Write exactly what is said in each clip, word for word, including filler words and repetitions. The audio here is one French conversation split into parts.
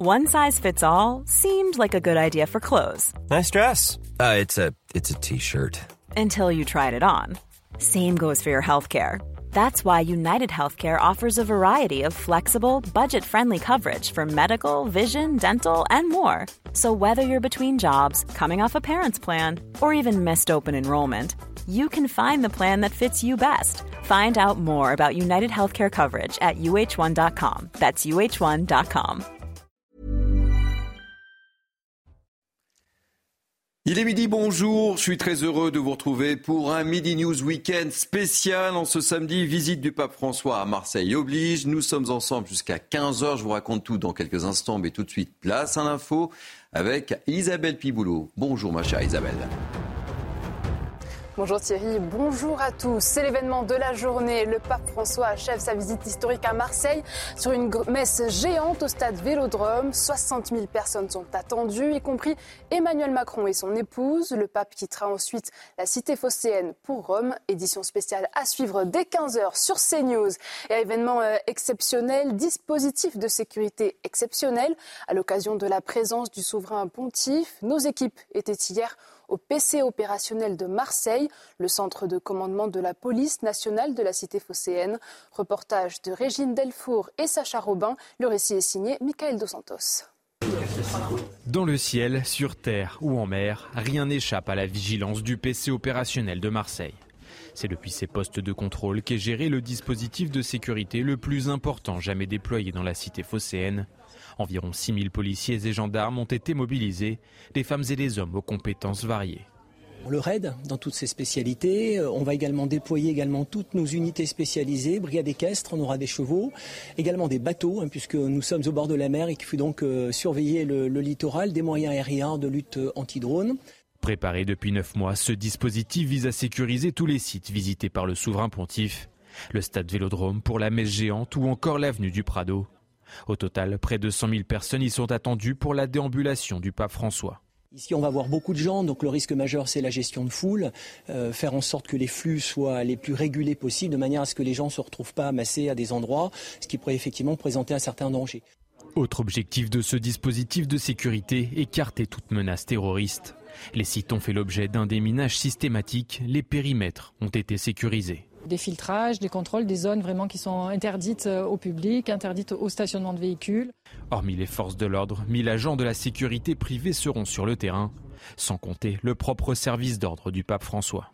One size fits all seemed like a good idea for clothes. Nice dress. Uh, it's a it's a t-shirt. Until you tried it on. Same goes for your healthcare. That's why United Healthcare offers a variety of flexible, budget-friendly coverage for medical, vision, dental, and more. So whether you're between jobs, coming off a parent's plan, or even missed open enrollment, you can find the plan that fits you best. Find out more about United Healthcare coverage at U H one dot com. That's U H one dot com. Il est midi, bonjour, je suis très heureux de vous retrouver pour un Midi News Weekend spécial en ce samedi. Visite du pape François à Marseille oblige. Nous sommes ensemble jusqu'à quinze heures, je vous raconte tout dans quelques instants, mais tout de suite, place à l'info avec Isabelle Piboulot. Bonjour ma chère Isabelle. Bonjour Thierry, bonjour à tous. C'est l'événement de la journée. Le pape François achève sa visite historique à Marseille sur une messe géante au stade Vélodrome. soixante mille personnes sont attendues, y compris Emmanuel Macron et son épouse. Le pape quittera ensuite la cité phocéenne pour Rome. Édition spéciale à suivre dès quinze heures sur CNews. Et événement euh, exceptionnel, dispositif de sécurité exceptionnel. À l'occasion de la présence du souverain pontife, nos équipes étaient hier au P C opérationnel de Marseille, le centre de commandement de la police nationale de la cité phocéenne. Reportage de Régine Delfour et Sacha Robin. Le récit est signé Michael Dos Santos. Dans le ciel, sur terre ou en mer, rien n'échappe à la vigilance du P C opérationnel de Marseille. C'est depuis ces postes de contrôle qu'est géré le dispositif de sécurité le plus important jamais déployé dans la cité phocéenne. Environ six mille policiers et gendarmes ont été mobilisés, des femmes et des hommes aux compétences variées. Le raid dans toutes ses spécialités, on va également déployer également toutes nos unités spécialisées, brigade équestre, on aura des chevaux, également des bateaux, hein, puisque nous sommes au bord de la mer et qu'il faut donc euh, surveiller le, le littoral, des moyens aériens de lutte anti-drone. Préparé depuis neuf mois, ce dispositif vise à sécuriser tous les sites visités par le souverain pontife, le stade Vélodrome pour la messe géante ou encore l'avenue du Prado. Au total, près de cent mille personnes y sont attendues pour la déambulation du pape François. Ici, on va voir beaucoup de gens, donc le risque majeur, c'est la gestion de foule, euh, faire en sorte que les flux soient les plus régulés possibles, de manière à ce que les gens ne se retrouvent pas amassés à des endroits, ce qui pourrait effectivement présenter un certain danger. Autre objectif de ce dispositif de sécurité, écarter toute menace terroriste. Les sites ont fait l'objet d'un déminage systématique, les périmètres ont été sécurisés. Des filtrages, des contrôles, des zones vraiment qui sont interdites au public, interdites au stationnement de véhicules. Hormis les forces de l'ordre, mille agents de la sécurité privée seront sur le terrain, sans compter le propre service d'ordre du pape François.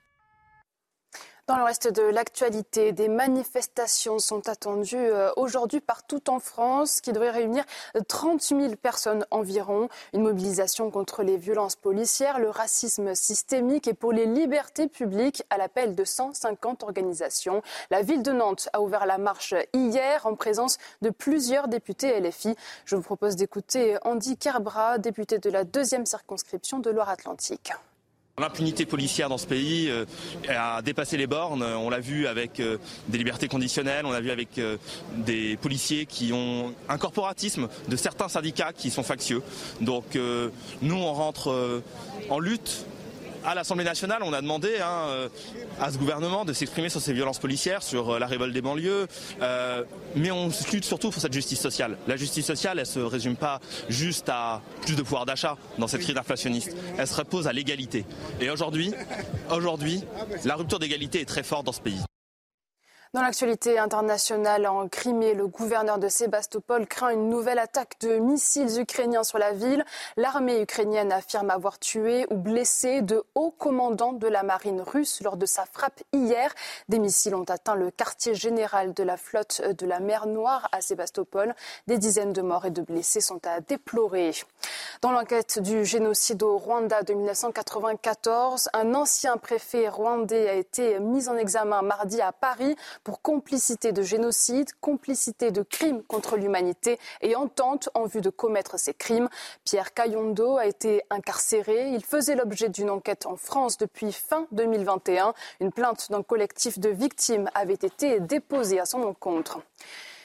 Dans le reste de l'actualité, des manifestations sont attendues aujourd'hui partout en France qui devraient réunir trente mille personnes environ. Une mobilisation contre les violences policières, le racisme systémique et pour les libertés publiques à l'appel de cent cinquante organisations. La ville de Nantes a ouvert la marche hier en présence de plusieurs députés L F I. Je vous propose d'écouter Andy Kerbrat, député de la deuxième circonscription de Loire-Atlantique. L'impunité policière dans ce pays euh, a dépassé les bornes. On l'a vu avec euh, des libertés conditionnelles, on l'a vu avec euh, des policiers qui ont un corporatisme de certains syndicats qui sont factieux. Donc euh, nous, on rentre euh, en lutte. À l'Assemblée nationale, on a demandé hein, à ce gouvernement de s'exprimer sur ces violences policières, sur la révolte des banlieues, euh, mais on lutte surtout pour cette justice sociale. La justice sociale, elle ne se résume pas juste à plus de pouvoir d'achat dans cette crise inflationniste. Elle se repose à l'égalité. Et aujourd'hui, aujourd'hui, la rupture d'égalité est très forte dans ce pays. Dans l'actualité internationale, en Crimée, le gouverneur de Sébastopol craint une nouvelle attaque de missiles ukrainiens sur la ville. L'armée ukrainienne affirme avoir tué ou blessé de hauts commandants de la marine russe lors de sa frappe hier. Des missiles ont atteint le quartier général de la flotte de la mer Noire à Sébastopol. Des dizaines de morts et de blessés sont à déplorer. Dans l'enquête du génocide au Rwanda de mille neuf cent quatre-vingt-quatorze, un ancien préfet rwandais a été mis en examen mardi à Paris pour complicité de génocide, complicité de crimes contre l'humanité et entente en vue de commettre ces crimes. Pierre Kayondo a été incarcéré. Il faisait l'objet d'une enquête en France depuis fin deux mille vingt et un. Une plainte d'un collectif de victimes avait été déposée à son encontre.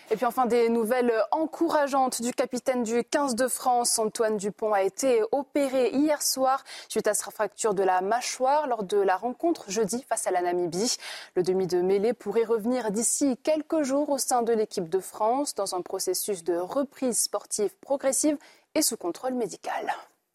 Et puis enfin, des nouvelles encourageantes du capitaine du quinze de France. Antoine Dupont a été opéré hier soir suite à sa fracture de la mâchoire lors de la rencontre jeudi face à la Namibie. Le demi de mêlée pourrait revenir d'ici quelques jours au sein de l'équipe de France dans un processus de reprise sportive progressive et sous contrôle médical.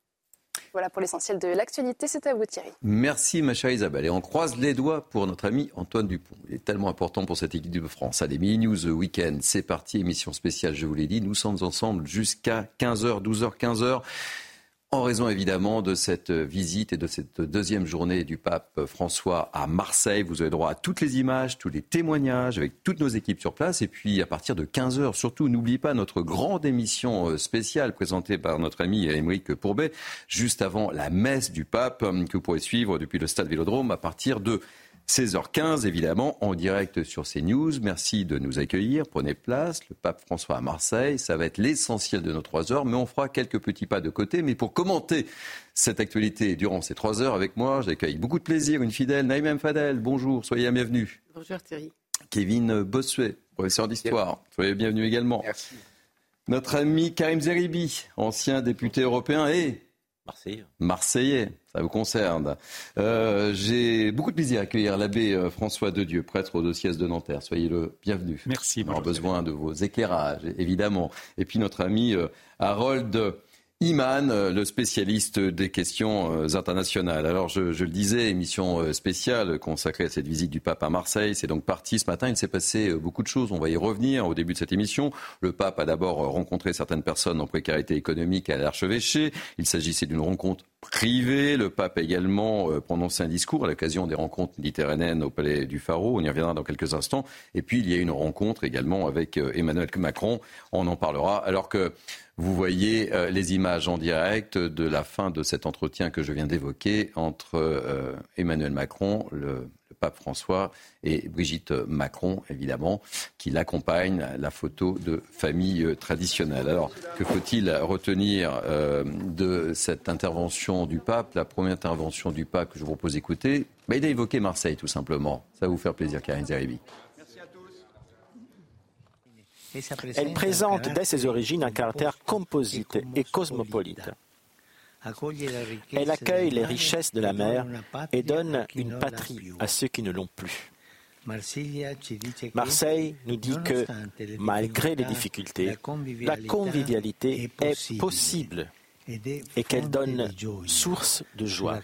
Voilà pour l'essentiel de l'actualité, c'est à vous Thierry. Merci ma chère Isabelle. Et on croise les doigts pour notre ami Antoine Dupont. Il est tellement important pour cette équipe de France. Allez, Mini News Week-end, c'est parti, émission spéciale, je vous l'ai dit. Nous sommes ensemble jusqu'à quinze heures, douze heures, quinze heures. En raison évidemment de cette visite et de cette deuxième journée du pape François à Marseille. Vous avez droit à toutes les images, tous les témoignages avec toutes nos équipes sur place. Et puis à partir de quinze heures, surtout, n'oubliez pas notre grande émission spéciale présentée par notre ami Aymeric Pourbet, juste avant la messe du pape, que vous pourrez suivre depuis le stade Vélodrome à partir de seize heures quinze, évidemment, en direct sur CNews. Merci de nous accueillir. Prenez place. Le pape François à Marseille. Ça va être l'essentiel de nos trois heures, mais on fera quelques petits pas de côté. Mais pour commenter cette actualité durant ces trois heures avec moi, j'accueille beaucoup de plaisir une fidèle, Naïma M. Fadel. Bonjour, soyez la bienvenue. Bonjour Thierry. Kevin Bossuet, professeur d'histoire. Soyez le bienvenu également. Merci. Notre ami Karim Zeribi, ancien député européen et Marseillais. Marseillais, ça vous concerne. Euh, j'ai beaucoup de plaisir à accueillir l'abbé François Dedieu, prêtre au diocèse de Nanterre. Soyez le bienvenu. Merci. On aura besoin de vos éclairages, évidemment. Et puis notre ami euh, Harold Iman, le spécialiste des questions internationales. Alors je, je le disais, émission spéciale consacrée à cette visite du pape à Marseille. C'est donc parti ce matin. Il s'est passé beaucoup de choses. On va y revenir au début de cette émission. Le pape a d'abord rencontré certaines personnes en précarité économique à l'archevêché. Il s'agissait d'une rencontre privée. Le pape a également prononcé un discours à l'occasion des rencontres méditerranéennes au Palais du Pharaon. On y reviendra dans quelques instants. Et puis il y a une rencontre également avec Emmanuel Macron. On en parlera alors que vous voyez euh, les images en direct de la fin de cet entretien que je viens d'évoquer entre euh, Emmanuel Macron, le, le pape François et Brigitte Macron, évidemment, qui l'accompagne, la photo de famille euh, traditionnelle. Alors, que faut-il retenir euh, de cette intervention du pape? La première intervention du pape que je vous propose d'écouter, bah, il a évoqué Marseille, tout simplement. Ça va vous faire plaisir, Karine Zeribi. Elle présente dès ses origines un caractère composite et cosmopolite. Elle accueille les richesses de la mer et donne une patrie à ceux qui ne l'ont plus. Marseille nous dit que, malgré les difficultés, la convivialité est possible et qu'elle donne source de joie.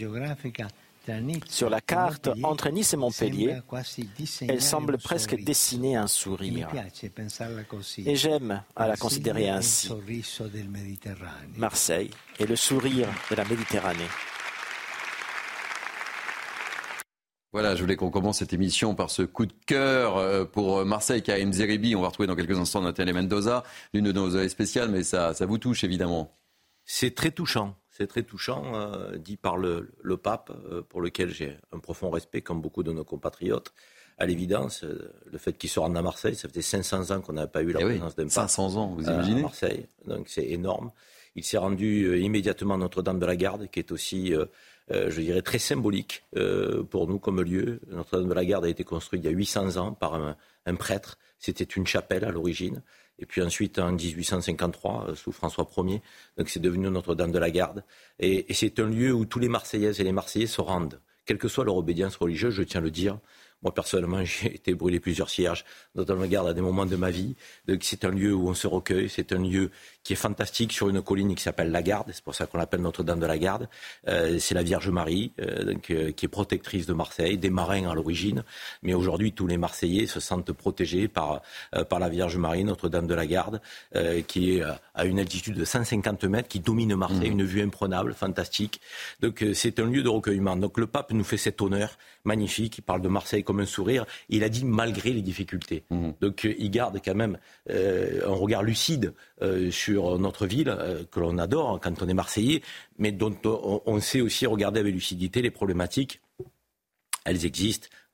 Sur la carte, entre Nice et Montpellier, elle semble presque dessiner un sourire. Et j'aime à la considérer ainsi. Marseille est le sourire de la Méditerranée. Voilà, je voulais qu'on commence cette émission par ce coup de cœur pour Marseille, Karim Zeribi. On va retrouver dans quelques instants Nathalie Mendoza, l'une de nos envoyées spéciales, mais ça, ça vous touche évidemment. C'est très touchant. C'est très touchant, euh, dit par le, le pape, euh, pour lequel j'ai un profond respect, comme beaucoup de nos compatriotes. À l'évidence, euh, le fait qu'il se rende à Marseille, ça faisait cinq cents ans qu'on n'avait pas eu la eh présence oui, d'un pape. cinq cents ans, vous imaginez ? À Marseille, donc c'est énorme. Il s'est rendu euh, immédiatement à Notre-Dame-de-la-Garde, qui est aussi, euh, euh, je dirais, très symbolique euh, pour nous comme lieu. Notre-Dame-de-la-Garde a été construite il y a huit cents ans par un, un prêtre. C'était une chapelle à l'origine. Et puis ensuite, en dix-huit cent cinquante-trois, sous François Ier, donc c'est devenu Notre-Dame-de-la-Garde. Et, et c'est un lieu où tous les Marseillaises et les Marseillais se rendent, quelle que soit leur obédience religieuse, je tiens à le dire. Moi, personnellement, j'ai été brûlé plusieurs cierges, Notre-Dame-de-la-Garde à des moments de ma vie. Donc, c'est un lieu où on se recueille, c'est un lieu qui est fantastique sur une colline qui s'appelle la Garde, c'est pour ça qu'on l'appelle Notre-Dame-de-la-Garde. Euh, c'est la Vierge Marie, euh, donc, euh, qui est protectrice de Marseille, des marins à l'origine. Mais aujourd'hui, tous les Marseillais se sentent protégés par, euh, par la Vierge Marie, Notre-Dame-de-la-Garde, euh, qui est à une altitude de cent cinquante mètres, qui domine Marseille, mmh. une vue imprenable, fantastique. Donc, euh, c'est un lieu de recueillement. Donc, le pape nous fait cet honneur magnifique, il parle de Marseille comme un sourire, il a dit malgré les difficultés. Mmh. Donc euh, il garde quand même euh, un regard lucide euh, sur notre ville, euh, que l'on adore quand on est Marseillais, mais dont on, on sait aussi regarder avec lucidité les problématiques. Elles existent. On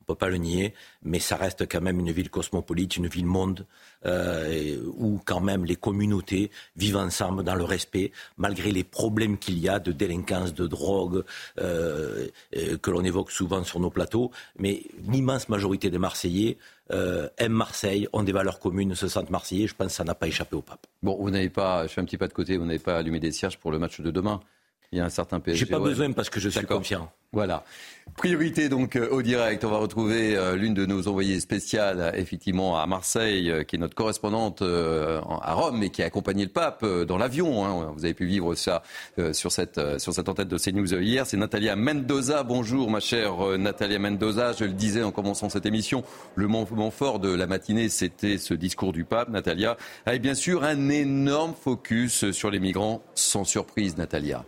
ne peut pas le nier, mais ça reste quand même une ville cosmopolite, une ville monde, euh, où quand même les communautés vivent ensemble dans le respect, malgré les problèmes qu'il y a de délinquance, de drogue, euh, euh, que l'on évoque souvent sur nos plateaux. Mais l'immense majorité des Marseillais euh, aiment Marseille, ont des valeurs communes, se sentent Marseillais. Je pense que ça n'a pas échappé au pape. Bon, vous n'avez pas, je fais un petit pas de côté, vous n'avez pas allumé des cierges pour le match de demain. Il y a un certain P S G. J'ai pas ouais. besoin parce que je suis D'accord. confiant. Voilà. Priorité donc euh, au direct. On va retrouver euh, l'une de nos envoyées spéciales, effectivement, à Marseille, euh, qui est notre correspondante euh, à Rome et qui a accompagné le pape euh, dans l'avion. Hein. Vous avez pu vivre ça euh, sur cette euh, sur cette antenne de CNews euh, hier. C'est Natalia Mendoza. Bonjour, ma chère euh, Natalia Mendoza. Je le disais en commençant cette émission, le moment fort de la matinée, c'était ce discours du pape, Natalia, avec bien sûr un énorme focus sur les migrants. Sans surprise, Natalia.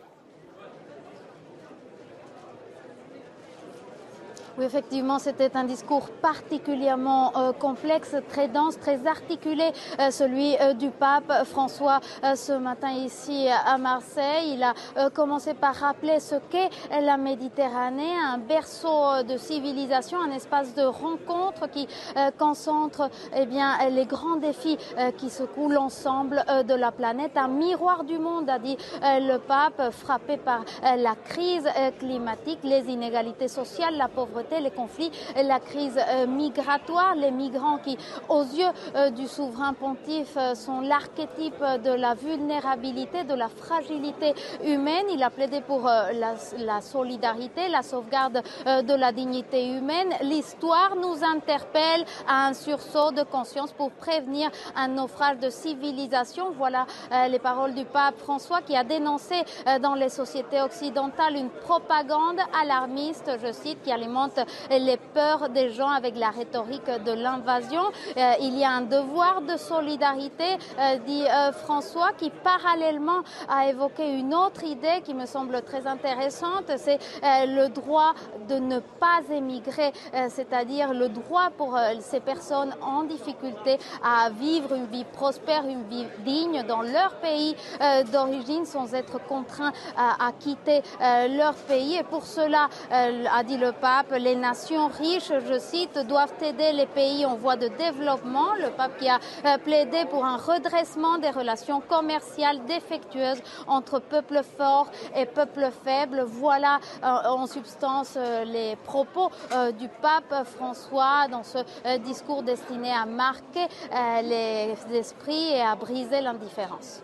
Oui, effectivement, c'était un discours particulièrement euh, complexe, très dense, très articulé, euh, celui euh, du pape François euh, ce matin ici à Marseille. Il a euh, commencé par rappeler ce qu'est la Méditerranée, un berceau de civilisation, un espace de rencontre qui euh, concentre eh bien, les grands défis euh, qui secouent l'ensemble euh, de la planète. Un miroir du monde, a dit euh, le pape, frappé par euh, la crise euh, climatique, les inégalités sociales, la pauvreté, les conflits, la crise euh, migratoire, les migrants qui, aux yeux euh, du souverain pontife, euh, sont l'archétype de la vulnérabilité, de la fragilité humaine. Il a plaidé pour euh, la, la solidarité, la sauvegarde euh, de la dignité humaine. L'histoire nous interpelle à un sursaut de conscience pour prévenir un naufrage de civilisation. Voilà euh, les paroles du pape François qui a dénoncé euh, dans les sociétés occidentales une propagande alarmiste, je cite, qui alimente les peurs des gens avec la rhétorique de l'invasion. Euh, il y a un devoir de solidarité, euh, dit euh, François, qui parallèlement a évoqué une autre idée qui me semble très intéressante, c'est euh, le droit de ne pas émigrer, euh, c'est-à-dire le droit pour euh, ces personnes en difficulté à vivre une vie prospère, une vie digne dans leur pays euh, d'origine sans être contraints à, à quitter euh, leur pays. Et pour cela, euh, a dit le pape, les nations riches, je cite, doivent aider les pays en voie de développement. Le pape qui a euh, plaidé pour un redressement des relations commerciales défectueuses entre peuples forts et peuples faibles. Voilà euh, en substance euh, les propos euh, du pape François dans ce euh, discours destiné à marquer euh, les esprits et à briser l'indifférence.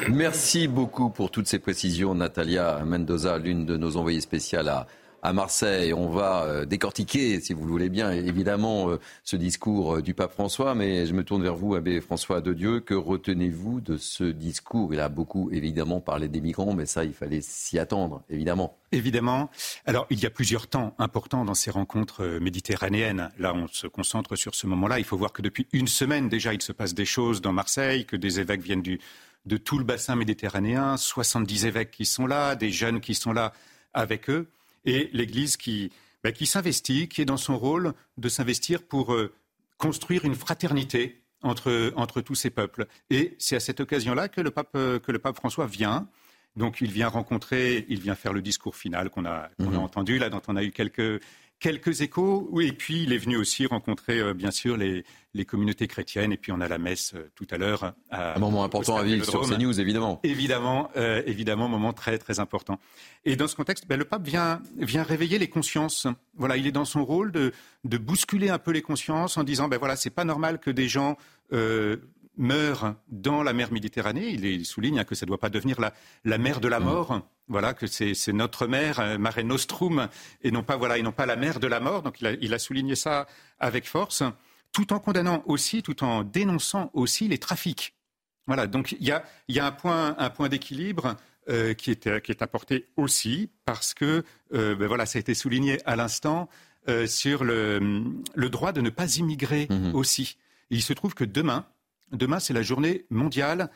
Merci beaucoup pour toutes ces précisions, Natalia Mendoza, l'une de nos envoyées spéciales à à Marseille. On va euh, décortiquer, si vous le voulez bien, évidemment, euh, ce discours euh, du pape François. Mais je me tourne vers vous, abbé François de Dieu. Que retenez-vous de ce discours ? Il a beaucoup, évidemment, parlé des migrants, mais ça, il fallait s'y attendre, évidemment. Évidemment. Alors, il y a plusieurs temps importants dans ces rencontres méditerranéennes. Là, on se concentre sur ce moment-là. Il faut voir que depuis une semaine, déjà, il se passe des choses dans Marseille, que des évêques viennent du, de tout le bassin méditerranéen, soixante-dix évêques qui sont là, des jeunes qui sont là avec eux. Et l'Église qui, bah, qui s'investit, qui est dans son rôle de s'investir pour euh, construire une fraternité entre, entre tous ces peuples. Et c'est à cette occasion-là que le pape, euh, que le pape François vient. Donc il vient rencontrer, il vient faire le discours final qu'on a, qu'on mmh. a entendu, là, dont on a eu quelques, quelques échos. Oui, et puis il est venu aussi rencontrer, euh, bien sûr, les, les communautés chrétiennes. Et puis on a la messe euh, tout à l'heure. À, un moment important à vivre sur CNews, évidemment. Évidemment, euh, évidemment, moment très, très important. Et dans ce contexte, ben, le pape vient, vient réveiller les consciences. Voilà, il est dans son rôle de, de bousculer un peu les consciences en disant, ben voilà, c'est pas normal que des gens euh, meurent dans la mer Méditerranée. Il, il souligne hein, que ça ne doit pas devenir la, la mer de la mort. Mmh. Voilà, que c'est, c'est notre mer, euh, Mare Nostrum, et non pas, voilà, et non pas la mer de la mort. Donc il a, il a souligné ça avec force, tout en condamnant aussi, tout en dénonçant aussi les trafics. Voilà, donc il y a, il y a un point, un point d'équilibre euh, qui est, qui est apporté aussi, parce que, euh, ben voilà, ça a été souligné à l'instant, euh, sur le, le droit de ne pas immigrer mmh. aussi. Et il se trouve que demain, demain, c'est la journée mondiale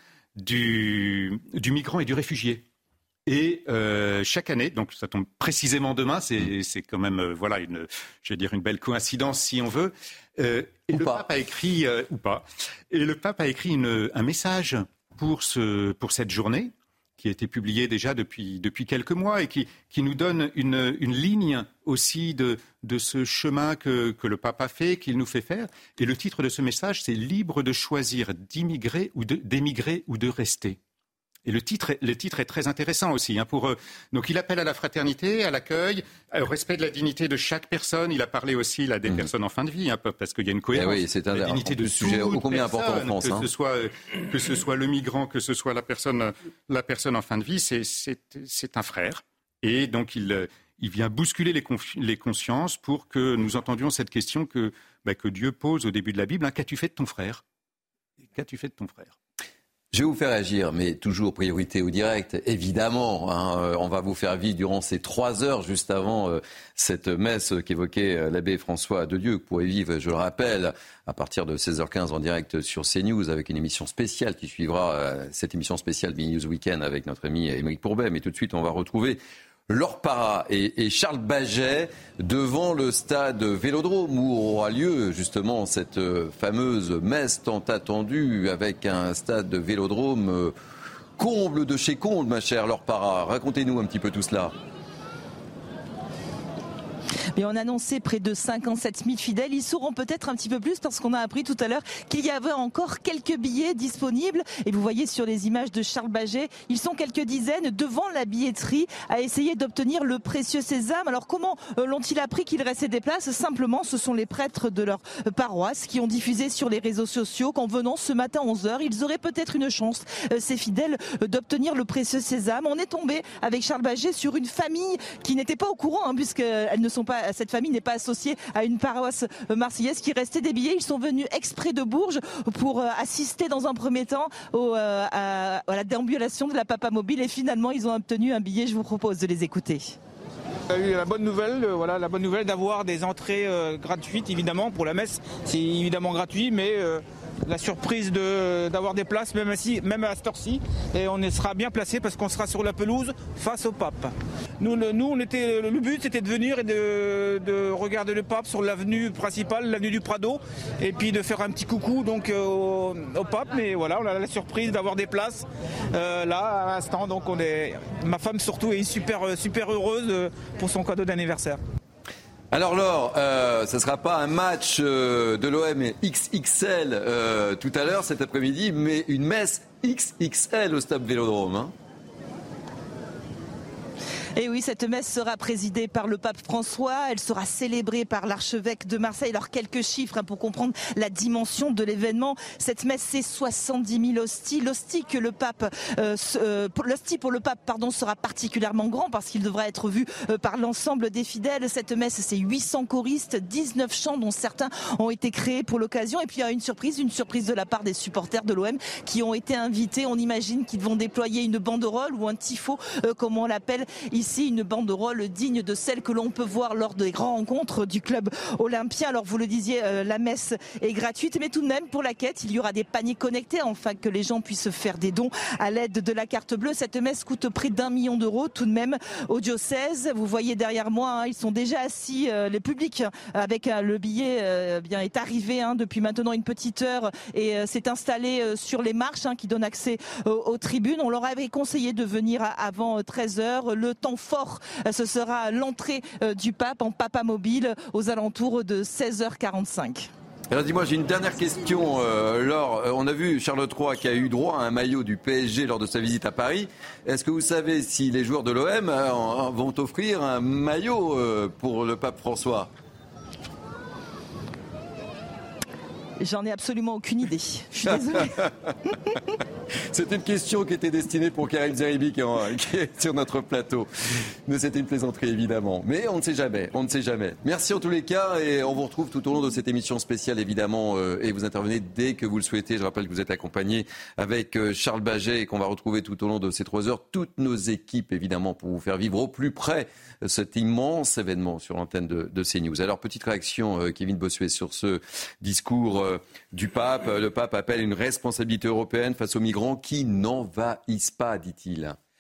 du, du migrant et du réfugié. Et euh, chaque année, donc ça tombe précisément demain, c'est, c'est quand même euh, voilà une, je vais dire une belle coïncidence si on veut. Euh, et ou le pas. pape a écrit euh, ou pas. Et le pape a écrit une, un message pour ce pour cette journée. qui a été publié déjà depuis, depuis quelques mois et qui, qui nous donne une, une ligne aussi de, de ce chemin que, que le pape a fait, qu'il nous fait faire. Et le titre de ce message, c'est « Libre de choisir d'immigrer ou de, d'émigrer ou de rester ». Et le titre, est, le titre est très intéressant aussi. Hein, pour, euh, donc il appelle à la fraternité, à l'accueil, au respect de la dignité de chaque personne. Il a parlé aussi là, des mmh. personnes en fin de vie, hein, parce qu'il y a une cohérence. Eh oui, c'est un la dignité de sujet ô combien important en France. Que, hein. ce soit, que ce soit le migrant, que ce soit la personne, la personne en fin de vie, c'est, c'est, c'est un frère. Et donc il, il vient bousculer les, confi- les consciences pour que nous entendions cette question que, bah, que Dieu pose au début de la Bible. Hein, qu'as-tu fait de ton frère ? Qu'as-tu fait de ton frère ? Je vais vous faire agir, mais toujours priorité au direct, évidemment. Hein, on va vous faire vivre durant ces trois heures, juste avant euh, cette messe qu'évoquait euh, l'abbé François Delieux, que vous pourrez vivre, je le rappelle, à partir de seize heures quinze en direct sur CNews, avec une émission spéciale qui suivra euh, cette émission spéciale News Weekend avec notre ami Émeric Pourbet. Mais tout de suite, on va retrouver Laure Parra et, et Charles Baget devant le stade Vélodrome où aura lieu justement cette fameuse messe tant attendue avec un stade Vélodrome comble de chez comble, ma chère Laure Parra. Racontez-nous un petit peu tout cela. Mais on a annoncé près de cinquante-sept mille fidèles. Ils sauront peut-être un petit peu plus parce qu'on a appris tout à l'heure qu'il y avait encore quelques billets disponibles. Et vous voyez sur les images de Charles Baget, ils sont quelques dizaines devant la billetterie à essayer d'obtenir le précieux sésame. Alors comment l'ont-ils appris qu'il restait des places ? Simplement, ce sont les prêtres de leur paroisse qui ont diffusé sur les réseaux sociaux qu'en venant ce matin à onze heures, ils auraient peut-être une chance, ces fidèles, d'obtenir le précieux sésame. On est tombé avec Charles Baget sur une famille qui n'était pas au courant, hein, puisqu'elles ne sont pas, cette famille n'est pas associée à une paroisse marseillaise qui restait des billets. Ils sont venus exprès de Bourges pour assister dans un premier temps au, à, à la déambulation de la Papa Mobile et finalement ils ont obtenu un billet. Je vous propose de les écouter. On a eu la bonne nouvelle, euh, voilà, la bonne nouvelle d'avoir des entrées euh, gratuites évidemment pour la messe. C'est évidemment gratuit, mais euh, la surprise de, d'avoir des places même, assis, même à cette heure-ci. Et on sera bien placé parce qu'on sera sur la pelouse face au pape. Nous, le, nous on était, le but c'était de venir et de, de regarder le pape sur l'avenue principale, l'avenue du Prado, et puis de faire un petit coucou donc euh, au, au pape. Mais voilà, on a la surprise d'avoir des places euh, là à l'instant. Donc on est, ma femme surtout est super, super heureuse euh, pour son cadeau d'anniversaire. Alors Laure, euh, ce ne sera pas un match euh, de l'O M X X L euh, tout à l'heure, cet après-midi, mais une messe X X L au stade Vélodrome. Hein. Et oui, cette messe sera présidée par le pape François. Elle sera célébrée par l'archevêque de Marseille. Alors, quelques chiffres hein, pour comprendre la dimension de l'événement. Cette messe, c'est soixante-dix mille hosties. L'hostie que le pape, euh, euh, l'hostie pour le pape, pardon, sera particulièrement grand parce qu'il devra être vu euh, par l'ensemble des fidèles. Cette messe, c'est huit cents choristes, dix-neuf chants dont certains ont été créés pour l'occasion. Et puis, il y a une surprise, une surprise de la part des supporters de l'O M qui ont été invités. On imagine qu'ils vont déployer une banderole ou un tifo, euh, comme on l'appelle ici. Ici, une banderole digne de celle que l'on peut voir lors des grandes rencontres du club olympien. Alors, vous le disiez, euh, la messe est gratuite, mais tout de même, pour la quête, il y aura des paniers connectés, afin que les gens puissent faire des dons à l'aide de la carte bleue. Cette messe coûte près d'un million d'euros, tout de même, au diocèse. Vous voyez derrière moi, hein, ils sont déjà assis, euh, les publics, avec euh, le billet, euh, bien, est arrivé hein, depuis maintenant une petite heure et euh, s'est installé euh, sur les marches hein, qui donnent accès aux, aux tribunes. On leur avait conseillé de venir avant treize heures. Le temps fort, ce sera l'entrée du pape en Papa Mobile aux alentours de seize heures quarante-cinq. Alors dis-moi, j'ai une dernière question. Euh, Laure, on a vu Charles trois qui a eu droit à un maillot du P S G lors de sa visite à Paris. Est-ce que vous savez si les joueurs de l'O M euh, vont offrir un maillot euh, pour le pape François ? J'en ai absolument aucune idée. Je suis désolée. C'était une question qui était destinée pour Karim Zeribi qui est sur notre plateau. Mais c'était une plaisanterie évidemment. Mais on ne sait jamais, on ne sait jamais. Merci en tous les cas et on vous retrouve tout au long de cette émission spéciale évidemment euh, et vous intervenez dès que vous le souhaitez. Je rappelle que vous êtes accompagné avec euh, Charles Baget et qu'on va retrouver tout au long de ces trois heures toutes nos équipes évidemment pour vous faire vivre au plus près cet immense événement sur l'antenne de, de CNews. Alors petite réaction euh, Kevin Bossuet sur ce discours euh, du pape. Le pape appelle une responsabilité européenne face aux migrants qui n'envahissent pas, dit-il.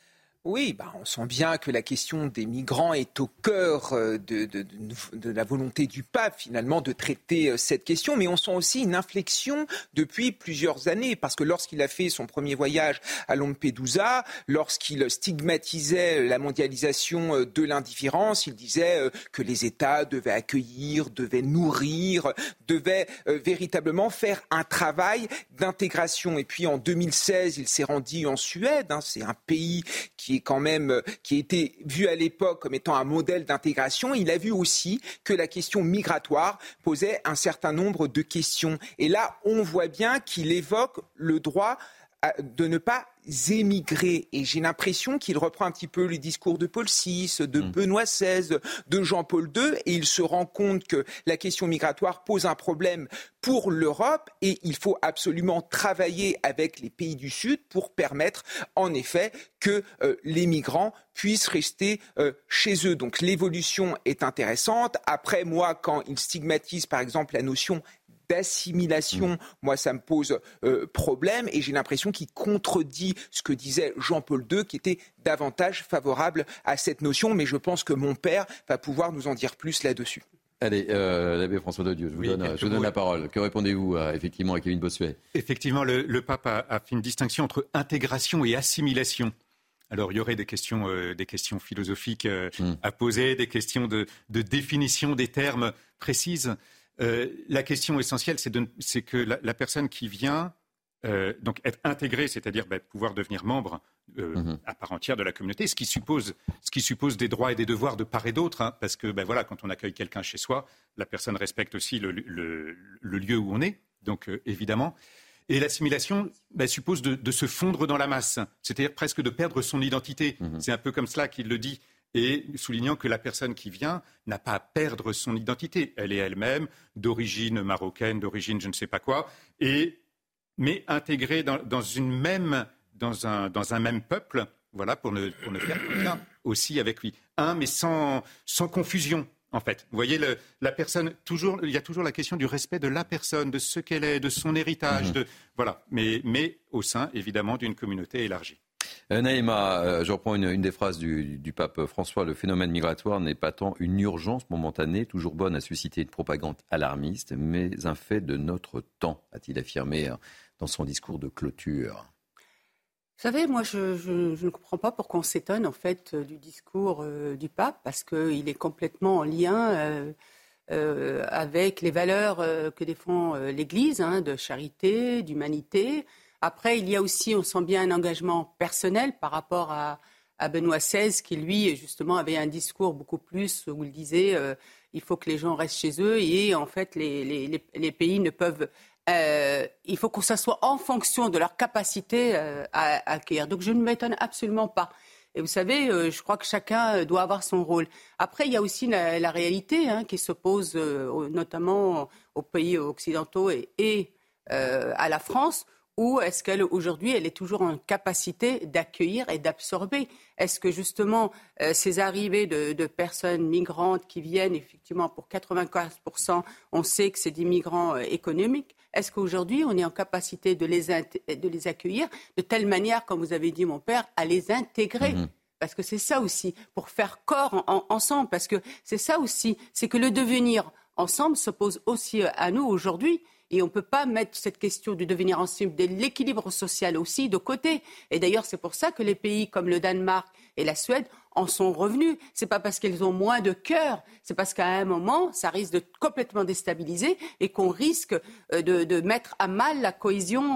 Oui, bah on sent bien que la question des migrants est au cœur de, de, de, de la volonté du pape, finalement, de traiter cette question. Mais on sent aussi une inflexion depuis plusieurs années. Parce que lorsqu'il a fait son premier voyage à Lampedusa, lorsqu'il stigmatisait la mondialisation de l'indifférence, il disait que les États devaient accueillir, devaient nourrir, devaient véritablement faire un travail d'intégration. Et puis en deux mille seize, il s'est rendu en Suède. Hein, c'est un pays qui est quand même, qui a été vu à l'époque comme étant un modèle d'intégration. Il a vu aussi que la question migratoire posait un certain nombre de questions. Et là, on voit bien qu'il évoque le droit de ne pas émigrer. Et j'ai l'impression qu'il reprend un petit peu les discours de Paul six, de mmh. Benoît seize, de Jean-Paul deux, et il se rend compte que la question migratoire pose un problème pour l'Europe, et il faut absolument travailler avec les pays du Sud pour permettre, en effet, que euh, les migrants puissent rester euh, chez eux. Donc l'évolution est intéressante. Après, moi, quand il stigmatise, par exemple, la notion d'assimilation, mmh. moi ça me pose euh, problème, et j'ai l'impression qu'il contredit ce que disait Jean-Paul deux, qui était davantage favorable à cette notion, mais je pense que mon père va pouvoir nous en dire plus là-dessus. Allez, euh, l'abbé François Dedieu, je vous, oui, donne, je vous donne la parole. Que répondez-vous à, effectivement à Kevin Bossuet ? Effectivement, le, le pape a, a fait une distinction entre intégration et assimilation. Alors, il y aurait des questions, euh, des questions philosophiques euh, mmh. à poser, des questions de, de définition des termes précises. Euh, la question essentielle, c'est, de, c'est que la, la personne qui vient euh, donc être intégrée, c'est-à-dire bah, pouvoir devenir membre euh, mmh. à part entière de la communauté, ce qui suppose, ce qui suppose des droits et des devoirs de part et d'autre, hein, parce que bah, voilà, quand on accueille quelqu'un chez soi, la personne respecte aussi le, le, le lieu où on est, donc euh, évidemment. Et l'assimilation bah, suppose de, de se fondre dans la masse, c'est-à-dire presque de perdre son identité. Mmh. C'est un peu comme cela qu'il le dit. Et soulignant que la personne qui vient n'a pas à perdre son identité. Elle est elle-même d'origine marocaine, d'origine je ne sais pas quoi, et, mais intégrée dans, dans, une même, dans, un, dans un même peuple, voilà, pour ne, pour ne faire qu'un aussi avec lui. Un, mais sans, sans confusion, en fait. Vous voyez, le, la personne, toujours, il y a toujours la question du respect de la personne, de ce qu'elle est, de son héritage, mmh. de, voilà, mais, mais au sein, évidemment, d'une communauté élargie. Naïma, euh, je reprends une, une des phrases du, du pape François. Le phénomène migratoire n'est pas tant une urgence momentanée, toujours bonne à susciter une propagande alarmiste, mais un fait de notre temps, a-t-il affirmé dans son discours de clôture. Vous savez, moi, je, je, je ne comprends pas pourquoi on s'étonne, en fait, du discours euh, du pape, parce qu'il est complètement en lien euh, euh, avec les valeurs euh, que défend euh, l'Église, hein, de charité, d'humanité. Après, il y a aussi, on sent bien un engagement personnel par rapport à, à Benoît seize, qui, lui, justement, avait un discours beaucoup plus où il disait euh, il faut que les gens restent chez eux et, en fait, les, les, les pays ne peuvent... Euh, il faut que ça soit en fonction de leur capacité euh, à, à accueillir. Donc, je ne m'étonne absolument pas. Et vous savez, euh, je crois que chacun doit avoir son rôle. Après, il y a aussi la, la réalité hein, qui se pose euh, notamment aux pays occidentaux et, et euh, à la France, ou est-ce qu'elle, aujourd'hui, elle est toujours en capacité d'accueillir et d'absorber ? Est-ce que, justement, euh, ces arrivées de, de personnes migrantes qui viennent, effectivement, pour quatre-vingt-quinze pour cent, on sait que c'est des migrants euh, économiques. Est-ce qu'aujourd'hui, on est en capacité de les, int- de les accueillir de telle manière, comme vous avez dit, mon père, à les intégrer ? Mmh. Parce que c'est ça aussi, pour faire corps en, en, ensemble. Parce que c'est ça aussi, c'est que le devenir ensemble se pose aussi à nous aujourd'hui. Et on ne peut pas mettre cette question du devenir ensemble, de l'équilibre social aussi de côté. Et d'ailleurs, c'est pour ça que les pays comme le Danemark et la Suède en sont revenus. Ce n'est pas parce qu'ils ont moins de cœur, c'est parce qu'à un moment, ça risque de complètement déstabiliser et qu'on risque de, de mettre à mal la cohésion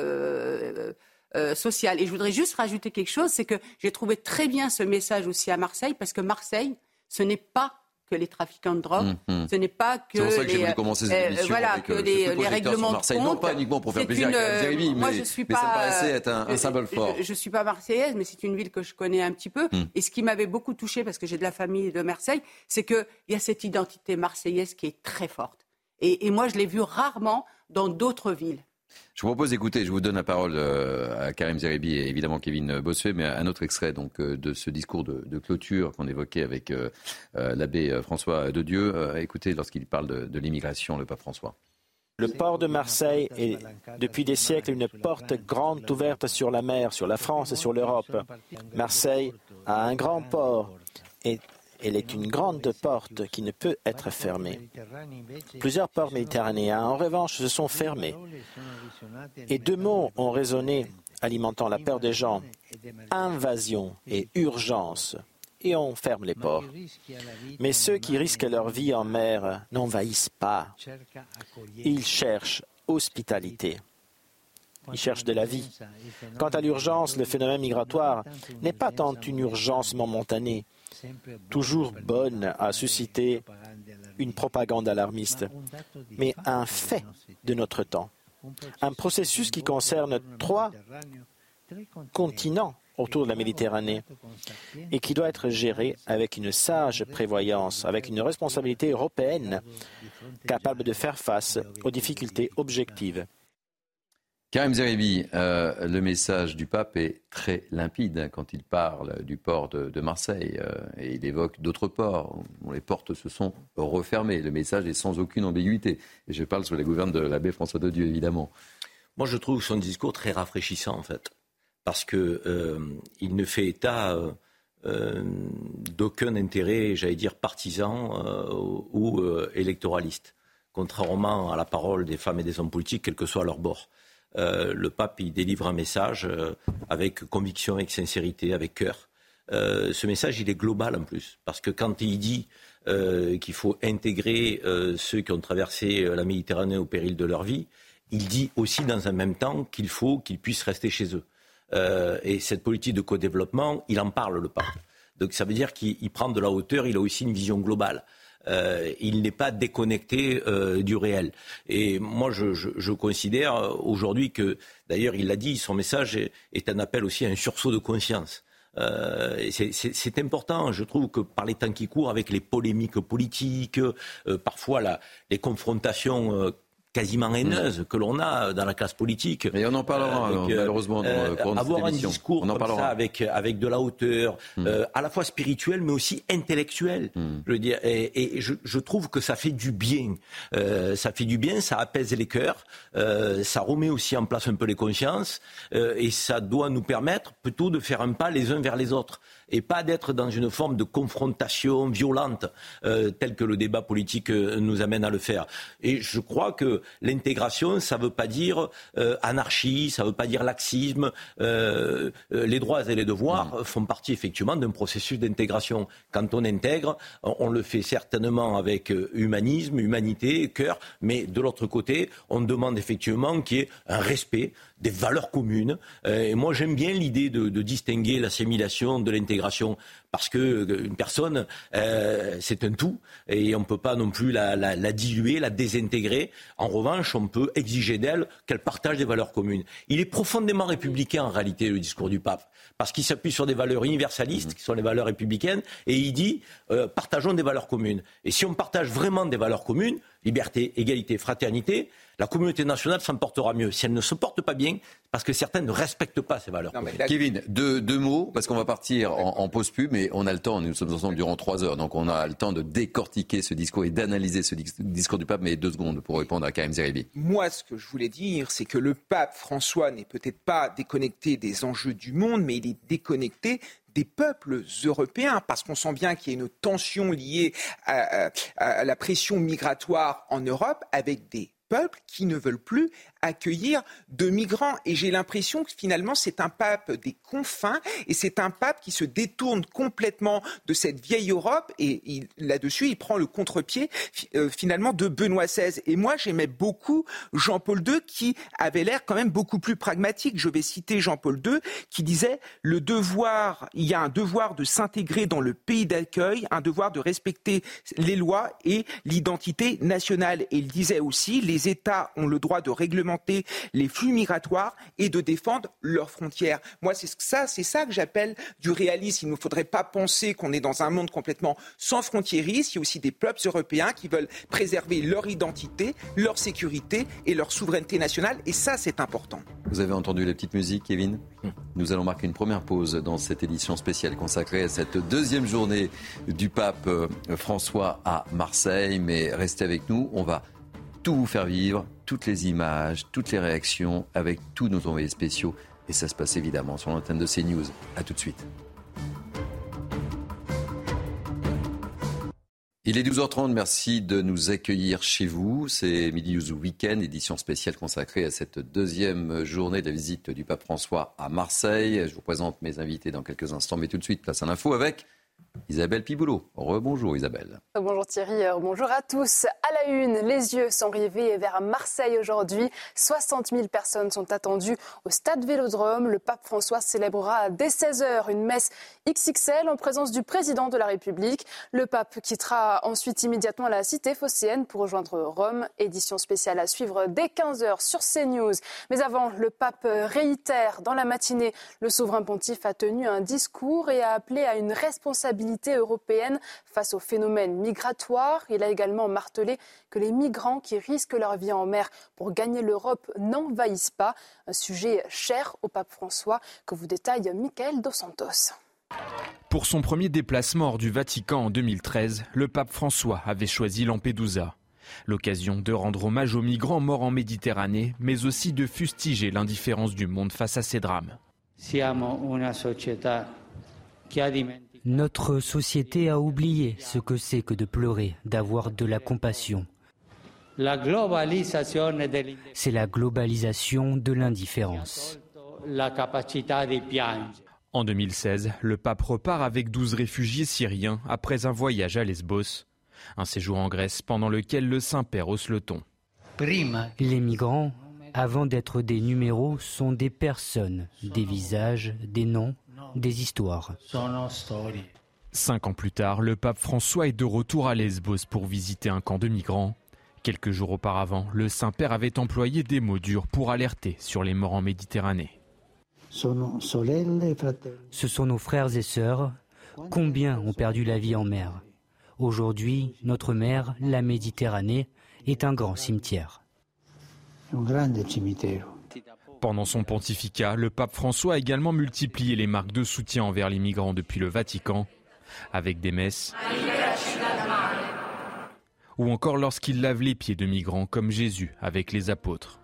euh, euh, sociale. Et je voudrais juste rajouter quelque chose, c'est que j'ai trouvé très bien ce message aussi à Marseille, parce que Marseille, ce n'est pas que les trafiquants de drogue, mmh, mmh. ce n'est pas que, c'est pour ça que les, j'ai voulu commencer cette émission euh, voilà, avec, que euh, les, les règlements de compte. Non pas uniquement pour faire plaisir une, à Jérémy, mais, je suis mais pas, ça me paraissait être un, un symbole fort. Je ne suis pas marseillaise, mais c'est une ville que je connais un petit peu. Mmh. Et ce qui m'avait beaucoup touchée, parce que j'ai de la famille de Marseille, c'est qu'il y a cette identité marseillaise qui est très forte. Et, et moi, je l'ai vue rarement dans d'autres villes. Je vous propose d'écouter, je vous donne la parole à Karim Zerebi et évidemment Kevin Bossuet, mais un autre extrait donc, de ce discours de, de clôture qu'on évoquait avec euh, l'abbé François Dedieu. Euh, écoutez, lorsqu'il parle de, de l'immigration, le pape François. Le port de Marseille est depuis des siècles une porte grande ouverte sur la mer, sur la France et sur l'Europe. Marseille a un grand port et elle est une grande porte qui ne peut être fermée. Plusieurs ports méditerranéens, en revanche, se sont fermés. Et deux mots ont résonné, alimentant la peur des gens. Invasion et urgence. Et on ferme les ports. Mais ceux qui risquent leur vie en mer n'envahissent pas. Ils cherchent hospitalité. Ils cherchent de la vie. Quant à l'urgence, le phénomène migratoire n'est pas tant une urgence momentanée, toujours bonne à susciter une propagande alarmiste, mais un fait de notre temps. Un processus qui concerne trois continents autour de la Méditerranée et qui doit être géré avec une sage prévoyance, avec une responsabilité européenne capable de faire face aux difficultés objectives. Karim Zeribi, euh, le message du pape est très limpide hein, quand il parle du port de, de Marseille euh, et il évoque d'autres ports où les portes se sont refermées. Le message est sans aucune ambiguïté. Et je parle sous la gouverne de l'abbé François de Dieu, évidemment. Moi, je trouve son discours très rafraîchissant, en fait, parce qu'il euh, ne fait état euh, euh, d'aucun intérêt, j'allais dire, partisan euh, ou euh, électoraliste, contrairement à la parole des femmes et des hommes politiques, quel que soit leur bord. Euh, le pape, il délivre un message euh, avec conviction, avec sincérité, avec cœur. Euh, ce message, il est global en plus, parce que quand il dit euh, qu'il faut intégrer euh, ceux qui ont traversé la Méditerranée au péril de leur vie, il dit aussi dans un même temps qu'il faut qu'ils puissent rester chez eux. Euh, et cette politique de co-développement, il en parle, le pape. Donc ça veut dire qu'il prend de la hauteur, il a aussi une vision globale. Euh, il n'est pas déconnecté euh, du réel. Et moi, je, je, je considère aujourd'hui que, d'ailleurs, il l'a dit, son message est, est un appel aussi à un sursaut de conscience. Euh, c'est, c'est, c'est important, je trouve, que par les temps qui courent, avec les polémiques politiques, euh, parfois la, les confrontations euh, quasiment haineuse que l'on a dans la classe politique. Et on en parlera, euh, avec, malheureusement, euh, dans avoir un discours comme parlera. ça, avec, avec de la hauteur, mm. euh, à la fois spirituelle, mais aussi intellectuelle. Mm. Je veux dire, et, et je, je trouve que ça fait du bien. Euh, ça fait du bien, ça apaise les cœurs, euh, ça remet aussi en place un peu les consciences, euh, et ça doit nous permettre plutôt de faire un pas les uns vers les autres, et pas d'être dans une forme de confrontation violente, euh, telle que le débat politique nous amène à le faire. Et je crois que l'intégration, ça ne veut pas dire euh, anarchie, ça ne veut pas dire laxisme. Euh, euh, les droits et les devoirs mmh. font partie effectivement d'un processus d'intégration. Quand on intègre, on le fait certainement avec humanisme, humanité, cœur, mais de l'autre côté, on demande effectivement qu'il y ait un respect des valeurs communes. Euh, et moi, j'aime bien l'idée de, de distinguer l'assimilation de l'intégration, parce que une personne, euh, c'est un tout, et on ne peut pas non plus la, la, la diluer, la désintégrer. En revanche, on peut exiger d'elle qu'elle partage des valeurs communes. Il est profondément républicain, en réalité, le discours du pape, parce qu'il s'appuie sur des valeurs universalistes, qui sont les valeurs républicaines, et il dit euh, « partageons des valeurs communes ». Et si on partage vraiment des valeurs communes, liberté, égalité, fraternité, la communauté nationale s'en portera mieux. Si elle ne se porte pas bien, parce que certains ne respectent pas ces valeurs. Non, là... Kevin, deux, deux mots, parce qu'on va partir en, en pause pub, mais on a le temps, nous sommes ensemble durant trois heures, donc on a le temps de décortiquer ce discours et d'analyser ce discours du pape, mais deux secondes pour répondre à Karim Zeribi. Moi, ce que je voulais dire, c'est que le pape François n'est peut-être pas déconnecté des enjeux du monde, mais il est déconnecté des peuples européens, parce qu'on sent bien qu'il y a une tension liée à, à, à la pression migratoire en Europe, avec des peuples qui ne veulent plus accueillir de migrants. Et j'ai l'impression que finalement c'est un pape des confins, et c'est un pape qui se détourne complètement de cette vieille Europe, et il, là-dessus il prend le contre-pied euh, finalement de Benoît seize. Et moi j'aimais beaucoup Jean-Paul deux, qui avait l'air quand même beaucoup plus pragmatique. Je vais citer Jean-Paul deux qui disait « Le devoir, il y a un devoir de s'intégrer dans le pays d'accueil, un devoir de respecter les lois et l'identité nationale ». Et il disait aussi « Les États ont le droit de réglementer les flux migratoires et de défendre leurs frontières ». Moi, c'est ça, c'est ça que j'appelle du réalisme. Il ne faudrait pas penser qu'on est dans un monde complètement sans frontiérisme. Il y a aussi des peuples européens qui veulent préserver leur identité, leur sécurité et leur souveraineté nationale. Et ça, c'est important. Vous avez entendu les petites musiques, Kevin ? Nous allons marquer une première pause dans cette édition spéciale consacrée à cette deuxième journée du pape François à Marseille. Mais restez avec nous, on va tout vous faire vivre, toutes les images, toutes les réactions avec tous nos envoyés spéciaux. Et ça se passe évidemment sur l'antenne de CNews. A tout de suite. Il est douze heures trente, merci de nous accueillir chez vous. C'est Midi News Weekend, édition spéciale consacrée à cette deuxième journée de la visite du pape François à Marseille. Je vous présente mes invités dans quelques instants, mais tout de suite, place à l'info avec Isabelle Piboulot. Rebonjour Isabelle. Bonjour Thierry, bonjour à tous. À la une, les yeux sont rivés vers Marseille aujourd'hui. soixante mille personnes sont attendues au stade Vélodrome. Le pape François célébrera dès seize heures une messe X X L en présence du président de la République. Le pape quittera ensuite immédiatement la cité phocéenne pour rejoindre Rome. Édition spéciale à suivre dès quinze heures sur CNews. Mais avant, le pape réitère dans la matinée. Le souverain pontife a tenu un discours et a appelé à une responsabilité européenne face au phénomène migratoire. Il a également martelé que les migrants qui risquent leur vie en mer pour gagner l'Europe n'envahissent pas. Un sujet cher au pape François que vous détaille Michael Dos Santos. Pour son premier déplacement hors du Vatican en deux mille treize, le pape François avait choisi Lampedusa. L'occasion de rendre hommage aux migrants morts en Méditerranée, mais aussi de fustiger l'indifférence du monde face à ces drames. Notre société a oublié ce que c'est que de pleurer, d'avoir de la compassion. C'est la globalisation de l'indifférence. En deux mille seize, le pape repart avec douze réfugiés syriens après un voyage à Lesbos. Un séjour en Grèce pendant lequel le Saint-Père hausse le ton. Les migrants, avant d'être des numéros, sont des personnes, des visages, des noms, des histoires. Cinq ans plus tard, le pape François est de retour à Lesbos pour visiter un camp de migrants. Quelques jours auparavant, le Saint-Père avait employé des mots durs pour alerter sur les morts en Méditerranée. Ce sont nos frères et sœurs. Combien ont perdu la vie en mer? Aujourd'hui, notre mer, la Méditerranée, est un grand cimetière. Pendant son pontificat, le pape François a également multiplié les marques de soutien envers les migrants depuis le Vatican, avec des messes, ou encore lorsqu'il lave les pieds de migrants comme Jésus avec les apôtres.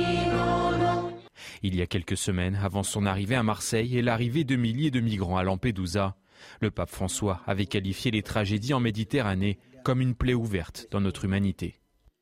Il y a quelques semaines, avant son arrivée à Marseille et l'arrivée de milliers de migrants à Lampedusa, le pape François avait qualifié les tragédies en Méditerranée comme une plaie ouverte dans notre humanité.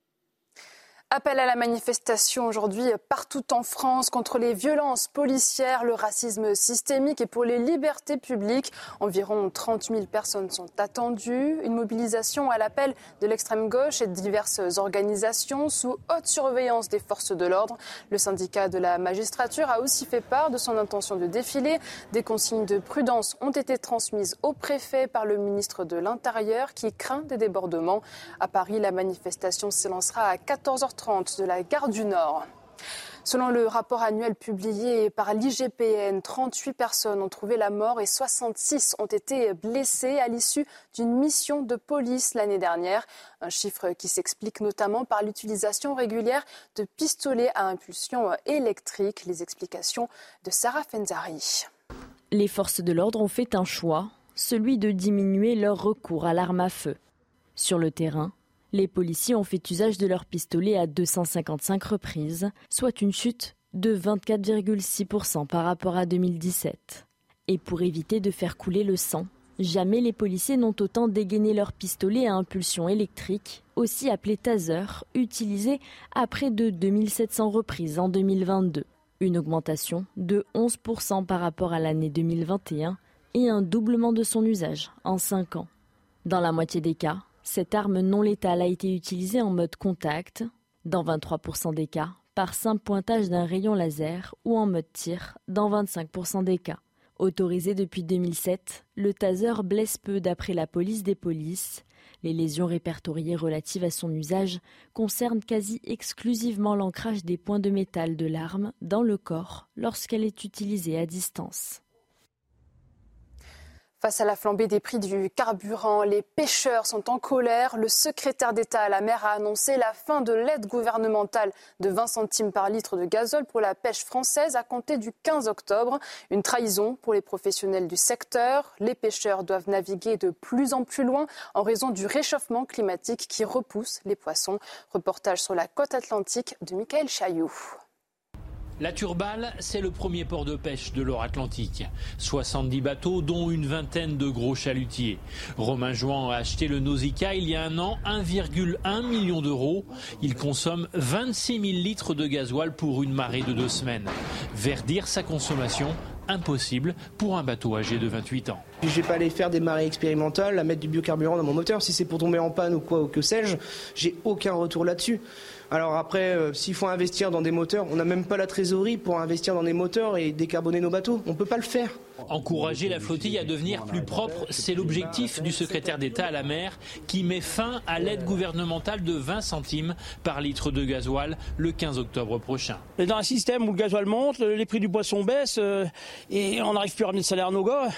Appel à la manifestation aujourd'hui partout en France contre les violences policières, le racisme systémique et pour les libertés publiques. Environ trente mille personnes sont attendues. Une mobilisation à l'appel de l'extrême gauche et de diverses organisations sous haute surveillance des forces de l'ordre. Le syndicat de la magistrature a aussi fait part de son intention de défiler. Des consignes de prudence ont été transmises au préfet par le ministre de l'Intérieur qui craint des débordements. À Paris, la manifestation s'élancera à quatorze heures trente de la gare du Nord. Selon le rapport annuel publié par l'I G P N, trente-huit personnes ont trouvé la mort et soixante-six ont été blessées à l'issue d'une mission de police l'année dernière. Un chiffre qui s'explique notamment par l'utilisation régulière de pistolets à impulsion électrique. Les explications de Sarah Fenzari. Les forces de l'ordre ont fait un choix, celui de diminuer leur recours à l'arme à feu. Sur le terrain, les policiers ont fait usage de leurs pistolets à deux cent cinquante-cinq reprises, soit une chute de vingt-quatre virgule six pour cent par rapport à deux mille dix-sept. Et pour éviter de faire couler le sang, jamais les policiers n'ont autant dégainé leurs pistolets à impulsion électrique, aussi appelés taser, utilisés à près de deux mille sept cents reprises en deux mille vingt-deux. Une augmentation de onze pour cent par rapport à l'année deux mille vingt et un et un doublement de son usage en cinq ans. Dans la moitié des cas, cette arme non létale a été utilisée en mode contact, dans vingt-trois pour cent des cas, par simple pointage d'un rayon laser ou en mode tir, dans vingt-cinq pour cent des cas. Autorisé depuis deux mille sept, le taser blesse peu d'après la police des polices. Les lésions répertoriées relatives à son usage concernent quasi exclusivement l'ancrage des points de métal de l'arme dans le corps lorsqu'elle est utilisée à distance. Face à la flambée des prix du carburant, les pêcheurs sont en colère. Le secrétaire d'État à la mer a annoncé la fin de l'aide gouvernementale de vingt centimes par litre de gazole pour la pêche française à compter du quinze octobre. Une trahison pour les professionnels du secteur. Les pêcheurs doivent naviguer de plus en plus loin en raison du réchauffement climatique qui repousse les poissons. Reportage sur la côte atlantique de Michael Chailloux. La Turballe, c'est le premier port de pêche de l'Or-Atlantique. soixante-dix bateaux, dont une vingtaine de gros chalutiers. Romain Jouan a acheté le Nausicaa il y a un an, un virgule un million d'euros. Il consomme vingt-six mille litres de gasoil pour une marée de deux semaines. Verdir sa consommation, impossible pour un bateau âgé de vingt-huit ans. Je ne vais pas aller faire des marées expérimentales, à mettre du biocarburant dans mon moteur. Si c'est pour tomber en panne ou quoi, ou que sais-je, j'ai aucun retour là-dessus. Alors après, euh, s'il faut investir dans des moteurs, on n'a même pas la trésorerie pour investir dans des moteurs et décarboner nos bateaux. On ne peut pas le faire. Encourager la flottille à devenir plus propre, c'est l'objectif du secrétaire d'État à la mer qui met fin à l'aide gouvernementale de vingt centimes par litre de gasoil le quinze octobre prochain. Et dans un système où le gasoil monte, les prix du poisson baissent euh, et on n'arrive plus à ramener le salaire à nos gars,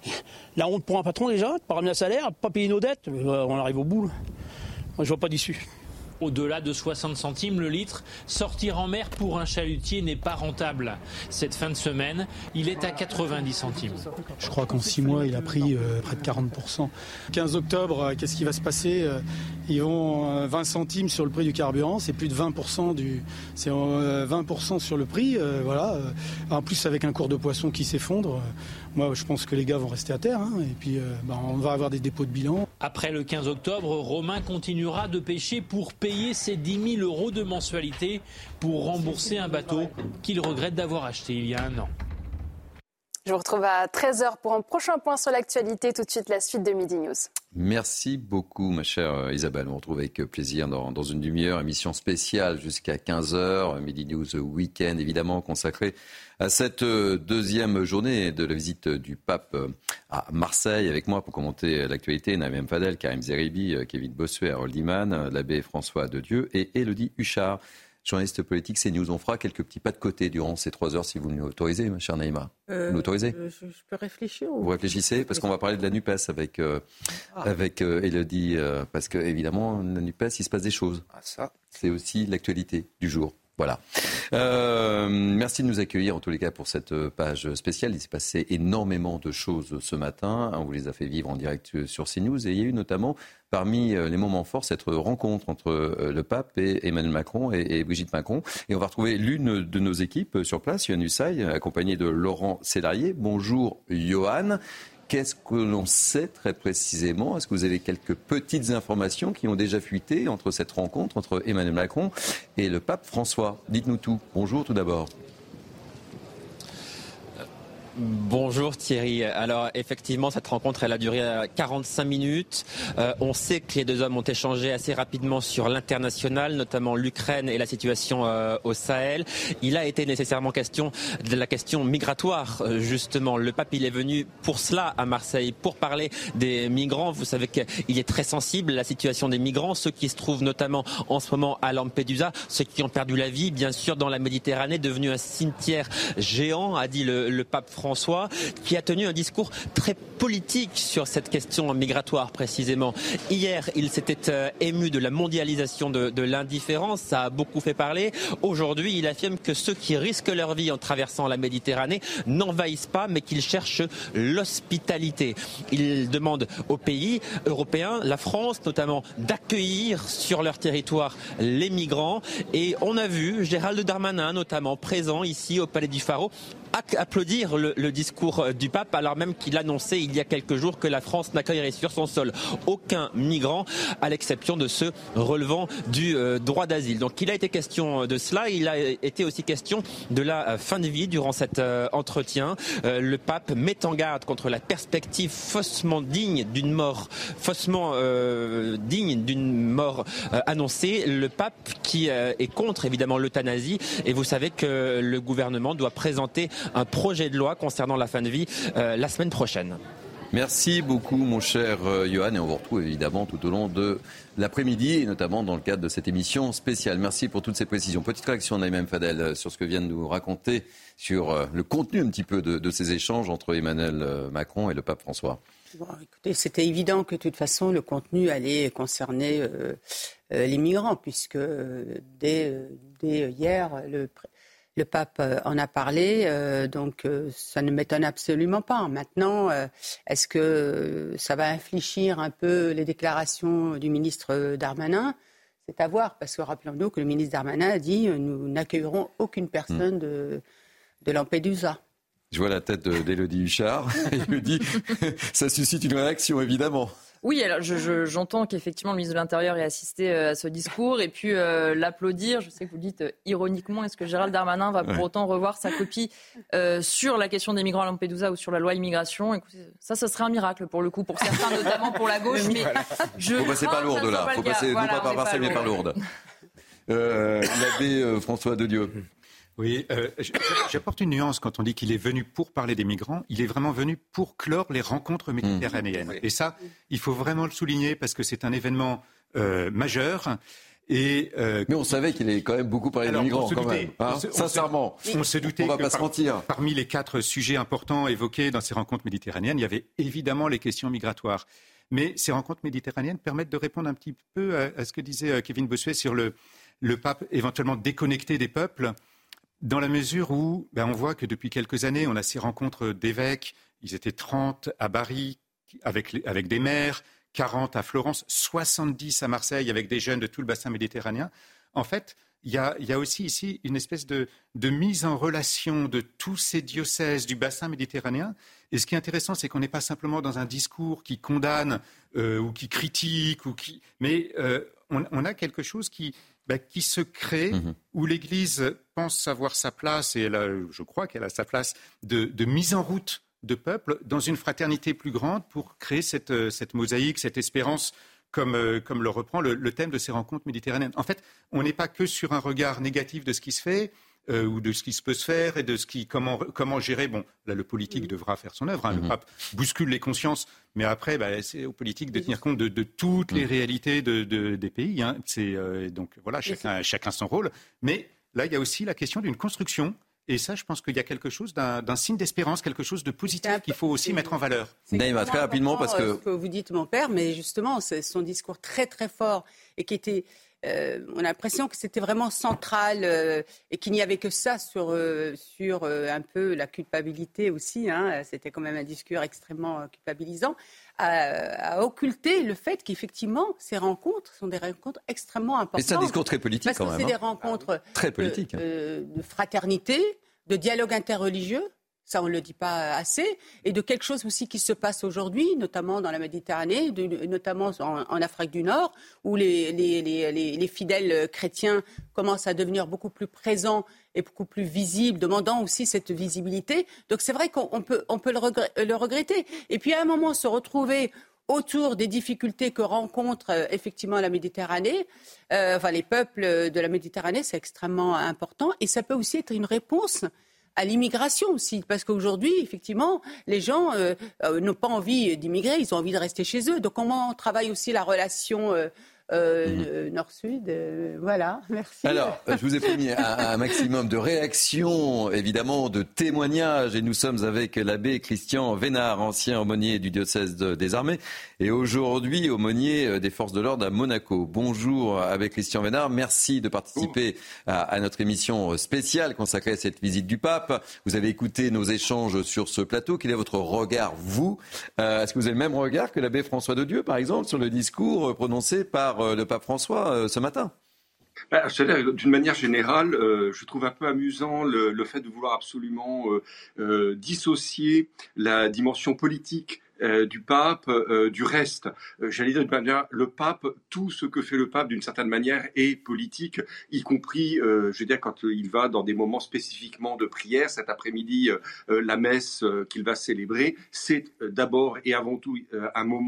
la honte pour un patron déjà, de pas ramener le salaire, de pas payer nos dettes, euh, on arrive au bout. Là. Moi, je vois pas d'issue. Au-delà de soixante centimes le litre, sortir en mer pour un chalutier n'est pas rentable. Cette fin de semaine, il est à quatre-vingt-dix centimes. Je crois qu'en six mois, il a pris euh, près de quarante pour cent. quinze octobre, euh, qu'est-ce qui va se passer ? Ils vont euh, vingt centimes sur le prix du carburant, c'est plus de vingt pour cent du, c'est euh, vingt pour cent sur le prix. Euh, voilà. En plus, avec un cours de poisson qui s'effondre, euh, moi, je pense que les gars vont rester à terre. Hein, et puis, euh, bah, on va avoir des dépôts de bilan. Après le quinze octobre, Romain continuera de pêcher pour payer ses dix mille euros de mensualité pour rembourser un bateau qu'il regrette d'avoir acheté il y a un an. Je vous retrouve à treize heures pour un prochain point sur l'actualité. Tout de suite, la suite de Midi News. Merci beaucoup, ma chère Isabelle. On se retrouve avec plaisir dans, dans une demi-heure, émission spéciale jusqu'à quinze heures. Midi News Week-end, évidemment, consacré à cette deuxième journée de la visite du pape à Marseille. Avec moi pour commenter l'actualité, Naïm Fadel, Karim Zeribi, Kevin Bossuet, Harold Iman, l'abbé François Dedieu et Élodie Huchard, journaliste politique CNews. On fera quelques petits pas de côté durant ces trois heures, si vous nous l'autorisez, ma chère Naïma. Euh, vous l'autorisez ? je, je peux réfléchir. Ou... Vous réfléchissez ? Parce qu'on va parler de la NUPES avec, euh, ah. avec euh, Élodie. Euh, parce qu'évidemment, la NUPES, il se passe des choses. Ah, ça. C'est aussi l'actualité du jour. Voilà. Euh, merci de nous accueillir en tous les cas pour cette page spéciale. Il s'est passé énormément de choses ce matin. On vous les a fait vivre en direct sur CNews. Et il y a eu notamment parmi les moments forts cette rencontre entre le pape et Emmanuel Macron et, et Brigitte Macron. Et on va retrouver l'une de nos équipes sur place, Yohann Usaï, accompagnée de Laurent Sélarié. Bonjour Yohann. Qu'est-ce que l'on sait très précisément ? Est-ce que vous avez quelques petites informations qui ont déjà fuité entre cette rencontre entre Emmanuel Macron et le pape François ? Dites-nous tout. Bonjour tout d'abord. Bonjour Thierry. Alors effectivement, cette rencontre, elle a duré quarante-cinq minutes. Euh, on sait que les deux hommes ont échangé assez rapidement sur l'international, notamment l'Ukraine et la situation euh, au Sahel. Il a été nécessairement question de la question migratoire, euh, justement. Le pape, il est venu pour cela à Marseille, pour parler des migrants. Vous savez qu'il est très sensible à la situation des migrants, ceux qui se trouvent notamment en ce moment à Lampedusa, ceux qui ont perdu la vie, bien sûr, dans la Méditerranée, devenu un cimetière géant, a dit le, le pape François. François, qui a tenu un discours très politique sur cette question migratoire précisément. Hier, il s'était euh, ému de la mondialisation de, de l'indifférence, ça a beaucoup fait parler. Aujourd'hui, il affirme que ceux qui risquent leur vie en traversant la Méditerranée n'envahissent pas, mais qu'ils cherchent l'hospitalité. Il demande aux pays européens, la France notamment, d'accueillir sur leur territoire les migrants. Et on a vu Gérald Darmanin notamment présent ici au Palais du Pharo applaudir le, le discours du pape, alors même qu'il annonçait il y a quelques jours que la France n'accueillerait sur son sol aucun migrant, à l'exception de ceux relevant du euh, droit d'asile. Donc il a été question de cela, il a été aussi question de la fin de vie durant cet euh, entretien. Euh, le pape met en garde contre la perspective faussement digne d'une mort, faussement euh, digne d'une mort euh, annoncée. Le pape qui euh, est contre évidemment l'euthanasie, et vous savez que le gouvernement doit présenter un projet de loi concernant la fin de vie euh, la semaine prochaine. Merci beaucoup, mon cher Johan, et on vous retrouve évidemment tout au long de l'après-midi, et notamment dans le cadre de cette émission spéciale. Merci pour toutes ces précisions. Petite réaction d'Aïm Fadel sur ce que vient de nous raconter, sur le contenu un petit peu de, de ces échanges entre Emmanuel Macron et le pape François. Bon, écoutez, c'était évident que de toute façon, le contenu allait concerner euh, euh, les migrants, puisque euh, dès, euh, dès hier, le, le pape en a parlé, euh, donc euh, ça ne m'étonne absolument pas. Maintenant, euh, est-ce que ça va infléchir un peu les déclarations du ministre Darmanin ? C'est à voir, parce que rappelons-nous que le ministre Darmanin a dit « nous n'accueillerons aucune personne de, de Lampedusa ». Je vois la tête d'Élodie Huchard. Il me dit, ça suscite une réaction, évidemment. Oui, alors je, je, j'entends qu'effectivement le ministre de l'Intérieur ait assisté à ce discours et puis euh, l'applaudir. Je sais que vous dites euh, ironiquement, est-ce que Gérald Darmanin va pour ouais. autant revoir sa copie euh, sur la question des migrants à Lampedusa ou sur la loi immigration ? Écoutez, ça, ça serait un miracle pour le coup, pour certains, notamment pour la gauche. Mais je faut passer par Lourdes, là. Il faut passer, voilà, non pas par Marseille, mais par Lourdes. Euh, l'abbé euh, François Dedieu. Oui, euh, j'apporte une nuance quand on dit qu'il est venu pour parler des migrants. Il est vraiment venu pour clore les rencontres méditerranéennes. Mmh. Et ça, il faut vraiment le souligner parce que c'est un événement euh, majeur. Et, euh, mais on savait qu'il avait quand même beaucoup parlé des migrants, quand même. Hein, on se, sincèrement, on se, on se doutait on va que pas par, se mentir. Parmi les quatre sujets importants évoqués dans ces rencontres méditerranéennes, il y avait évidemment les questions migratoires. Mais ces rencontres méditerranéennes permettent de répondre un petit peu à, à ce que disait Kevin Bossuet sur le, le pape éventuellement déconnecté des peuples. Dans la mesure où ben, on voit que depuis quelques années, on a ces rencontres d'évêques, ils étaient trente à Bari avec, les, avec des maires, quarante à Florence, soixante-dix à Marseille avec des jeunes de tout le bassin méditerranéen. En fait, il y a, y a aussi ici une espèce de, de mise en relation de tous ces diocèses du bassin méditerranéen. Et ce qui est intéressant, c'est qu'on n'est pas simplement dans un discours qui condamne euh, ou qui critique, ou qui... mais euh, on, on a quelque chose qui... Ben, qui se crée, mmh. où l'Église pense avoir sa place, et elle a, je crois qu'elle a sa place, de, de mise en route de peuples dans une fraternité plus grande pour créer cette, cette mosaïque, cette espérance, comme, euh, comme le reprend le, le thème de ces rencontres méditerranéennes. En fait, on n'est pas que sur un regard négatif de ce qui se fait, Euh, ou de ce qui se peut se faire et de ce qui comment comment gérer. Bon, là le politique mmh. devra faire son œuvre. Hein. Mmh. Le pape bouscule les consciences, mais après, bah, c'est aux politiques de tenir compte de, de toutes mmh. les réalités de, de, des pays. Hein. C'est euh, donc voilà, chacun chacun son rôle. Mais là, il y a aussi la question d'une construction. Et ça, je pense qu'il y a quelque chose d'un, d'un signe d'espérance, quelque chose de positif qu'il faut aussi mettre en valeur. Naïma, très rapidement, parce que... Ce que vous dites, mon père, mais justement, c'est son discours très, très fort et qui était... Euh, on a l'impression que c'était vraiment central euh, et qu'il n'y avait que ça sur, euh, sur euh, un peu la culpabilité aussi. Hein. C'était quand même un discours extrêmement euh, culpabilisant, à, à occulter le fait qu'effectivement, ces rencontres sont des rencontres extrêmement importantes. Et c'est un discours très politique parce quand que même. C'est hein. des rencontres très politique. De, euh, de fraternité, de dialogue interreligieux. Ça, on ne le dit pas assez, et de quelque chose aussi qui se passe aujourd'hui, notamment dans la Méditerranée, de, notamment en, en Afrique du Nord, où les, les, les, les, les fidèles chrétiens commencent à devenir beaucoup plus présents et beaucoup plus visibles, demandant aussi cette visibilité. Donc c'est vrai qu'on on peut, on peut le, regr- le regretter. Et puis à un moment, se retrouver autour des difficultés que rencontre euh, effectivement la Méditerranée, euh, enfin les peuples de la Méditerranée, c'est extrêmement important, et ça peut aussi être une réponse à l'immigration aussi, parce qu'aujourd'hui, effectivement, les gens euh, euh, n'ont pas envie d'immigrer, ils ont envie de rester chez eux. Donc, comment on travaille aussi la relation euh, euh, mmh. nord-sud euh, Voilà, merci. Alors, je vous ai promis un, un maximum de réactions, évidemment, de témoignages, et nous sommes avec l'abbé Christian Vénard, ancien aumônier du diocèse de, des armées, et aujourd'hui aumônier des forces de l'ordre à Monaco. Bonjour, abbé Christian Vénard, merci de participer à, à notre émission spéciale consacrée à cette visite du pape. Vous avez écouté nos échanges sur ce plateau. Quel est votre regard, vous euh, Est-ce que vous avez le même regard que l'abbé François Dedieu, par exemple, sur le discours prononcé par le pape François euh, ce matin? Bah, d'une manière générale, euh, je trouve un peu amusant le, le fait de vouloir absolument euh, euh, dissocier la dimension politique Euh, du pape, euh, du reste. Euh, j'allais dire d'une manière, le pape, tout ce que fait le pape d'une certaine manière est politique, y compris, euh, je veux dire, quand euh, il va dans des moments spécifiquement de prière. Cet après-midi, euh, euh, la messe euh, qu'il va célébrer, c'est euh, d'abord et avant tout euh, un moment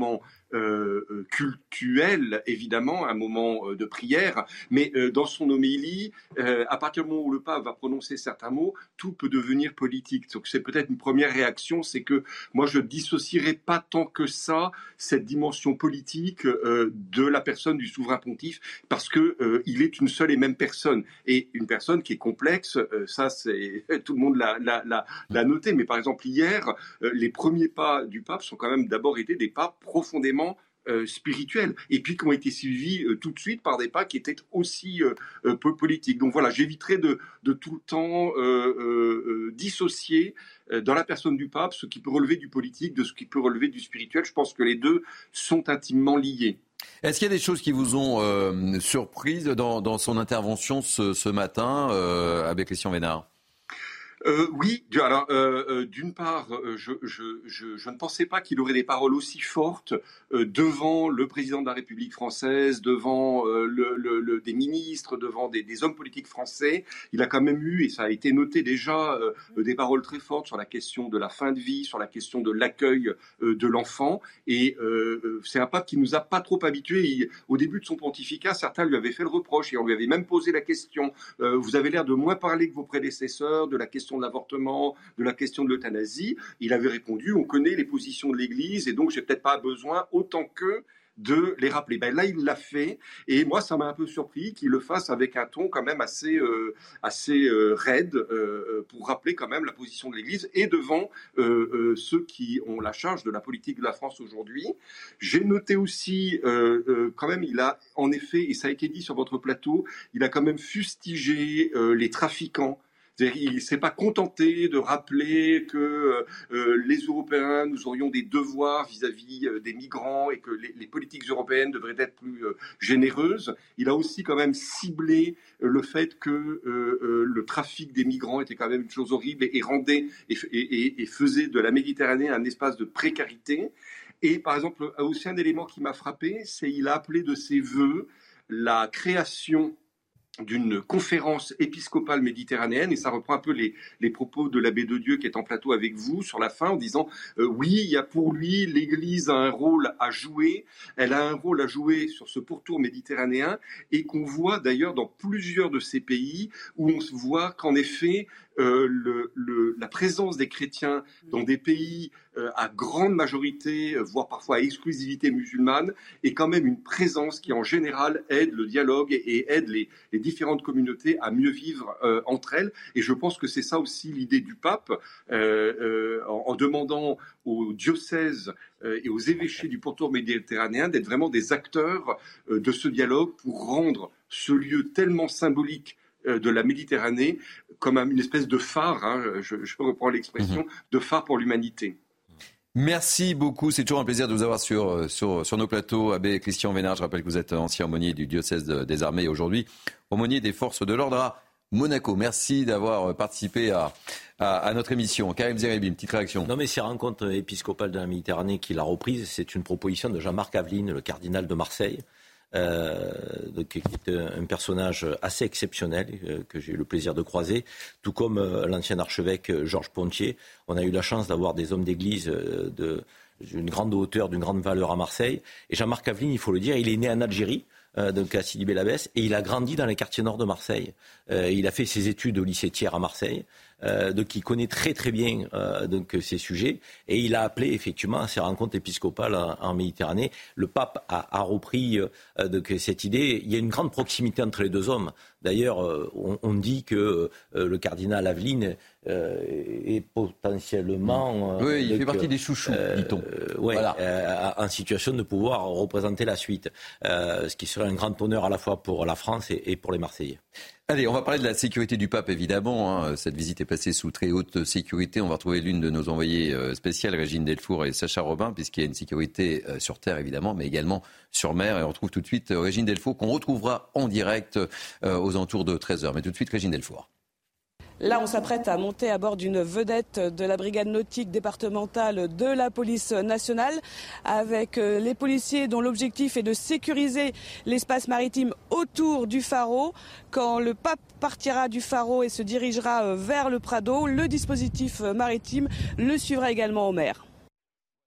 euh, cultuel, évidemment, un moment euh, de prière, mais euh, dans son homélie, euh, à partir du moment où le pape va prononcer certains mots, tout peut devenir politique. Donc c'est peut-être une première réaction, c'est que moi je ne dissocierai pas tant que ça cette dimension politique euh, de la personne du souverain pontife, parce que euh, il est une seule et même personne, et une personne qui est complexe, euh, ça c'est tout le monde l'a, l'a, l'a, l'a noté, mais par exemple hier, euh, les premiers pas du pape sont quand même d'abord été des pas profondément Euh, spirituels, et puis qui ont été suivis euh, tout de suite par des pas qui étaient aussi euh, euh, peu politiques. Donc voilà, j'éviterai de, de tout le temps euh, euh, dissocier euh, dans la personne du pape ce qui peut relever du politique de ce qui peut relever du spirituel. Je pense que les deux sont intimement liés. Est-ce qu'il y a des choses qui vous ont euh, surprise dans, dans son intervention ce, ce matin euh, avec Christian Vénard ? Euh, oui, alors euh, euh, d'une part, euh, je, je, je, je ne pensais pas qu'il aurait des paroles aussi fortes euh, devant le président de la République française, devant euh, le, le, le, des ministres, devant des, des hommes politiques français. Il a quand même eu, et ça a été noté déjà, euh, des paroles très fortes sur la question de la fin de vie, sur la question de l'accueil euh, de l'enfant. Et euh, c'est un pape qui nous a pas trop habitués. Il, au début de son pontificat, certains lui avaient fait le reproche et on lui avait même posé la question. Euh, vous avez l'air de moins parler que vos prédécesseurs de la question de l'avortement, de la question de l'euthanasie. Il avait répondu, on connaît les positions de l'Église et donc j'ai peut-être pas besoin autant qu'eux de les rappeler. Ben là, il l'a fait et moi, ça m'a un peu surpris qu'il le fasse avec un ton quand même assez, euh, assez euh, raide euh, pour rappeler quand même la position de l'Église et devant euh, euh, ceux qui ont la charge de la politique de la France aujourd'hui. J'ai noté aussi, euh, euh, quand même, il a en effet, et ça a été dit sur votre plateau, il a quand même fustigé euh, les trafiquants. Il ne s'est pas contenté de rappeler que euh, les Européens, nous aurions des devoirs vis-à-vis euh, des migrants et que les, les politiques européennes devraient être plus euh, généreuses. Il a aussi quand même ciblé euh, le fait que euh, euh, le trafic des migrants était quand même une chose horrible et, et rendait et, et, et faisait de la Méditerranée un espace de précarité. Et par exemple, aussi un élément qui m'a frappé, c'est qu'il a appelé de ses vœux la création d'une conférence épiscopale méditerranéenne, et ça reprend un peu les, les propos de l'abbé de Dieu qui est en plateau avec vous sur la fin, en disant euh, oui, il y a pour lui, l'Église a un rôle à jouer, elle a un rôle à jouer sur ce pourtour méditerranéen, et qu'on voit d'ailleurs dans plusieurs de ces pays, où on se voit qu'en effet, euh, le, le, la présence des chrétiens dans des pays euh, à grande majorité, voire parfois à exclusivité musulmane, est quand même une présence qui en général aide le dialogue et, et aide les, les différentes communautés à mieux vivre euh, entre elles. Et je pense que c'est ça aussi l'idée du pape, euh, euh, en, en demandant aux diocèses euh, et aux évêchés du pourtour méditerranéen d'être vraiment des acteurs euh, de ce dialogue pour rendre ce lieu tellement symbolique euh, de la Méditerranée comme une espèce de phare, hein, je, je reprends l'expression, mmh. de phare pour l'humanité. Merci beaucoup, c'est toujours un plaisir de vous avoir sur, sur, sur nos plateaux. Abbé Christian Vénard, je rappelle que vous êtes ancien aumônier du diocèse de, des armées et aujourd'hui aumônier des forces de l'ordre à Monaco. Merci d'avoir participé à, à, à notre émission. Karim Zeribi, une petite réaction. Non mais ces rencontres épiscopales de la Méditerranée qu'il a reprises, c'est une proposition de Jean-Marc Aveline, le cardinal de Marseille. Euh, donc, qui est un personnage assez exceptionnel euh, que j'ai eu le plaisir de croiser, tout comme euh, l'ancien archevêque euh, Georges Pontier. On a eu la chance d'avoir des hommes d'église euh, de, d'une grande hauteur, d'une grande valeur à Marseille. Et Jean-Marc Aveline, il faut le dire, il est né en Algérie, euh, donc à Sidi Bel Abbès, et il a grandi dans les quartiers nord de Marseille. Euh, il a fait ses études au lycée Thiers à Marseille. Euh, donc il connaît très très bien euh, donc ces sujets et il a appelé effectivement à ces rencontres épiscopales en, en Méditerranée. Le pape a, a repris euh, donc cette idée. Il y a une grande proximité entre les deux hommes. D'ailleurs, euh, on, on dit que euh, le cardinal Aveline euh, est potentiellement euh, oui, il donc, fait partie des chouchous, euh, dit-on. Euh, ouais, voilà. euh, en situation de pouvoir représenter la suite, euh, ce qui serait un grand honneur à la fois pour la France et, et pour les Marseillais. Allez, on va parler de la sécurité du pape, évidemment. Hein. Cette visite est passée sous très haute sécurité. On va retrouver l'une de nos envoyées spéciales, Régine Delfour et Sacha Robin, puisqu'il y a une sécurité sur terre, évidemment, mais également sur mer. Et on retrouve tout de suite Régine Delfour, qu'on retrouvera en direct aux alentours de treize heures. Mais tout de suite, Régine Delfour. Là, on s'apprête à monter à bord d'une vedette de la brigade nautique départementale de la police nationale avec les policiers dont l'objectif est de sécuriser l'espace maritime autour du pharo. Quand le pape partira du pharo et se dirigera vers le Prado, le dispositif maritime le suivra également au mer.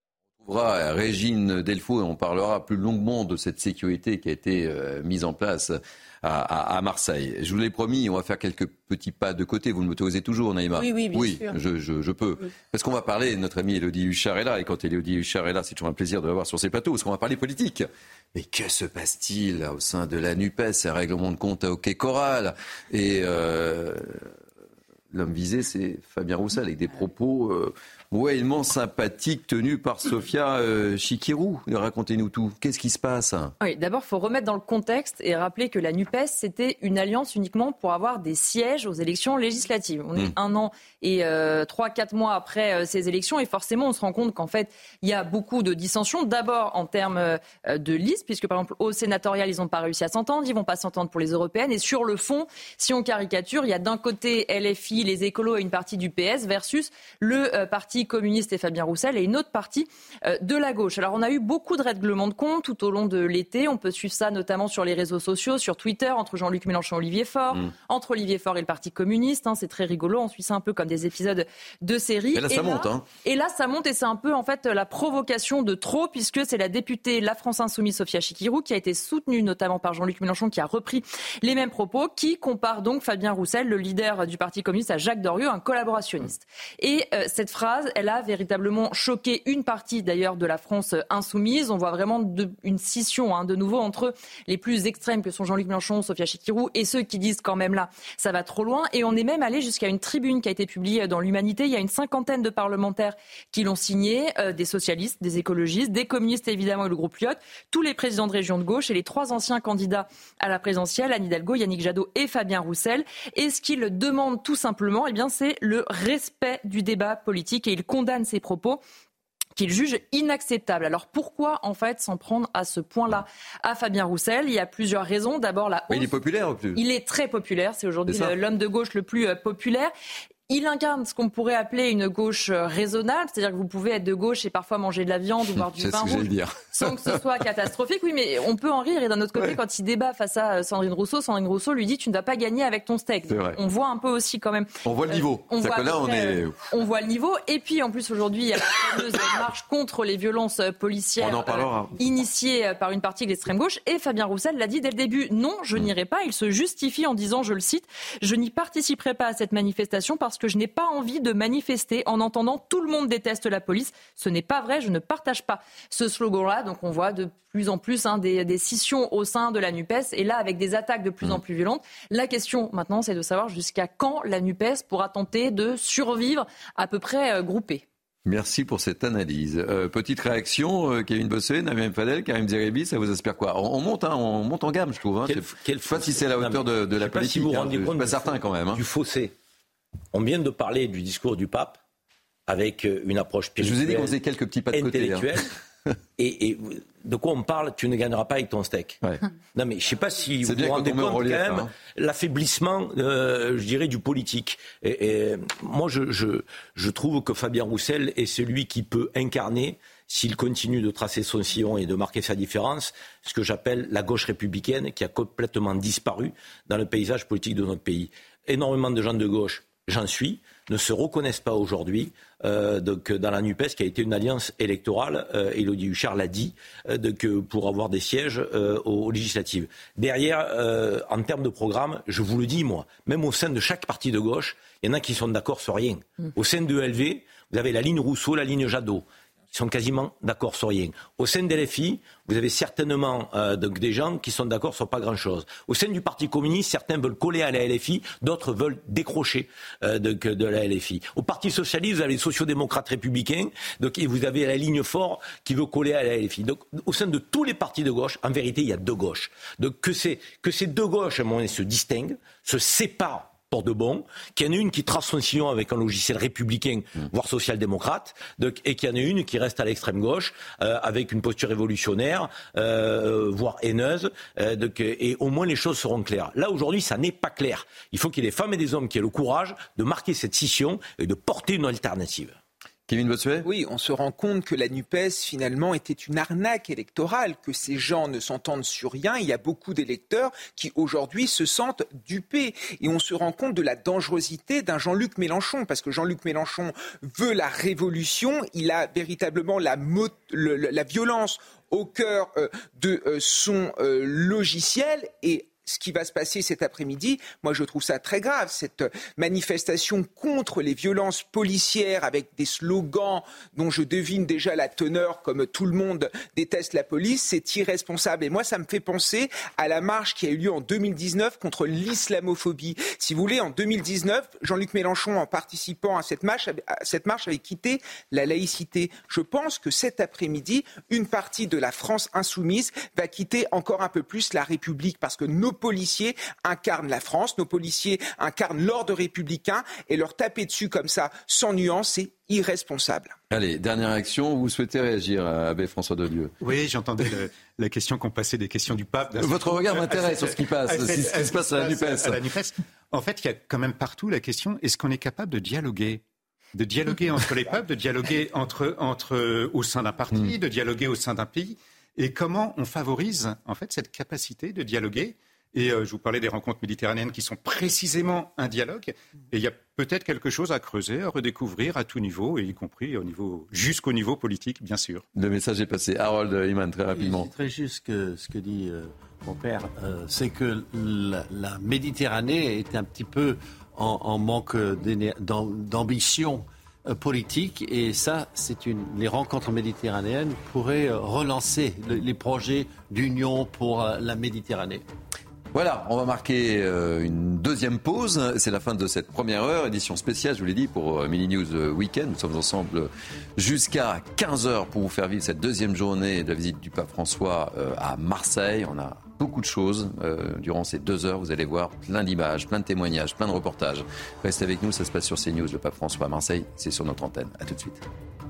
Régine Delfour, et on parlera plus longuement de cette sécurité qui a été euh, mise en place à, à, à Marseille. Je vous l'ai promis, on va faire quelques petits pas de côté. Vous me l'autorisez toujours, Naïma ? Oui, oui, bien oui, sûr. Je, je, je peux. Oui. Parce qu'on va parler, notre ami Élodie Huchard est là, et quand Élodie Huchard est là, c'est toujours un plaisir de la voir sur ces plateaux, parce qu'on va parler politique. Mais que se passe-t-il là, au sein de la NUPES, un règlement de compte à hockey choral ? Et euh, l'homme visé, c'est Fabien Roussel, avec des propos... Euh, moyennement sympathique tenu par Sophia euh, Chikirou. Racontez-nous tout. Qu'est-ce qui se passe ? Oui, d'abord, il faut remettre dans le contexte et rappeler que la NUPES, c'était une alliance uniquement pour avoir des sièges aux élections législatives. On est mmh. un an et euh, trois, quatre mois après euh, ces élections et forcément, on se rend compte qu'en fait, il y a beaucoup de dissensions. D'abord, en termes euh, de liste, puisque par exemple, au sénatorial, ils n'ont pas réussi à s'entendre. Ils ne vont pas s'entendre pour les européennes. Et sur le fond, si on caricature, il y a d'un côté L F I, les écolos et une partie du P S versus le euh, parti communiste et Fabien Roussel et une autre partie euh, de la gauche. Alors on a eu beaucoup de règlements de compte tout au long de l'été. On peut suivre ça notamment sur les réseaux sociaux, sur Twitter, entre Jean-Luc Mélenchon et Olivier Faure, mmh. entre Olivier Faure et le Parti communiste. Hein, c'est très rigolo. On suit ça un peu comme des épisodes de série. Et là, et ça là, monte. Hein. Et là, ça monte et c'est un peu en fait la provocation de trop, puisque c'est la députée La France Insoumise Sophia Chikirou qui a été soutenue notamment par Jean-Luc Mélenchon, qui a repris les mêmes propos, qui compare donc Fabien Roussel, le leader du Parti communiste, à Jacques Doriot, un collaborationniste. Et euh, cette phrase, elle a véritablement choqué une partie d'ailleurs de la France insoumise. On voit vraiment de, une scission hein, de nouveau entre les plus extrêmes que sont Jean-Luc Mélenchon, Sophia Chikirou et ceux qui disent quand même là ça va trop loin. Et on est même allé jusqu'à une tribune qui a été publiée dans l'Humanité. Il y a une cinquantaine de parlementaires qui l'ont signée, euh, des socialistes, des écologistes, des communistes évidemment et le groupe Lyot, tous les présidents de région de gauche et les trois anciens candidats à la présidentielle, Anne Hidalgo, Yannick Jadot et Fabien Roussel. Et ce qu'ils demandent tout simplement, eh bien, c'est le respect du débat politique et ils condamnent ces propos qu'il juge inacceptable. Alors pourquoi en fait s'en prendre à ce point-là à Fabien Roussel ? Il y a plusieurs raisons. D'abord la hausse. Il est populaire en plus. Il est très populaire. C'est aujourd'hui c'est l'homme de gauche le plus populaire. Il incarne ce qu'on pourrait appeler une gauche raisonnable, c'est-à-dire que vous pouvez être de gauche et parfois manger de la viande ou boire du vin rouge sans que ce soit catastrophique. Oui, mais on peut en rire. Et d'un autre côté, ouais. quand il débat face à Sandrine Rousseau, Sandrine Rousseau lui dit « tu ne vas pas gagner avec ton steak ». On voit un peu aussi quand même... On voit le niveau. Euh, on, voit que là, on, est... on voit le niveau. Et puis en plus, aujourd'hui, il y a la fameuse marche contre les violences policières euh, initiée par une partie de l'extrême gauche. Et Fabien Roussel l'a dit dès le début, non, je mmh. n'irai pas. Il se justifie en disant, je le cite, « je n'y participerai pas à cette manifestation parce que je n'ai pas envie de manifester en entendant tout le monde déteste la police. Ce n'est pas vrai, je ne partage pas ce slogan-là. » Donc on voit de plus en plus hein, des, des scissions au sein de la NUPES et là avec des attaques de plus en plus violentes. La question maintenant, c'est de savoir jusqu'à quand la NUPES pourra tenter de survivre à peu près euh, groupée. Merci pour cette analyse. Euh, petite réaction, euh, Kevin Bossuet, Naïma M. Fadel, Karim Zeribi, ça vous inspire quoi ? on, on monte, hein, on monte en gamme, je trouve. Hein. Quel, quel je ne sais pas si c'est à la hauteur de, de la politique. Si vous vous rendez hein, compte, je ne suis pas certain quand même. Hein. Du fossé. On vient de parler du discours du pape avec une approche spirituelle. Je vous ai dit qu'on faisait quelques petits pas de côté. Intellectuelle. Hein. et, et de quoi on parle ? Tu ne gagneras pas avec ton steak. Ouais. Non mais je ne sais pas si c'est vous vous rendez compte relief, quand même hein. l'affaiblissement, euh, je dirais, du politique. Et, et moi, je, je, je trouve que Fabien Roussel est celui qui peut incarner, s'il continue de tracer son sillon et de marquer sa différence, ce que j'appelle la gauche républicaine qui a complètement disparu dans le paysage politique de notre pays. Énormément de gens de gauche, j'en suis, ne se reconnaissent pas aujourd'hui euh, donc, dans la NUPES qui a été une alliance électorale, euh, Élodie Huchard l'a dit, euh, donc, pour avoir des sièges euh, aux législatives. Derrière, euh, en termes de programme, je vous le dis moi, même au sein de chaque parti de gauche, il y en a qui sont d'accord sur rien. Mmh. Au sein de E L V, vous avez la ligne Rousseau, la ligne Jadot. Ils sont quasiment d'accord sur rien. Au sein de L F I, vous avez certainement euh, donc des gens qui sont d'accord sur pas grand-chose. Au sein du Parti communiste, certains veulent coller à la L F I, d'autres veulent décrocher euh, de, de la L F I. Au Parti socialiste, vous avez les sociodémocrates républicains, donc, et vous avez la ligne Fort qui veut coller à la L F I. Donc, au sein de tous les partis de gauche, en vérité, il y a deux gauches. Donc, que, c'est, que ces deux gauches, à un moment, se distinguent, se séparent pour de bon, qu'il y en a une qui trace son sillon avec un logiciel républicain, mmh. voire social-démocrate, donc, et qu'il y en a une qui reste à l'extrême gauche, euh, avec une posture révolutionnaire, euh, voire haineuse, euh, donc, et au moins les choses seront claires. Là, aujourd'hui, ça n'est pas clair. Il faut qu'il y ait des femmes et des hommes qui aient le courage de marquer cette scission et de porter une alternative. Kevin Bossuet ? Oui, on se rend compte que la NUPES, finalement, était une arnaque électorale, que ces gens ne s'entendent sur rien. Il y a beaucoup d'électeurs qui, aujourd'hui, se sentent dupés. Et on se rend compte de la dangerosité d'un Jean-Luc Mélenchon, parce que Jean-Luc Mélenchon veut la révolution. Il a véritablement la, mo- le, la violence au cœur euh, de euh, son euh, logiciel. Et ce qui va se passer cet après-midi, moi je trouve ça très grave, cette manifestation contre les violences policières avec des slogans dont je devine déjà la teneur, comme tout le monde déteste la police, c'est irresponsable. Et moi ça me fait penser à la marche qui a eu lieu en deux mille dix-neuf contre l'islamophobie. Si vous voulez, en deux mille dix-neuf, Jean-Luc Mélenchon, en participant à cette marche, à cette marche avait quitté la laïcité. Je pense que cet après-midi, une partie de la France insoumise va quitter encore un peu plus la République, parce que nos policiers incarnent la France, nos policiers incarnent l'ordre républicain, et leur taper dessus comme ça, sans nuance, c'est irresponsable. Allez, dernière action, vous souhaitez réagir, Abbé François Dodieu ? Oui, j'entendais le, la question qu'on passait des questions du pape. Votre regard m'intéresse sur ce qui passe, ce qui se passe à la NUPES. À la NUPES. En fait, il y a quand même partout la question, est-ce qu'on est capable de dialoguer ? De dialoguer entre les peuples, de dialoguer entre, entre, au sein d'un parti, mmh. de dialoguer au sein d'un pays. Et comment on favorise en fait cette capacité de dialoguer ? Et euh, je vous parlais des rencontres méditerranéennes qui sont précisément un dialogue. Et il y a peut-être quelque chose à creuser, à redécouvrir à tout niveau, et y compris au niveau, jusqu'au niveau politique, bien sûr. Le message est passé. Harold Iman, très rapidement. Oui, c'est très juste que, ce que dit euh, mon père. Euh, c'est que la, la Méditerranée est un petit peu en, en manque d'ambition euh, politique. Et ça, c'est une, les rencontres méditerranéennes pourraient euh, relancer le, les projets d'union pour euh, la Méditerranée. Voilà, on va marquer euh, une deuxième pause. C'est la fin de cette première heure, édition spéciale, je vous l'ai dit, pour euh, Mini News Weekend. Nous sommes ensemble jusqu'à quinze heures pour vous faire vivre cette deuxième journée de la visite du pape François euh, à Marseille. On a beaucoup de choses euh, durant ces deux heures. Vous allez voir plein d'images, plein de témoignages, plein de reportages. Restez avec nous, ça se passe sur CNews. Le pape François à Marseille, c'est sur notre antenne. À tout de suite.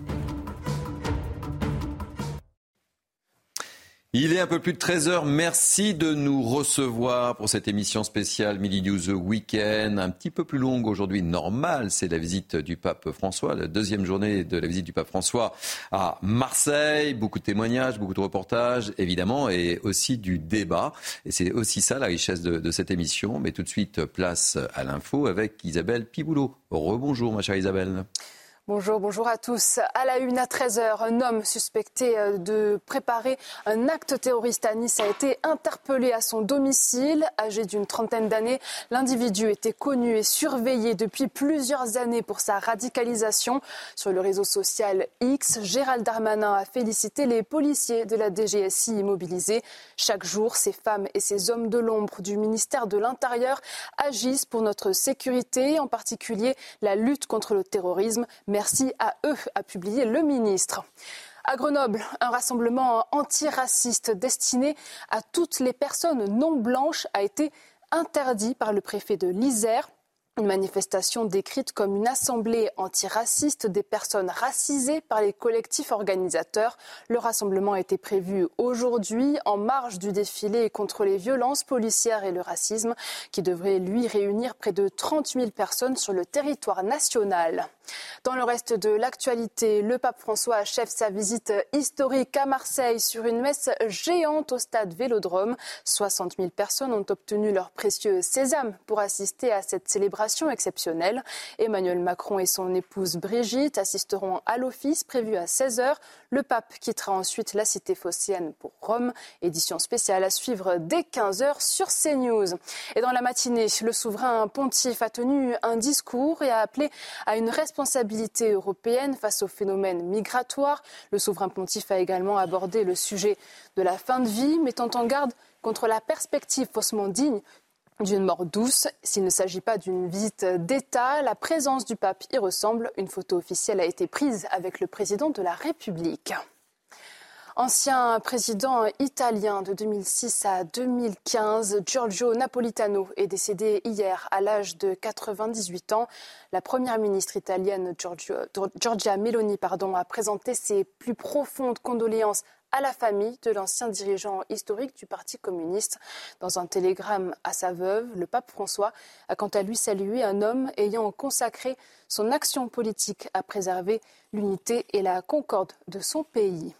Il est un peu plus de treize heures. Merci de nous recevoir pour cette émission spéciale Midi News Weekend. Un petit peu plus longue aujourd'hui, normal. C'est la visite du pape François, la deuxième journée de la visite du pape François à Marseille. Beaucoup de témoignages, beaucoup de reportages, évidemment, et aussi du débat. Et c'est aussi ça la richesse de, de cette émission. Mais tout de suite, place à l'info avec Isabelle Piboulot. Rebonjour, ma chère Isabelle. Bonjour, bonjour à tous. À la une à treize heures, un homme suspecté de préparer un acte terroriste à Nice a été interpellé à son domicile. Âgé d'une trentaine d'années, l'individu était connu et surveillé depuis plusieurs années pour sa radicalisation. Sur le réseau social X, Gérald Darmanin a félicité les policiers de la D G S I immobilisés. Chaque jour, ces femmes et ces hommes de l'ombre du ministère de l'Intérieur agissent pour notre sécurité, en particulier la lutte contre le terrorisme. Merci à eux, a publié le ministre. À Grenoble, un rassemblement antiraciste destiné à toutes les personnes non blanches a été interdit par le préfet de l'Isère. Une manifestation décrite comme une assemblée antiraciste des personnes racisées par les collectifs organisateurs. Le rassemblement était prévu aujourd'hui en marge du défilé contre les violences policières et le racisme qui devrait lui réunir près de trente mille personnes sur le territoire national. Dans le reste de l'actualité, le pape François achève sa visite historique à Marseille sur une messe géante au stade Vélodrome. soixante mille personnes ont obtenu leur précieux sésame pour assister à cette célébration exceptionnelle. Emmanuel Macron et son épouse Brigitte assisteront à l'office prévu à seize heures. Le pape quittera ensuite la cité phocéenne pour Rome. Édition spéciale à suivre dès quinze heures sur CNews. Et dans la matinée, le souverain pontife a tenu un discours et a appelé à une responsabilité européenne face au phénomène migratoire. Le souverain pontife a également abordé le sujet de la fin de vie, mettant en garde contre la perspective faussement digne d'une mort douce. S'il ne s'agit pas d'une visite d'État, la présence du pape y ressemble. Une photo officielle a été prise avec le président de la République. Ancien président italien de deux mille six à deux mille quinze, Giorgio Napolitano est décédé hier à l'âge de quatre-vingt-dix-huit ans. La première ministre italienne Giorgio, Giorgia Meloni pardon, a présenté ses plus profondes condoléances à la famille de l'ancien dirigeant historique du Parti communiste. Dans un télégramme à sa veuve, le pape François a quant à lui salué un homme ayant consacré son action politique à préserver l'unité et la concorde de son pays.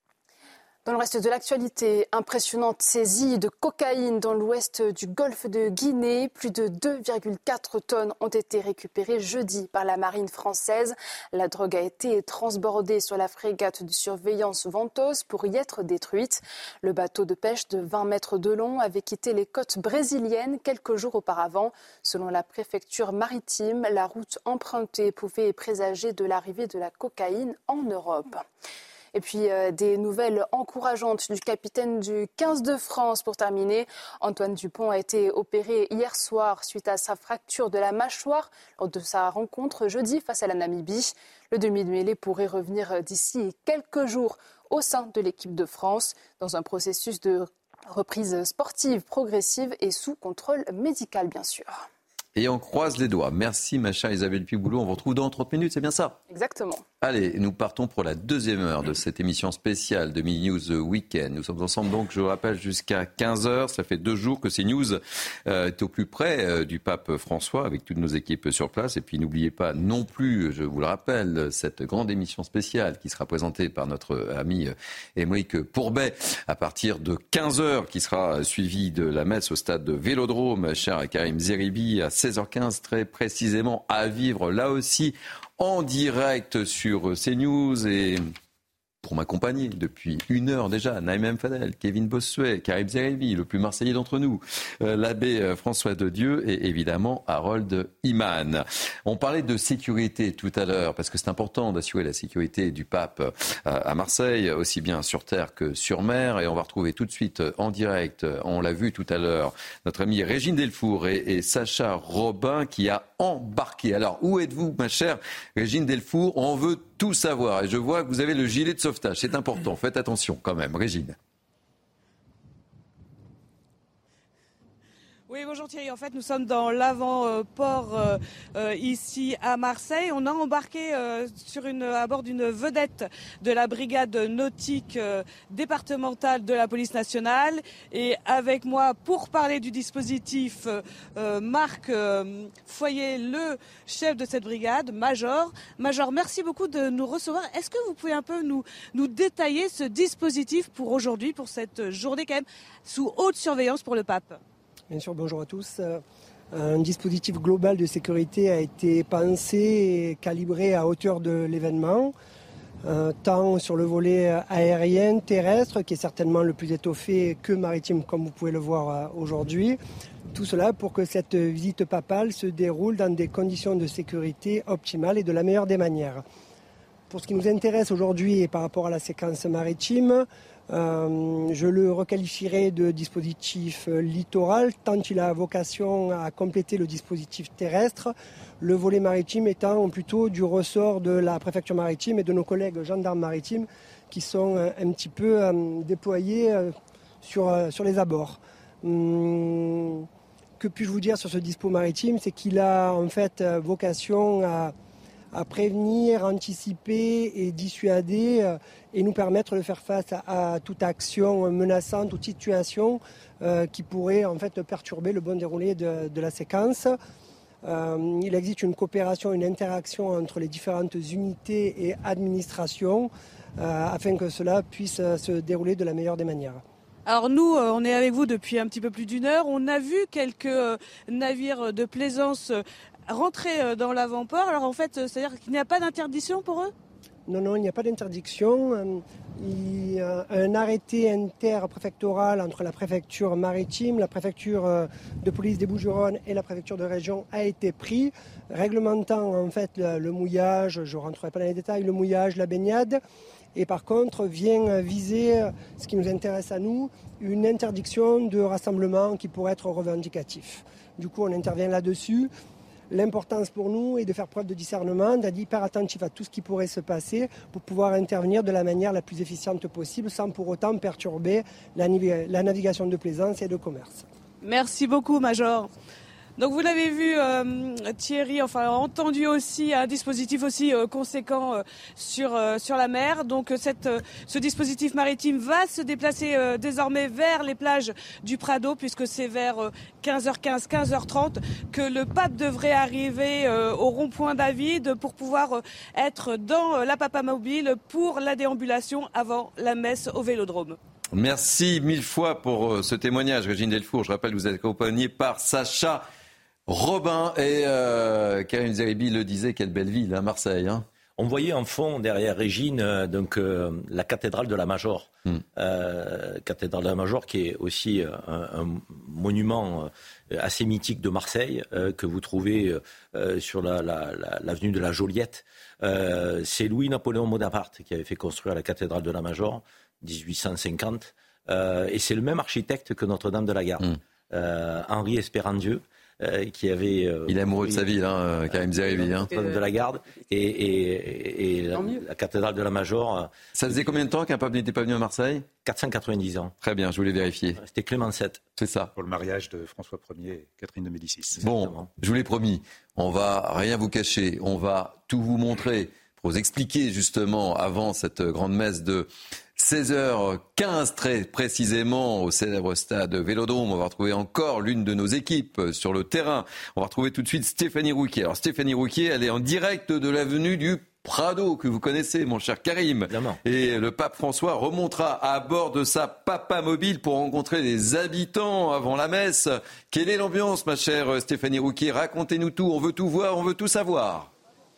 Dans le reste de l'actualité, impressionnante saisie de cocaïne dans l'ouest du golfe de Guinée. Plus de deux virgule quatre tonnes ont été récupérées jeudi par la marine française. La drogue a été transbordée sur la frégate de surveillance Ventos pour y être détruite. Le bateau de pêche de vingt mètres de long avait quitté les côtes brésiliennes quelques jours auparavant. Selon la préfecture maritime, la route empruntée pouvait présager de l'arrivée de la cocaïne en Europe. Et puis euh, des nouvelles encourageantes du capitaine du quinze de France pour terminer. Antoine Dupont a été opéré hier soir suite à sa fracture de la mâchoire lors de sa rencontre jeudi face à la Namibie. Le demi-mêlée pourrait revenir d'ici quelques jours au sein de l'équipe de France dans un processus de reprise sportive progressive et sous contrôle médical bien sûr. Et on croise les doigts. Merci ma chère Isabelle Piboulot. On vous retrouve dans trente minutes, c'est bien ça ? Exactement. Allez, nous partons pour la deuxième heure de cette émission spéciale de Midi News Weekend. Nous sommes ensemble donc, je vous rappelle, jusqu'à quinze heures. Ça fait deux jours que CNews euh, est au plus près euh, du pape François avec toutes nos équipes sur place. Et puis n'oubliez pas non plus, je vous le rappelle, cette grande émission spéciale qui sera présentée par notre ami Émeric Pourbet à partir de quinze heures, qui sera suivie de la messe au stade de Vélodrome, cher Karim Zeribi, à seize heures quinze très précisément, à vivre là aussi en direct sur CNews. Et pour m'accompagner depuis une heure déjà, Naïm M. Fadel, Kevin Bossuet, Karim Zeribi, le plus marseillais d'entre nous, euh, l'abbé François de Dieu et évidemment Harold Iman. On parlait de sécurité tout à l'heure, parce que c'est important d'assurer la sécurité du pape euh, à Marseille, aussi bien sur terre que sur mer. Et on va retrouver tout de suite en direct, on l'a vu tout à l'heure, notre amie Régine Delfour et, et Sacha Robin qui a embarqué. Alors, où êtes-vous, ma chère Régine Delfour ? On veut tout savoir. Et je vois que vous avez le gilet de sauvetage. C'est important. Faites attention quand même. Régine. Oui, bonjour Thierry. En fait, nous sommes dans l'avant-port euh, euh, ici à Marseille. On a embarqué euh, sur une, à bord d'une vedette de la brigade nautique euh, départementale de la police nationale. Et avec moi, pour parler du dispositif, euh, Marc euh, Foyer, le chef de cette brigade, Major. Major, merci beaucoup de nous recevoir. Est-ce que vous pouvez un peu nous, nous détailler ce dispositif pour aujourd'hui, pour cette journée quand même sous haute surveillance pour le pape ? Bien sûr, bonjour à tous. Un dispositif global de sécurité a été pensé et calibré à hauteur de l'événement, euh, tant sur le volet aérien, terrestre, qui est certainement le plus étoffé, que maritime, comme vous pouvez le voir aujourd'hui. Tout cela pour que cette visite papale se déroule dans des conditions de sécurité optimales et de la meilleure des manières. Pour ce qui nous intéresse aujourd'hui et par rapport à la séquence maritime, Euh, je le requalifierai de dispositif littoral, tant il a vocation à compléter le dispositif terrestre, le volet maritime étant plutôt du ressort de la préfecture maritime et de nos collègues gendarmes maritimes qui sont un petit peu euh, déployés euh, sur, euh, sur les abords. Hum, que puis-je vous dire sur ce dispo maritime ? C'est qu'il a en fait vocation à à prévenir, anticiper et dissuader euh, et nous permettre de faire face à, à toute action menaçante, toute situation euh, qui pourrait en fait perturber le bon déroulé de, de la séquence. Euh, il existe une coopération, une interaction entre les différentes unités et administrations euh, afin que cela puisse se dérouler de la meilleure des manières. Alors nous, on est avec vous depuis un petit peu plus d'une heure. On a vu quelques navires de plaisance rentrer dans l'avant-port. Alors en fait, c'est-à-dire qu'il n'y a pas d'interdiction pour eux ? Non, non, il n'y a pas d'interdiction. Il y a un arrêté interpréfectoral entre la préfecture maritime, la préfecture de police des Bouches-du-Rhône et la préfecture de région a été pris, réglementant en fait le, le mouillage, je ne rentrerai pas dans les détails, le mouillage, la baignade. Et par contre, vient viser, ce qui nous intéresse à nous, une interdiction de rassemblement qui pourrait être revendicatif. Du coup, on intervient là-dessus. l'importance pour nous est de faire preuve de discernement, d'être hyper attentif à tout ce qui pourrait se passer pour pouvoir intervenir de la manière la plus efficiente possible sans pour autant perturber la, la navigation de plaisance et de commerce. Merci beaucoup, Major. Donc vous l'avez vu, euh, Thierry, enfin entendu aussi un dispositif aussi euh, conséquent euh, sur euh, sur la mer. Donc cette, euh, ce dispositif maritime va se déplacer euh, désormais vers les plages du Prado, puisque c'est vers euh, quinze heures quinze, quinze heures trente que le pape devrait arriver euh, au rond-point David pour pouvoir euh, être dans euh, la Papamobile pour la déambulation avant la messe au Vélodrome. Merci mille fois pour euh, ce témoignage, Régine Delfour. Je rappelle, vous êtes accompagnée par Sacha Robin et euh, Karim Zeribi le disait, quelle belle ville, hein, Marseille. Hein. On voyait en fond, derrière Régine, euh, donc, euh, la cathédrale de la Major. Mm. Euh, cathédrale de la Major qui est aussi euh, un, un monument euh, assez mythique de Marseille, euh, que vous trouvez euh, sur la, la, la, l'avenue de la Joliette. Euh, c'est Louis-Napoléon Bonaparte qui avait fait construire la cathédrale de la Major, dix-huit cent cinquante. Euh, et c'est le même architecte que Notre-Dame de la Garde, mm. euh, Henri Espérandieu. Euh, qui avait, euh, il est amoureux de sa ville, hein, Karim Zeribi. Hein. De la Garde et, et, et la, la cathédrale de la Major. Ça faisait combien de temps qu'un pape n'était pas venu à Marseille ? quatre cent quatre-vingt-dix ans. Très bien, je voulais vérifier. C'était Clément sept. C'est ça. Pour le mariage de François Ier et Catherine de Médicis. Bon, exactement. Je vous l'ai promis, on va rien vous cacher, on va tout vous montrer pour vous expliquer justement avant cette grande messe de seize heures quinze très précisément au célèbre stade Vélodrome. On va retrouver encore l'une de nos équipes sur le terrain. On va retrouver tout de suite Stéphanie Rouquier. Alors Stéphanie Rouquier, elle est en direct de l'avenue du Prado, que vous connaissez, mon cher Karim. Évidemment. Et le pape François remontera à bord de sa Papamobile pour rencontrer les habitants avant la messe. Quelle est l'ambiance, ma chère Stéphanie Rouquier ? Racontez-nous tout, on veut tout voir, on veut tout savoir.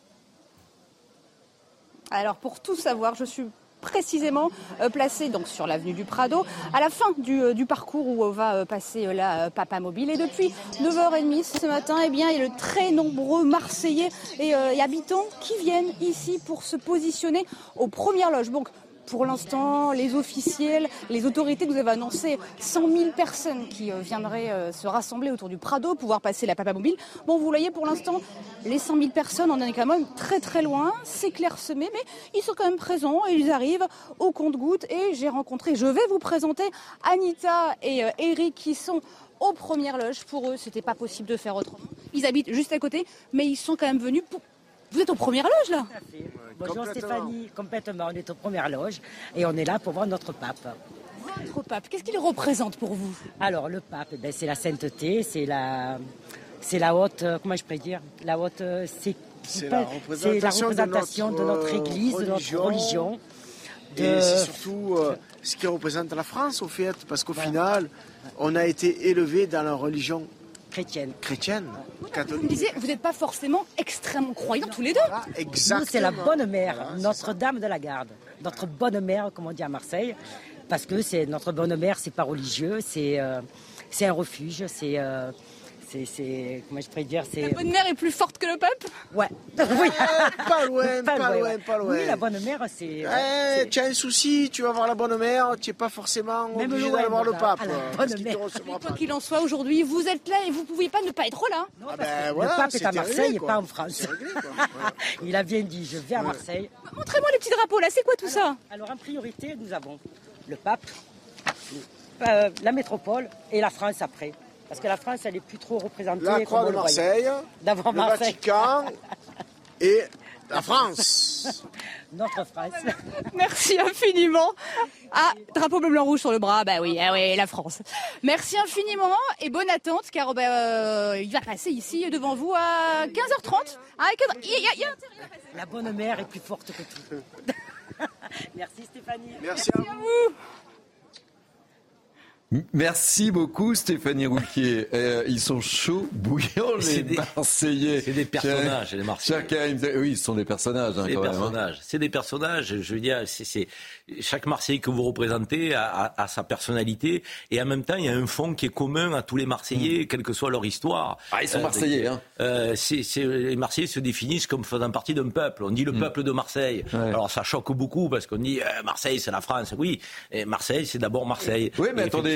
Alors pour tout savoir, je suis précisément euh, placé donc sur l'avenue du Prado, à la fin du, euh, du parcours où on va euh, passer euh, la euh, Papamobile. Et depuis neuf heures trente ce matin, eh bien, il y a de très nombreux Marseillais et, euh, et habitants qui viennent ici pour se positionner aux premières loges. Donc, pour l'instant, les officiels, les autorités nous avaient annoncé cent mille personnes qui euh, viendraient euh, se rassembler autour du Prado, pouvoir passer la Papamobile. Bon, vous voyez, pour l'instant, les cent mille personnes, on en est quand même très très loin, c'est clairsemé, mais ils sont quand même présents et ils arrivent au compte-gouttes. Et j'ai rencontré, je vais vous présenter Anita et euh, Eric qui sont aux premières loges. Pour eux, c'était pas possible de faire autrement. Ils habitent juste à côté, mais ils sont quand même venus pour... Vous êtes aux premières loges, là ? Bonjour Stéphanie, complètement, on est aux premières loges et on est là pour voir notre pape. Votre pape, qu'est-ce qu'il représente pour vous ? Alors le pape, ben, c'est la sainteté, c'est la, c'est la haute, comment je pourrais dire, la haute, c'est, c'est, pas, la, représentation c'est la représentation de notre, de notre église, religion, de notre religion. De... Et c'est surtout euh, ce qui représente la France au fait, parce qu'au ouais. final, on a été élevé dans la religion chrétienne. Chrétienne, catholique. Vous me disiez, vous n'êtes pas forcément extrêmement croyants tous les deux. Ah, exactement. Nous, c'est la bonne mère, voilà, Notre-Dame de la Garde. Notre bonne mère, comme on dit à Marseille, parce que c'est notre bonne mère, c'est pas religieux, c'est, euh, c'est un refuge, c'est... Euh, C'est, c'est, comment je pourrais dire, c'est... La bonne mère est plus forte que le pape ? Ouais. Oui. Pas loin, pas, pas loin, ouais. pas loin. Oui, la bonne mère, c'est... Eh, c'est... Tu as un souci, tu vas voir la bonne mère, tu n'es pas forcément Même obligé d'aller voir le pape. Quoi qu'il en soit, aujourd'hui, vous êtes là et vous ne pouviez pas ne pas être là. Non, ah ben, voilà, le pape est à Marseille réglé, et pas en France. Réglé, ouais. Il a bien dit, je vais à Marseille. Montrez-moi les petits drapeaux, là, c'est quoi tout alors, ça ? Alors, en priorité, nous avons le pape, euh, la métropole et la France après. Parce que la France, elle n'est plus trop représentée. La Croix de Marseille, D'avant le Marseille. Vatican et la France. Notre France. Merci infiniment. Ah, drapeau bleu, blanc, rouge sur le bras. Bah oui, ah oui, la France. Merci infiniment et bonne attente, car bah, euh, il va passer ici devant vous à quinze heures trente. Ah, il y a, il y a, il y a intérêt à passer. La bonne mère est plus forte que tout. Merci Stéphanie. Merci, Merci à vous. À vous. Merci beaucoup Stéphanie Rouquier. Euh, ils sont chauds, bouillants les des, Marseillais. C'est des personnages, les Marseillais. Chacun, oui, ce sont des personnages. Hein, c'est, quand des même, personnages. Hein. c'est des personnages. Je veux dire, c'est, c'est chaque Marseillais que vous représentez a, a, a sa personnalité et en même temps il y a un fond qui est commun à tous les Marseillais, mmh. quelle que soit leur histoire. Ah, ils sont Marseillais. Euh, hein. euh, c'est, c'est, les Marseillais se définissent comme faisant partie d'un peuple. On dit le mmh. peuple de Marseille. Ouais. Alors ça choque beaucoup parce qu'on dit euh, Marseille c'est la France. Oui, et Marseille c'est d'abord Marseille. Oui, mais attendez.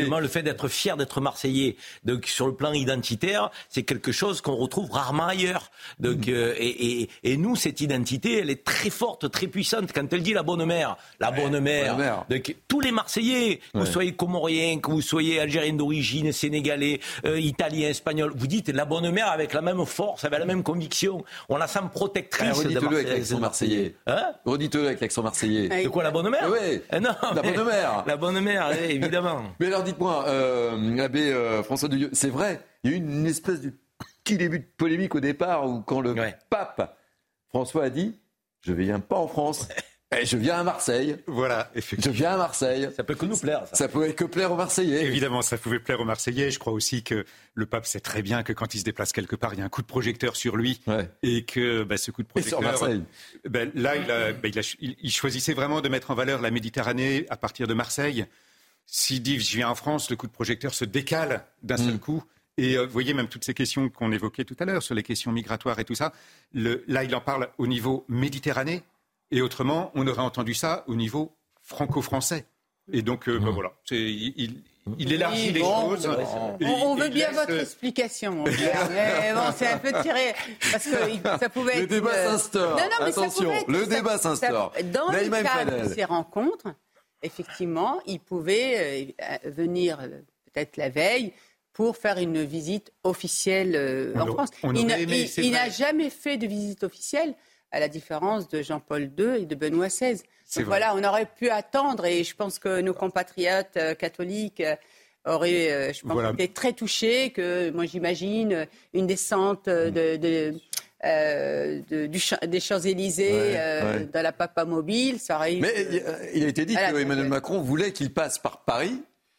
effectivement, le fait d'être fier d'être Marseillais, donc sur le plan identitaire, c'est quelque chose qu'on retrouve rarement ailleurs. Donc, mmh. euh, et, et, et nous, cette identité, elle est très forte, très puissante. Quand elle dit la bonne mère, la ouais, bonne mère, bonne mère. Donc, tous les Marseillais, que ouais. vous soyez comoriens, que vous soyez algériens d'origine, sénégalais, euh, italiens, espagnols, vous dites la bonne mère avec la même force, avec la même conviction. On la sent protectrice. Ah, redites-le avec l'accent marseillais. Hein redites-le avec l'accent marseillais. De quoi, la bonne mère? Oui, eh non, la bonne mère. La bonne mère, évidemment. Mais alors dites-moi, euh, l'abbé euh, François Deuilleux, c'est vrai, il y a eu une espèce de petit début de polémique au départ où quand le ouais. pape François a dit « Je ne viens pas en France ». Eh, je viens à Marseille. Voilà, effectivement. Je viens à Marseille. Ça peut que nous plaire. Ça, ça pouvait que plaire aux Marseillais. Évidemment, ça pouvait plaire aux Marseillais. Je crois aussi que le pape sait très bien que quand il se déplace quelque part, il y a un coup de projecteur sur lui. Ouais. Et que bah, ce coup de projecteur. Et sur Marseille. Bah, là, il, a, bah, il, a, il, il choisissait vraiment de mettre en valeur la Méditerranée à partir de Marseille. S'il dit je viens en France, le coup de projecteur se décale d'un mmh. seul coup. Et euh, vous voyez, même toutes ces questions qu'on évoquait tout à l'heure sur les questions migratoires et tout ça, le, là, il en parle au niveau Méditerranée. Et autrement, on aurait entendu ça au niveau franco-français. Et donc, euh, mmh. ben voilà, c'est, il, il élargit oui, les bon, choses. On, on veut bien laisse... votre explication. Mais bon, c'est un peu tiré. Parce que ça pouvait le être. Le débat euh... s'instaure. Non, non, mais attention, ça être... le ça, débat s'instaure. Ça... Dans Naïma le cadre de ces rencontres, effectivement, il pouvait euh, venir euh, peut-être la veille pour faire une visite officielle euh, en France. Il, aimé, il, il n'a jamais fait de visite officielle, à la différence de Jean-Paul deux et de Benoît seize. Donc voilà, on aurait pu attendre, et je pense que nos compatriotes euh, catholiques euh, auraient, euh, je pense, voilà. été très touchés, que moi j'imagine une descente de, de, euh, de, du, des Champs-Élysées ouais, euh, ouais. dans la Papamobile, ça aurait eu... Mais euh, il a été dit voilà, qu'Emmanuel Macron voulait qu'il passe par Paris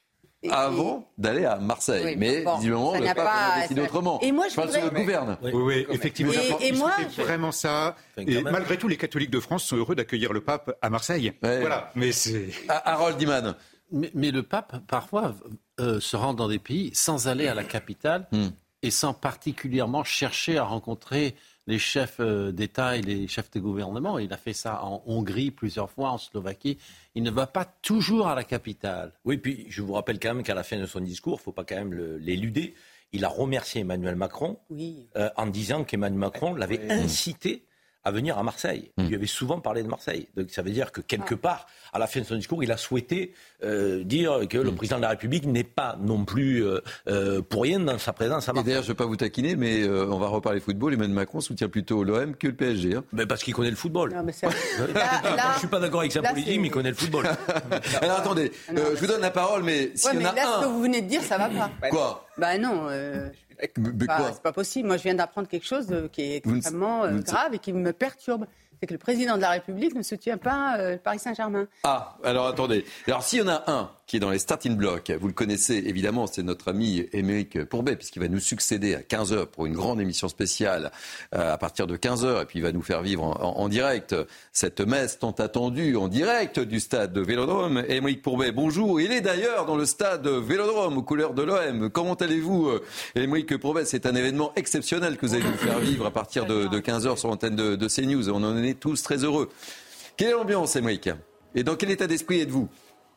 avant et... d'aller à Marseille. Oui, mais bon, visiblement, le pape a décidé ça... autrement. Et moi, je, je pense voudrais... que le gouverne. Oui, oui, effectivement. Et, et moi, je... vraiment ça. Enfin, et malgré tout, les catholiques de France sont heureux d'accueillir le pape à Marseille. Ouais. Voilà. Mais c'est... Harold Iman. Mais, mais le pape, parfois, euh, se rend dans des pays sans aller à la capitale hmm. et sans particulièrement chercher à rencontrer les chefs d'État et les chefs de gouvernement. Il a fait ça en Hongrie plusieurs fois, en Slovaquie. Il ne va pas toujours à la capitale. Oui, puis je vous rappelle quand même qu'à la fin de son discours, il ne faut pas quand même le, l'éluder, il a remercié Emmanuel Macron oui. euh, en disant qu'Emmanuel Macron l'avait oui. incité à venir à Marseille. Il lui avait souvent parlé de Marseille. Donc ça veut dire que quelque part, à la fin de son discours, il a souhaité euh, dire que le président de la République n'est pas non plus euh, euh, pour rien dans sa présence à Marseille. Et d'ailleurs, je ne veux pas vous taquiner, mais euh, on va reparler football. Emmanuel Macron soutient plutôt l'O M que le P S G. Hein. Mais parce qu'il connaît le football. Non, mais ça... là, là, je ne suis pas d'accord avec sa là, politique, c'est... mais il connaît le football. Alors attendez, non, euh, je vous donne la parole, mais s'il ouais, y en a là, un... ce que vous venez de dire, ça ne va pas. Quoi? Bah non... Euh... Mais bah, quoi? c'est pas possible. Moi, je viens d'apprendre quelque chose de, qui est extrêmement euh, grave et qui me perturbe. C'est que le président de la République ne soutient pas euh, Paris Saint-Germain. Ah, alors attendez. Alors s'il y en a un qui est dans les starting blocks, vous le connaissez évidemment, c'est notre ami Aymeric Pourbet, puisqu'il va nous succéder à quinze heures pour une grande émission spéciale euh, à partir de quinze heures, et puis il va nous faire vivre en, en, en direct cette messe tant attendue en direct du stade de Vélodrome. Aymeric Pourbet, bonjour. Il est d'ailleurs dans le stade Vélodrome aux couleurs de l'O M. Comment allez-vous, Aymeric Pourbet? C'est un événement exceptionnel que vous allez nous faire vivre à partir de, de quinze heures sur l'antenne de, de CNews. On en est tous très heureux. Quelle est l'ambiance, Aymeric? Et dans quel état d'esprit êtes-vous?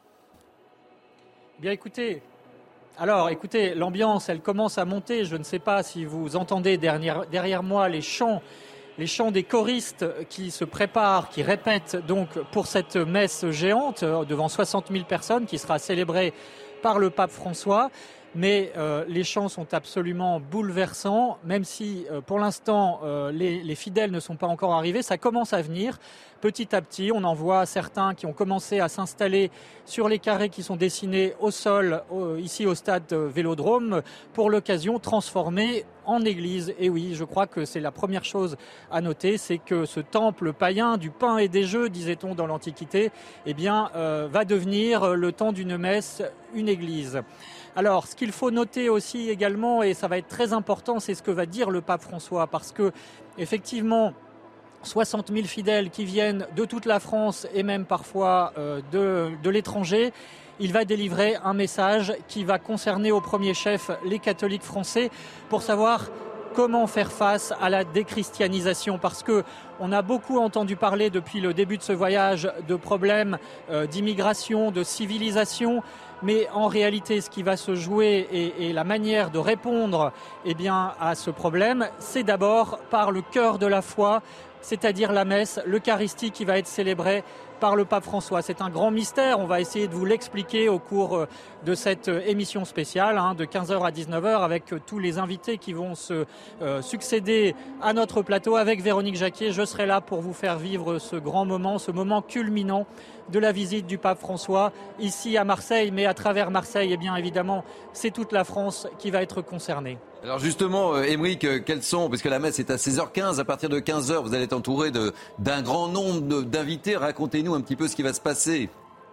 Bien écoutez, alors écoutez, l'ambiance elle commence à monter. Je ne sais pas si vous entendez derrière, derrière moi les chants, les chants des choristes qui se préparent, qui répètent donc pour cette messe géante devant soixante mille personnes qui sera célébrée par le pape François. Mais euh, les chants sont absolument bouleversants, même si euh, pour l'instant euh, les, les fidèles ne sont pas encore arrivés. Ça commence à venir petit à petit. On en voit certains qui ont commencé à s'installer sur les carrés qui sont dessinés au sol, au, ici au stade Vélodrome, pour l'occasion transformés en église. Et oui, je crois que c'est la première chose à noter, c'est que ce temple païen du pain et des jeux, disait-on dans l'Antiquité, eh bien, euh, va devenir le temps d'une messe une église. Alors, ce qu'il faut noter aussi également, et ça va être très important, c'est ce que va dire le pape François, parce que, effectivement, soixante mille fidèles qui viennent de toute la France et même parfois euh, de, de l'étranger, il va délivrer un message qui va concerner au premier chef les catholiques français pour savoir comment faire face à la déchristianisation, parce que on a beaucoup entendu parler depuis le début de ce voyage de problèmes euh, d'immigration, de civilisation, mais en réalité ce qui va se jouer et, et la manière de répondre eh bien, à ce problème, c'est d'abord par le cœur de la foi, c'est-à-dire la messe, l'Eucharistie qui va être célébrée par le pape François. C'est un grand mystère, on va essayer de vous l'expliquer au cours de cette émission spéciale hein, de quinze heures à dix-neuf heures avec tous les invités qui vont se euh, succéder à notre plateau. Avec Véronique Jacquier, je serai là pour vous faire vivre ce grand moment, ce moment culminant de la visite du pape François ici à Marseille, mais à travers Marseille, eh bien évidemment, c'est toute la France qui va être concernée. Alors justement, euh, Émeric, euh, quels sont, parce que la messe est à seize heures quinze, à partir de quinze heures, vous allez être entouré de, d'un grand nombre de, d'invités. Racontez-nous un petit peu ce qui va se passer.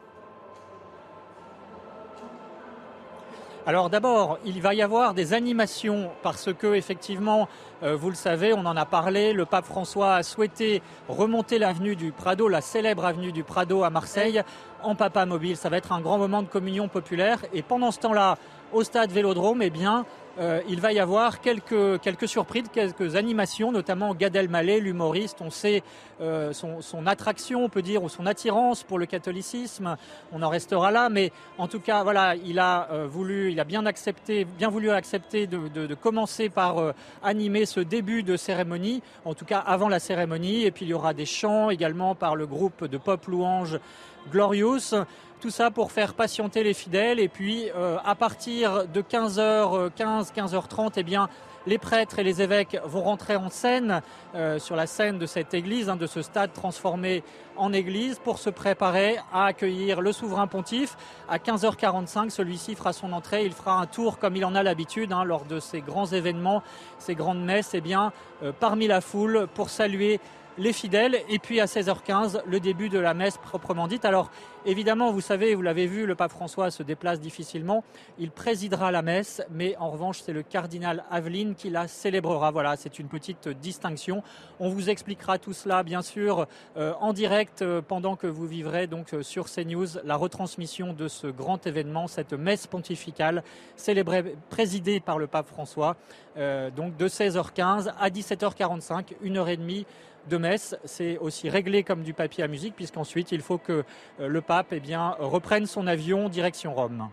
Alors d'abord, il va y avoir des animations parce que effectivement, euh, vous le savez, on en a parlé, le pape François a souhaité remonter l'avenue du Prado, la célèbre avenue du Prado à Marseille, en Papa Mobile. Ça va être un grand moment de communion populaire et pendant ce temps-là, au stade Vélodrome, eh bien, euh, il va y avoir quelques, quelques surprises, quelques animations, notamment Gad Elmaleh, l'humoriste. On sait euh, son, son attraction, on peut dire, ou son attirance pour le catholicisme. On en restera là, mais en tout cas, voilà, il a euh, voulu, il a bien accepté, bien voulu accepter de, de, de commencer par euh, animer ce début de cérémonie, en tout cas avant la cérémonie. Et puis il y aura des chants également par le groupe de pop louange Glorious. Tout ça pour faire patienter les fidèles. Et puis, euh, à partir de quinze heures quinze, quinze heures trente, eh bien, les prêtres et les évêques vont rentrer en scène, euh, sur la scène de cette église, hein, de ce stade transformé en église, pour se préparer à accueillir le souverain pontife. À quinze heures quarante-cinq, celui-ci fera son entrée. Il fera un tour, comme il en a l'habitude, hein, lors de ces grands événements, ces grandes messes, eh bien, euh, parmi la foule, pour saluer les fidèles. Et puis à seize heures quinze, le début de la messe proprement dite. Alors évidemment, vous savez, vous l'avez vu, le pape François se déplace difficilement. Il présidera la messe, mais en revanche, c'est le cardinal Aveline qui la célébrera. Voilà, c'est une petite distinction. On vous expliquera tout cela, bien sûr, euh, en direct euh, pendant que vous vivrez donc euh, sur CNews la retransmission de ce grand événement, cette messe pontificale célébrée, présidée par le pape François, euh, donc de seize heures quinze à dix-sept heures quarante-cinq, une heure et demie de messe. C'est aussi réglé comme du papier à musique, puisqu'ensuite il faut que le pape eh bien, reprenne son avion direction Rome.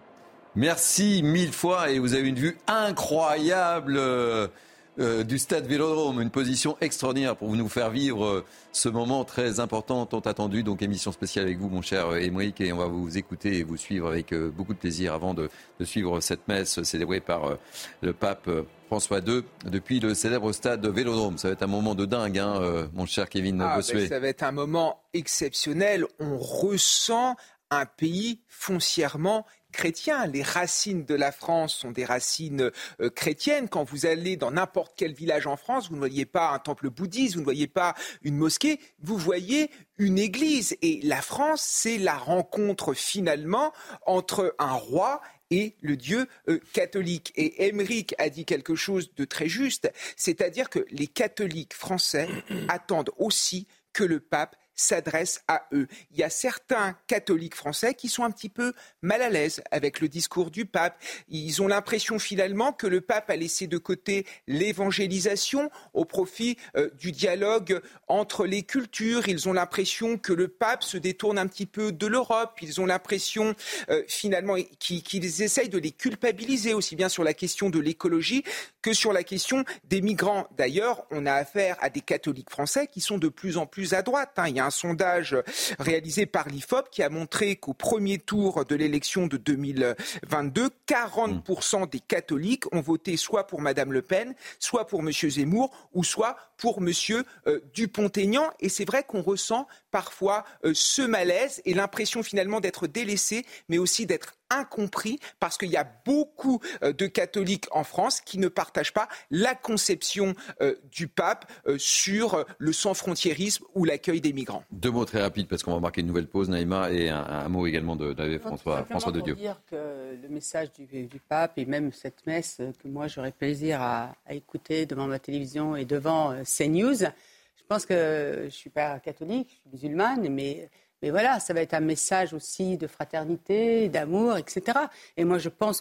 Merci mille fois et vous avez une vue incroyable euh, euh, du stade Vélodrome, une position extraordinaire pour nous faire vivre euh, ce moment très important, tant attendu. Donc émission spéciale avec vous, mon cher Émeric, et on va vous écouter et vous suivre avec euh, beaucoup de plaisir avant de, de suivre cette messe célébrée par euh, le pape euh, François deux, depuis le célèbre stade Vélodrome. Ça va être un moment de dingue, hein, euh, mon cher Kevin ah, Bossuet. Ben, ça va être un moment exceptionnel. On ressent un pays foncièrement chrétien. Les racines de la France sont des racines euh, chrétiennes. Quand vous allez dans n'importe quel village en France, vous ne voyez pas un temple bouddhiste, vous ne voyez pas une mosquée, vous voyez une église. Et la France, c'est la rencontre finalement entre un roi et le Dieu euh, catholique. Et Émeric a dit quelque chose de très juste, c'est-à-dire que les catholiques français attendent aussi que le pape s'adresse à eux. Il y a certains catholiques français qui sont un petit peu mal à l'aise avec le discours du pape. Ils ont l'impression finalement que le pape a laissé de côté l'évangélisation au profit euh, du dialogue entre les cultures. Ils ont l'impression que le pape se détourne un petit peu de l'Europe. Ils ont l'impression euh, finalement qu'ils, qu'ils essayent de les culpabiliser aussi bien sur la question de l'écologie que sur la question des migrants. D'ailleurs, on a affaire à des catholiques français qui sont de plus en plus à droite. Hein. Il y a un sondage réalisé par l'I F O P qui a montré qu'au premier tour de l'élection de deux mille vingt-deux, quarante pour cent des catholiques ont voté soit pour Madame Le Pen, soit pour Monsieur Zemmour, ou soit pour Monsieur euh, Dupont-Aignan. Et c'est vrai qu'on ressent parfois euh, ce malaise et l'impression finalement d'être délaissé, mais aussi d'être incompris, parce qu'il y a beaucoup euh, de catholiques en France qui ne partagent pas la conception euh, du pape euh, sur euh, le sans-frontiérisme ou l'accueil des migrants. Deux mots très rapides, parce qu'on va marquer une nouvelle pause, Naïma, et un, un mot également de, de François, François de Dieu. Pour dire que le message du, du pape et même cette messe que moi j'aurais plaisir à, à écouter devant ma télévision et devant euh, CNews, je pense que je ne suis pas catholique, je suis musulmane, mais... Mais voilà, ça va être un message aussi de fraternité, d'amour, et cetera. Et moi, je pense que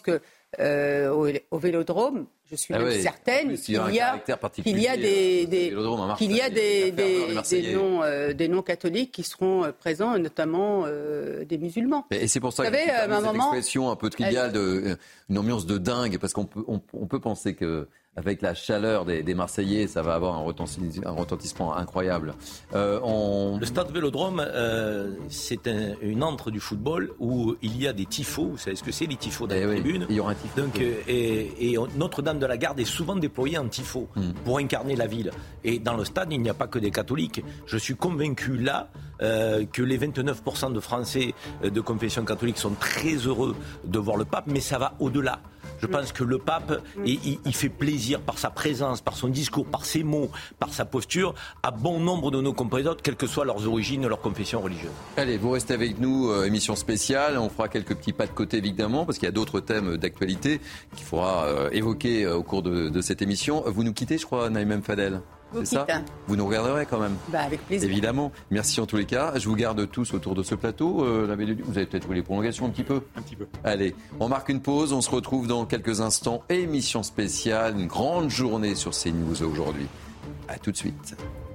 euh, au, au Vélodrome. Je suis ah même oui. certaine qu'il y a, qu'il y a des, des, qu'il y a des, des, des, noms, euh, des noms catholiques qui seront euh, présents, notamment euh, des musulmans. Et c'est pour ça que savez, euh, cette moment, expression un peu triviale, de, une ambiance de dingue, parce qu'on peut, on, on peut penser que avec la chaleur des, des Marseillais, ça va avoir un retentissement, un retentissement incroyable. Euh, on... Le stade Vélodrome, euh, c'est un, une antre du football où il y a des tifos. Vous savez ce que c'est, les tifos dans et la oui, tribune. Il y aura un tifo. Donc, euh, et, et Notre-Dame de la Garde est souvent déployée en tifo mm. pour incarner la ville. Et dans le stade, il n'y a pas que des catholiques. Je suis convaincu là euh, que les vingt-neuf pour cent de Français de confession catholique sont très heureux de voir le pape, mais ça va au-delà. Je pense que le pape, il, il fait plaisir par sa présence, par son discours, par ses mots, par sa posture, à bon nombre de nos compatriotes, quelles que soient leurs origines, leur confession religieuse. Allez, vous restez avec nous, euh, émission spéciale. On fera quelques petits pas de côté, évidemment, parce qu'il y a d'autres thèmes d'actualité qu'il faudra euh, évoquer euh, au cours de, de cette émission. Vous nous quittez, je crois, Naïm Fadel. C'est ça ? Vous nous regarderez quand même. Bah, avec plaisir. Évidemment. Merci en tous les cas. Je vous garde tous autour de ce plateau. Euh, vous avez peut-être voulu les prolongations un petit peu ? Un petit peu. Allez, on marque une pause. On se retrouve dans quelques instants. Émission spéciale, une grande journée sur CNews aujourd'hui. À tout de suite.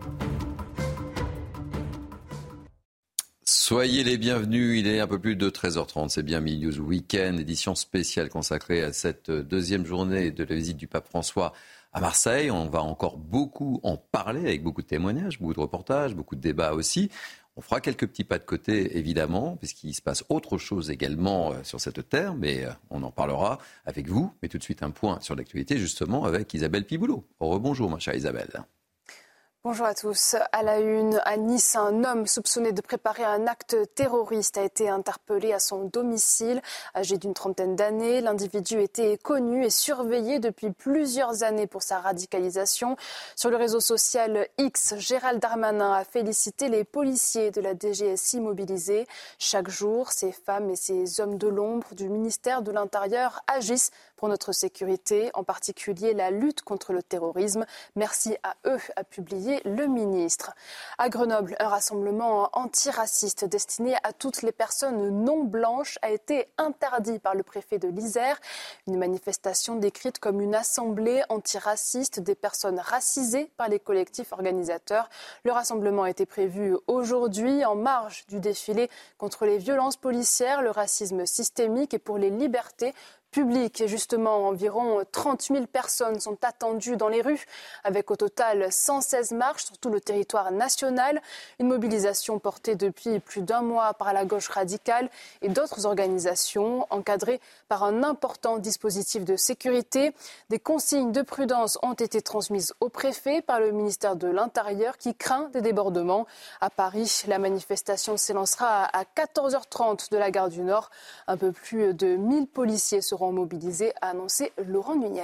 Soyez les bienvenus, il est un peu plus de treize heures trente, c'est bien Midi News Weekend, édition spéciale consacrée à cette deuxième journée de la visite du pape François à Marseille. On va encore beaucoup en parler avec beaucoup de témoignages, beaucoup de reportages, beaucoup de débats aussi. On fera quelques petits pas de côté, évidemment, puisqu'il se passe autre chose également sur cette terre, mais on en parlera avec vous. Mais tout de suite, un point sur l'actualité, justement, avec Isabelle Piboulot. Rebonjour, ma chère Isabelle. Bonjour à tous. À la une, à Nice, un homme soupçonné de préparer un acte terroriste a été interpellé à son domicile. Âgé d'une trentaine d'années, l'individu était connu et surveillé depuis plusieurs années pour sa radicalisation. Sur le réseau social X, Gérald Darmanin a félicité les policiers de la D G S I mobilisés. Chaque jour, ces femmes et ces hommes de l'ombre du ministère de l'Intérieur agissent pour notre sécurité, en particulier la lutte contre le terrorisme. Merci à eux, a publié le ministre. À Grenoble, un rassemblement antiraciste destiné à toutes les personnes non blanches a été interdit par le préfet de l'Isère. Une manifestation décrite comme une assemblée antiraciste des personnes racisées par les collectifs organisateurs. Le rassemblement était prévu aujourd'hui en marge du défilé contre les violences policières, le racisme systémique et pour les libertés public. Et justement, environ trente mille personnes sont attendues dans les rues, avec au total cent seize marches sur tout le territoire national. Une mobilisation portée depuis plus d'un mois par la gauche radicale et d'autres organisations, encadrée par un important dispositif de sécurité. Des consignes de prudence ont été transmises au préfet par le ministère de l'Intérieur qui craint des débordements. À Paris, la manifestation s'élancera à quatorze heures trente de la gare du Nord. Un peu plus de mille policiers seront mobilisés, a annoncé Laurent Nunez.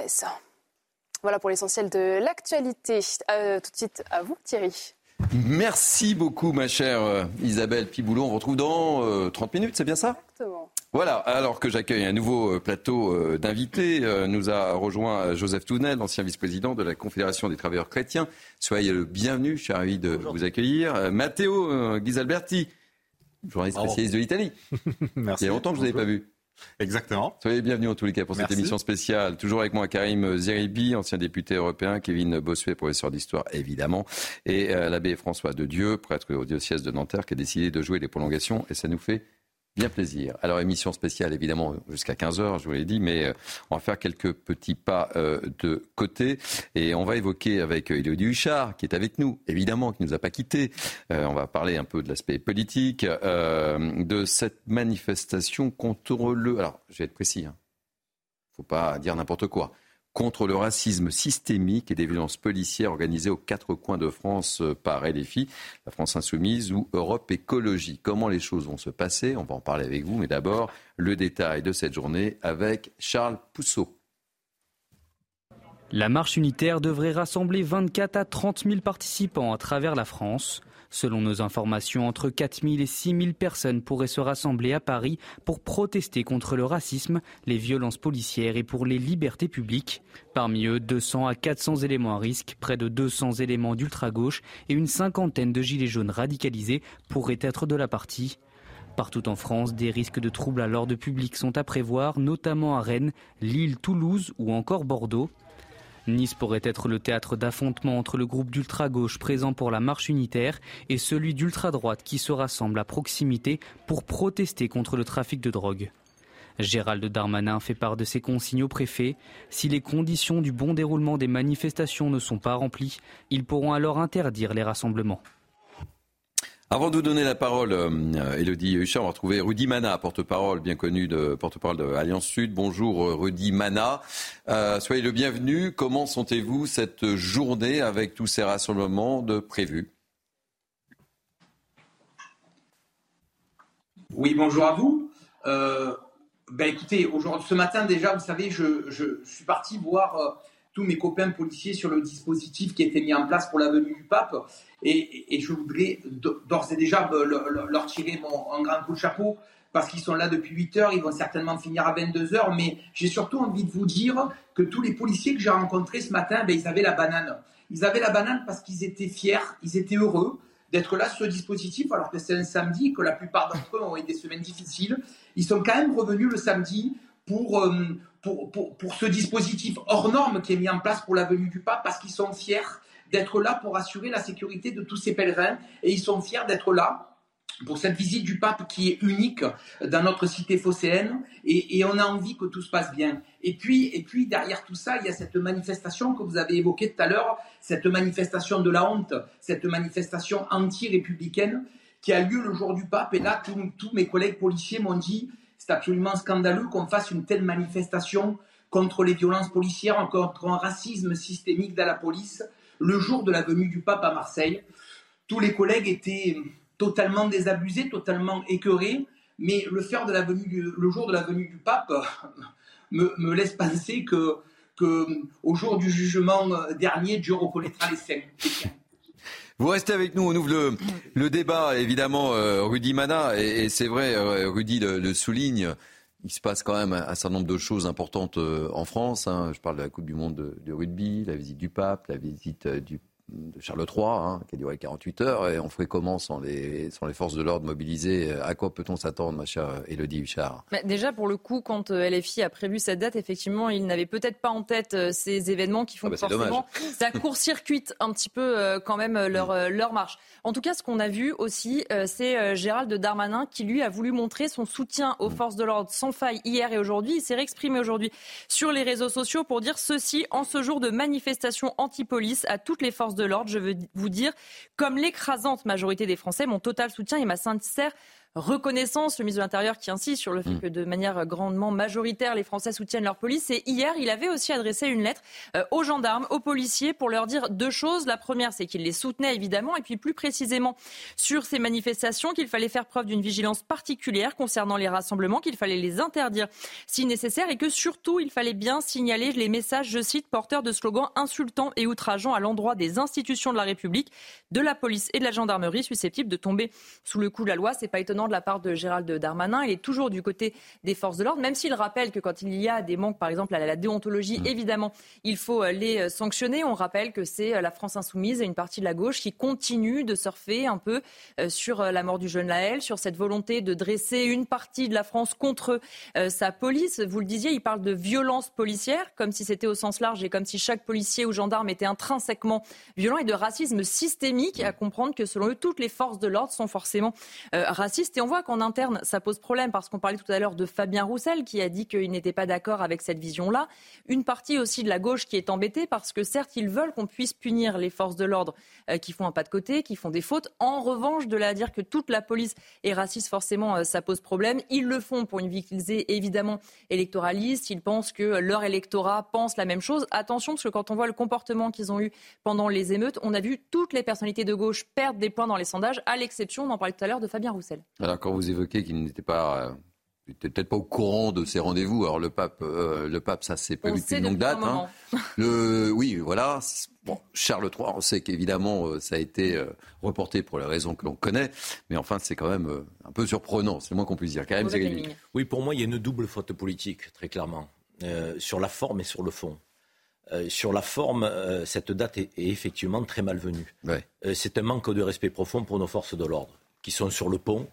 Voilà pour l'essentiel de l'actualité. Euh, tout de suite à vous, Thierry. Merci beaucoup, ma chère Isabelle Piboulot. On se retrouve dans euh, trente minutes, c'est bien ça ? Exactement. Voilà, alors que j'accueille un nouveau plateau euh, d'invités, euh, nous a rejoint Joseph Tounel, l'ancien vice-président de la Confédération des travailleurs chrétiens. Soyez le bienvenu, je suis ravi de Bonjour. vous accueillir. Euh, Matteo euh, Ghisalberti, journaliste spécialiste de l'Italie. Merci. Il y a longtemps que je ne vous avais pas vu. Exactement. Soyez les bienvenus en tous les cas pour Merci. cette émission spéciale. Toujours avec moi Karim Zeribi, ancien député européen, Kevin Bossuet, professeur d'histoire évidemment, et euh, l'abbé François de Dieu, prêtre au diocèse de Nanterre, qui a décidé de jouer les prolongations et ça nous fait bien plaisir. Alors émission spéciale évidemment jusqu'à quinze heures, je vous l'ai dit, mais euh, on va faire quelques petits pas euh, de côté et on va évoquer avec Élodie Huchard qui est avec nous, évidemment, qui ne nous a pas quittés. Euh, on va parler un peu de l'aspect politique, euh, de cette manifestation contre le... Alors, je vais être précis, il hein. ne faut pas dire n'importe quoi. Contre le racisme systémique et des violences policières organisées aux quatre coins de France par L F I, la France Insoumise ou Europe Écologie. Comment les choses vont se passer ? On va en parler avec vous, mais d'abord, le détail de cette journée avec Charles Pousseau. La marche unitaire devrait rassembler vingt-quatre à trente mille participants à travers la France. Selon nos informations, entre quatre mille et six mille personnes pourraient se rassembler à Paris pour protester contre le racisme, les violences policières et pour les libertés publiques. Parmi eux, deux cents à quatre cents éléments à risque, près de deux cents éléments d'ultra-gauche et une cinquantaine de gilets jaunes radicalisés pourraient être de la partie. Partout en France, des risques de troubles à l'ordre public sont à prévoir, notamment à Rennes, Lille, Toulouse ou encore Bordeaux. Nice pourrait être le théâtre d'affrontements entre le groupe d'ultra-gauche présent pour la marche unitaire et celui d'ultra-droite qui se rassemble à proximité pour protester contre le trafic de drogue. Gérald Darmanin fait part de ses consignes au préfet. Si les conditions du bon déroulement des manifestations ne sont pas remplies, ils pourront alors interdire les rassemblements. Avant de vous donner la parole, euh, Élodie Huchard, on va retrouver Rudy Mana, porte-parole bien connu de porte-parole de Alliance Sud. Bonjour euh, Rudy Mana, euh, soyez le bienvenu. Comment sentez-vous cette journée avec tous ces rassemblements de prévus ? Oui, bonjour à vous. Euh... Ben écoutez, aujourd'hui, ce matin déjà, vous savez, je, je, je suis parti voir euh, tous mes copains policiers sur le dispositif qui a été mis en place pour la venue du pape. Et, et, et je voudrais d'ores et déjà euh, leur, leur tirer mon, un grand coup de chapeau parce qu'ils sont là depuis huit heures, ils vont certainement finir à vingt-deux heures. Mais j'ai surtout envie de vous dire que tous les policiers que j'ai rencontrés ce matin, ben, ils avaient la banane. Ils avaient la banane parce qu'ils étaient fiers, ils étaient heureux d'être là sur ce dispositif, alors que c'est un samedi, que la plupart d'entre eux ont eu des semaines difficiles. Ils sont quand même revenus le samedi pour, euh, pour, pour, pour ce dispositif hors norme qui est mis en place pour la venue du pape, parce qu'ils sont fiers d'être là pour assurer la sécurité de tous ces pèlerins, et ils sont fiers d'être là pour cette visite du pape qui est unique dans notre cité phocéenne, et, et on a envie que tout se passe bien. Et puis, et puis derrière tout ça, il y a cette manifestation que vous avez évoquée tout à l'heure, cette manifestation de la honte, cette manifestation anti-républicaine qui a lieu le jour du pape. Et là, tous, tous mes collègues policiers m'ont dit c'est absolument scandaleux qu'on fasse une telle manifestation contre les violences policières, contre un racisme systémique dans la police, le jour de la venue du pape à Marseille. Tous les collègues étaient totalement désabusés, totalement écœurés, mais le faire de la venue du, le jour de la venue du pape me, me laisse penser que, que au jour du jugement dernier, Dieu reconnaîtra les saints. Vous restez avec nous, on ouvre le, le débat, évidemment, euh, Rudy Mana, et, et c'est vrai, euh, Rudy le, le souligne, il se passe quand même un, un certain nombre de choses importantes euh, en France. Hein. Je parle de la Coupe du Monde de, de rugby, la visite du pape, la visite euh, du de Charles trois, hein, qui a duré quarante-huit heures, et on ferait comment sans les, sans les forces de l'ordre mobilisées? À quoi peut-on s'attendre, ma chère Élodie Huchard? Mais déjà, pour le coup, quand L F I a prévu cette date, effectivement, il n'avait peut-être pas en tête ces événements qui font ah bah que forcément, ça court-circuite un petit peu euh, quand même leur, euh, leur marche. En tout cas, ce qu'on a vu aussi, euh, c'est euh, Gérald Darmanin qui, lui, a voulu montrer son soutien aux forces de l'ordre sans faille hier et aujourd'hui. Il s'est réexprimé aujourd'hui sur les réseaux sociaux pour dire ceci: en ce jour de manifestation anti-police, à toutes les forces de l'ordre, je veux vous dire, comme l'écrasante majorité des Français, mon total soutien et ma sincère reconnaissance. Le ministre de l'Intérieur qui insiste sur le fait que de manière grandement majoritaire, les Français soutiennent leur police. Et hier, il avait aussi adressé une lettre euh, aux gendarmes, aux policiers, pour leur dire deux choses. La première, c'est qu'il les soutenait évidemment, et puis plus précisément sur ces manifestations, qu'il fallait faire preuve d'une vigilance particulière concernant les rassemblements, qu'il fallait les interdire si nécessaire, et que surtout, il fallait bien signaler les messages, je cite, porteurs de slogans insultants et outrageants à l'endroit des institutions de la République, de la police et de la gendarmerie, susceptibles de tomber sous le coup de la loi. C'est pas étonnant de la part de Gérald Darmanin. Il est toujours du côté des forces de l'ordre, même s'il rappelle que quand il y a des manques, par exemple, à la déontologie, mmh. évidemment, il faut les sanctionner. On rappelle que c'est la France insoumise et une partie de la gauche qui continue de surfer un peu sur la mort du jeune Laël, sur cette volonté de dresser une partie de la France contre sa police. Vous le disiez, il parle de violence policière, comme si c'était au sens large et comme si chaque policier ou gendarme était intrinsèquement violent, et de racisme systémique, à comprendre que selon eux, toutes les forces de l'ordre sont forcément euh, racistes. Et on voit qu'en interne, ça pose problème, parce qu'on parlait tout à l'heure de Fabien Roussel qui a dit qu'il n'était pas d'accord avec cette vision-là. Une partie aussi de la gauche qui est embêtée, parce que certes, ils veulent qu'on puisse punir les forces de l'ordre euh, qui font un pas de côté, qui font des fautes. En revanche, de là à dire que toute la police est raciste, forcément, euh, ça pose problème. Ils le font pour une visée évidemment électoraliste. Ils pensent que leur électorat pense la même chose. Attention, parce que quand on voit le comportement qu'ils ont eu pendant les émeutes, on a vu toutes les personnalités de gauche perdre des points dans les sondages, à l'exception, on en parlait tout à l'heure, de Fabien Roussel. Alors, quand vous évoquez qu'il n'était pas, euh, peut-être pas au courant de ces rendez-vous, alors le pape, euh, le pape, ça c'est prévu depuis une longue date. Hein. Le, oui, voilà. Bon, Charles trois, on sait qu'évidemment euh, ça a été euh, reporté pour les raisons que l'on connaît, mais enfin c'est quand même euh, un peu surprenant, c'est le moins qu'on puisse dire. Karim Zeghali. Oui, pour moi il y a une double faute politique, très clairement, euh, sur la forme et sur le fond. Euh, sur la forme, euh, cette date est, est effectivement très malvenue. Ouais. Euh, c'est un manque de respect profond pour nos forces de l'ordre, qui sont sur le pont,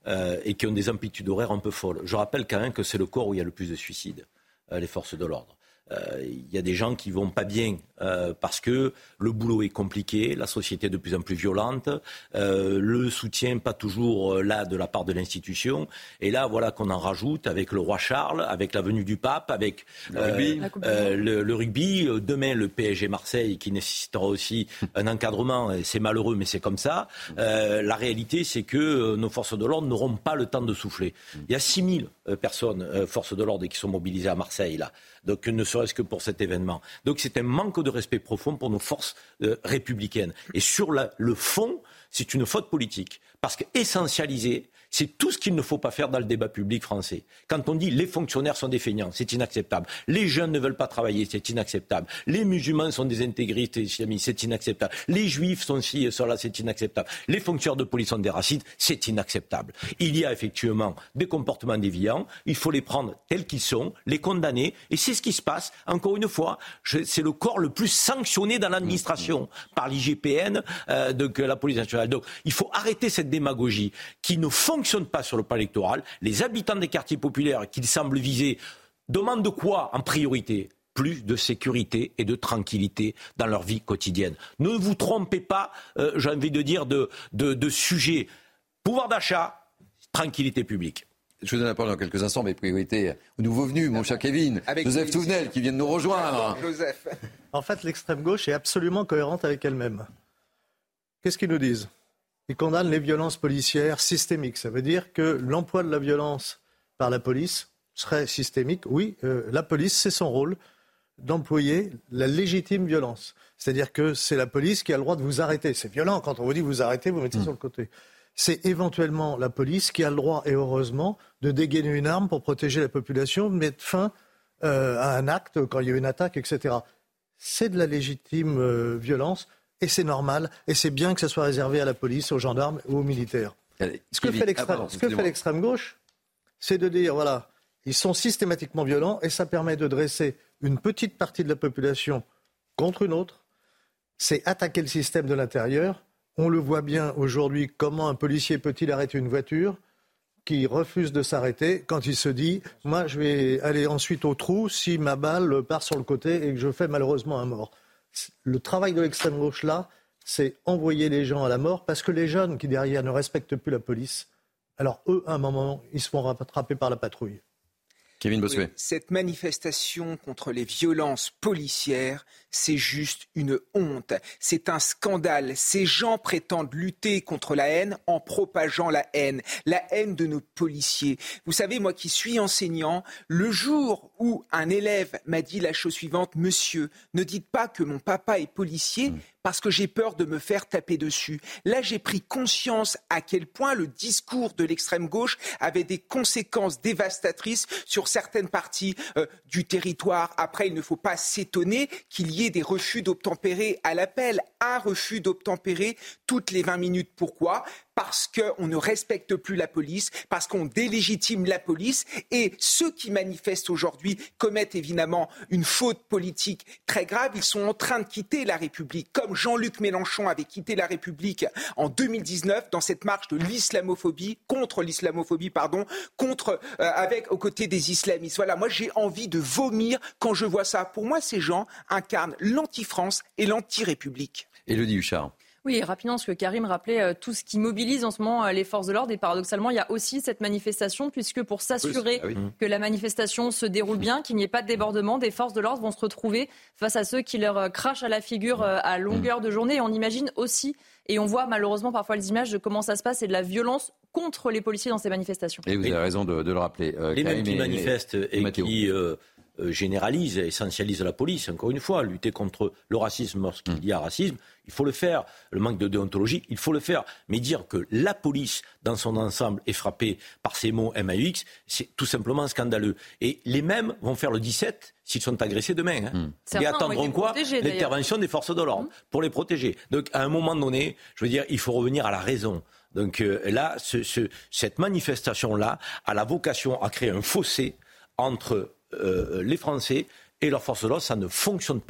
euh, et qui ont des amplitudes horaires un peu folles. Je rappelle quand même que c'est le corps où il y a le plus de suicides, euh, les forces de l'ordre. Il euh, y a des gens qui vont pas bien euh, parce que le boulot est compliqué, la société est de plus en plus violente, euh, le soutien pas toujours euh, là de la part de l'institution. Et là, voilà qu'on en rajoute avec le roi Charles, avec la venue du pape, avec le euh, rugby. Euh, le, le rugby. Demain, le P S G Marseille qui nécessitera aussi un encadrement. Et c'est malheureux, mais c'est comme ça. Euh, la réalité, c'est que euh, nos forces de l'ordre n'auront pas le temps de souffler. Il y a six mille euh, personnes, euh, forces de l'ordre, qui sont mobilisées à Marseille là. Donc, ne serait-ce que pour cet événement. Donc, c'est un manque de respect profond pour nos forces euh, républicaines. Et sur la, le fond, c'est une faute politique. Parce qu'essentialiser, c'est tout ce qu'il ne faut pas faire dans le débat public français. Quand on dit les fonctionnaires sont des feignants, c'est inacceptable. Les jeunes ne veulent pas travailler, c'est inacceptable. Les musulmans sont des intégristes islamistes, c'est inacceptable. Les juifs sont ci et cela, c'est inacceptable. Les fonctionnaires de police sont des racistes, c'est inacceptable. Il y a effectivement des comportements déviants, il faut les prendre tels qu'ils sont, les condamner, et c'est ce qui se passe. Encore une fois, je, c'est le corps le plus sanctionné dans l'administration par l'I G P N, euh, donc la police nationale. Donc il faut arrêter cette démagogie qui ne fonctionne fonctionne pas sur le plan électoral. Les habitants des quartiers populaires qu'ils semblent viser demandent de quoi en priorité ? Plus de sécurité et de tranquillité dans leur vie quotidienne. Ne vous trompez pas, euh, j'ai envie de dire, de, de, de sujet. Pouvoir d'achat, tranquillité publique. Je vous donne la parole dans quelques instants, mais priorité aux nouveaux venus, mon cher Kevin. Avec Joseph Touvenel qui vient de nous rejoindre. Joseph. En fait, l'extrême gauche est absolument cohérente avec elle-même. Qu'est-ce qu'ils nous disent ? Ils condamnent les violences policières systémiques. Ça veut dire que l'emploi de la violence par la police serait systémique. Oui, euh, la police, c'est son rôle d'employer la légitime violence. C'est-à-dire que c'est la police qui a le droit de vous arrêter. C'est violent quand on vous dit vous arrêtez, vous mettez mmh. sur le côté. C'est éventuellement la police qui a le droit, et heureusement, de dégainer une arme pour protéger la population, de mettre fin euh, à un acte quand il y a une attaque, et cetera. C'est de la légitime euh, violence. Et c'est normal, et c'est bien que ça soit réservé à la police, aux gendarmes ou aux militaires. Allez, ce que, fait l'extrême, ah, pardon, ce que fait l'extrême gauche, c'est de dire, voilà, ils sont systématiquement violents, et ça permet de dresser une petite partie de la population contre une autre. C'est attaquer le système de l'intérieur. On le voit bien aujourd'hui, comment un policier peut-il arrêter une voiture qui refuse de s'arrêter quand il se dit « moi, je vais aller ensuite au trou si ma balle part sur le côté et que je fais malheureusement un mort ». Le travail de l'extrême gauche là, c'est envoyer les gens à la mort parce que les jeunes qui derrière ne respectent plus la police, alors eux, à un moment, ils se font rattraper par la patrouille. Kevin Bossuet. Oui, cette manifestation contre les violences policières, c'est juste une honte. C'est un scandale. Ces gens prétendent lutter contre la haine en propageant la haine. La haine de nos policiers. Vous savez, moi qui suis enseignant, le jour où un élève m'a dit la chose suivante, « Monsieur, ne dites pas que mon papa est policier », mmh. parce que j'ai peur de me faire taper dessus. Là, j'ai pris conscience à quel point le discours de l'extrême gauche avait des conséquences dévastatrices sur certaines parties euh, du territoire. Après, il ne faut pas s'étonner qu'il y ait des refus d'obtempérer à l'appel. Un refus d'obtempérer toutes les vingt minutes. Pourquoi ? Parce qu'on ne respecte plus la police, parce qu'on délégitime la police. Et ceux qui manifestent aujourd'hui commettent évidemment une faute politique très grave. Ils sont en train de quitter la République, comme Jean-Luc Mélenchon avait quitté la République en deux mille dix-neuf dans cette marche de l'islamophobie, contre l'islamophobie, pardon, contre, euh, avec, aux côtés des islamistes. Voilà, moi j'ai envie de vomir quand je vois ça. Pour moi, ces gens incarnent l'anti-France et l'anti-République. Élodie Huchard. Oui, rapidement, parce que Karim rappelait euh, tout ce qui mobilise en ce moment euh, les forces de l'ordre. Et paradoxalement, il y a aussi cette manifestation, puisque pour s'assurer oui, ah oui. que la manifestation se déroule bien, qu'il n'y ait pas de débordement, des forces de l'ordre vont se retrouver face à ceux qui leur euh, crachent à la figure euh, à longueur de journée. Et on imagine aussi, et on voit malheureusement parfois les images de comment ça se passe et de la violence contre les policiers dans ces manifestations. Et vous avez raison de, de le rappeler. Euh, les Karim mêmes qui et, manifestent et, et qui... Euh, Euh, généralise, essentialise la police. Encore une fois, lutter contre le racisme lorsqu'il y a racisme, il faut le faire. Le manque de déontologie, il faut le faire. Mais dire que la police, dans son ensemble, est frappée par ces mots M A U X, c'est tout simplement scandaleux. Et les mêmes vont faire le dix-sept s'ils sont agressés demain. Hein. Mmh. Et attendront quoi ? L'intervention des forces de l'ordre, mmh. pour les protéger. Donc, à un moment donné, je veux dire, il faut revenir à la raison. Donc euh, là, ce, ce, cette manifestation-là a la vocation à créer un fossé entre Euh, les Français et leurs forces de l'ordre, ça ne fonctionne pas.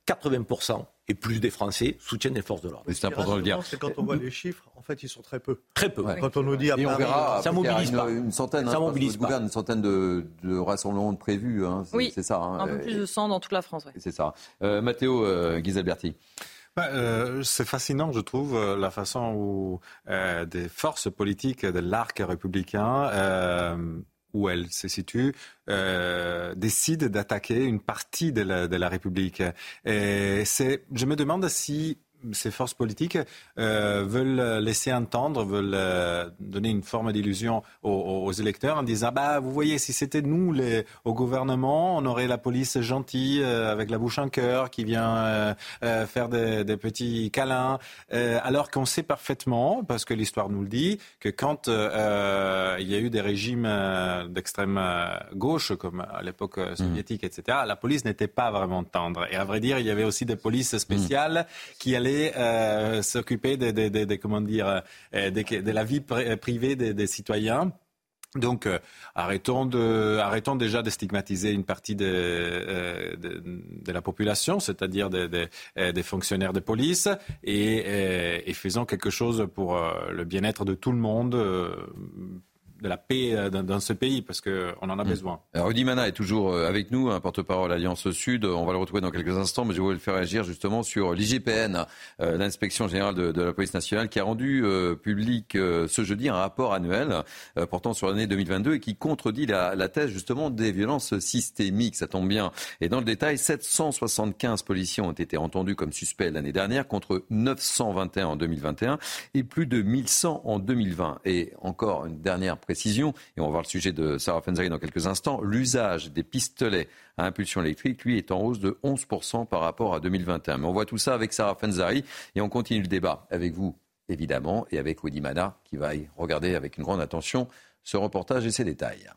quatre-vingts pour cent et plus des Français soutiennent les forces de l'ordre. C'est important de le dire. C'est quand on voit les chiffres, en fait, ils sont très peu. Très peu. Ouais. Quand on nous dit à Et Paris, on verra, ça mobilise une, pas. Une centaine, ça hein, mobilise pas. Une centaine de, de rassemblements de prévus. Hein, c'est, oui, c'est ça. Hein, un peu plus de cent dans toute la France. Ouais. C'est ça. Euh, Matteo euh, Ghisalberti. Bah, euh, c'est fascinant, je trouve, euh, la façon où euh, des forces politiques de l'arc républicain, euh, où elles se situent, euh, décident d'attaquer une partie de la, de la République. Et c'est, je me demande si ces forces politiques euh, veulent laisser entendre, veulent euh, donner une forme d'illusion aux, aux électeurs en disant bah vous voyez, si c'était nous les, au gouvernement, on aurait la police gentille euh, avec la bouche en cœur qui vient euh, euh, faire des, des petits câlins, euh, alors qu'on sait parfaitement, parce que l'histoire nous le dit, que quand euh, il y a eu des régimes euh, d'extrême gauche comme à l'époque soviétique, mmh. et cetera, la police n'était pas vraiment tendre. Et à vrai dire, il y avait aussi des polices spéciales mmh. qui allaient Euh, s'occuper de, de, de, de, comment dire, euh, de, de la vie privée des, des citoyens. Donc, euh, arrêtons, de, arrêtons déjà de stigmatiser une partie de, euh, de, de la population, c'est-à-dire des de, de, de fonctionnaires de police, et, et, et faisons quelque chose pour euh, le bien-être de tout le monde. Euh, de la paix dans, dans ce pays, parce qu'on en a besoin. Mmh. Rudy Mana est toujours avec nous, un porte-parole Alliance Sud. On va le retrouver dans quelques instants, mais je voulais le faire réagir justement sur l'I G P N, euh, l'Inspection Générale de, de la Police Nationale, qui a rendu euh, public euh, ce jeudi un rapport annuel euh, portant sur l'année deux mille vingt-deux et qui contredit la, la thèse justement des violences systémiques. Ça tombe bien. Et dans le détail, sept cent soixante-quinze policiers ont été entendus comme suspects l'année dernière, contre neuf cent vingt et un en deux mille vingt et un et plus de mille cent en deux mille vingt. Et encore une dernière précision, et on va voir le sujet de Sarah Fenzari dans quelques instants, l'usage des pistolets à impulsion électrique, lui, est en hausse de onze pour cent par rapport à deux mille vingt et un. Mais on voit tout ça avec Sarah Fenzari et on continue le débat avec vous, évidemment, et avec Rudy Mana, qui va y regarder avec une grande attention ce reportage et ses détails.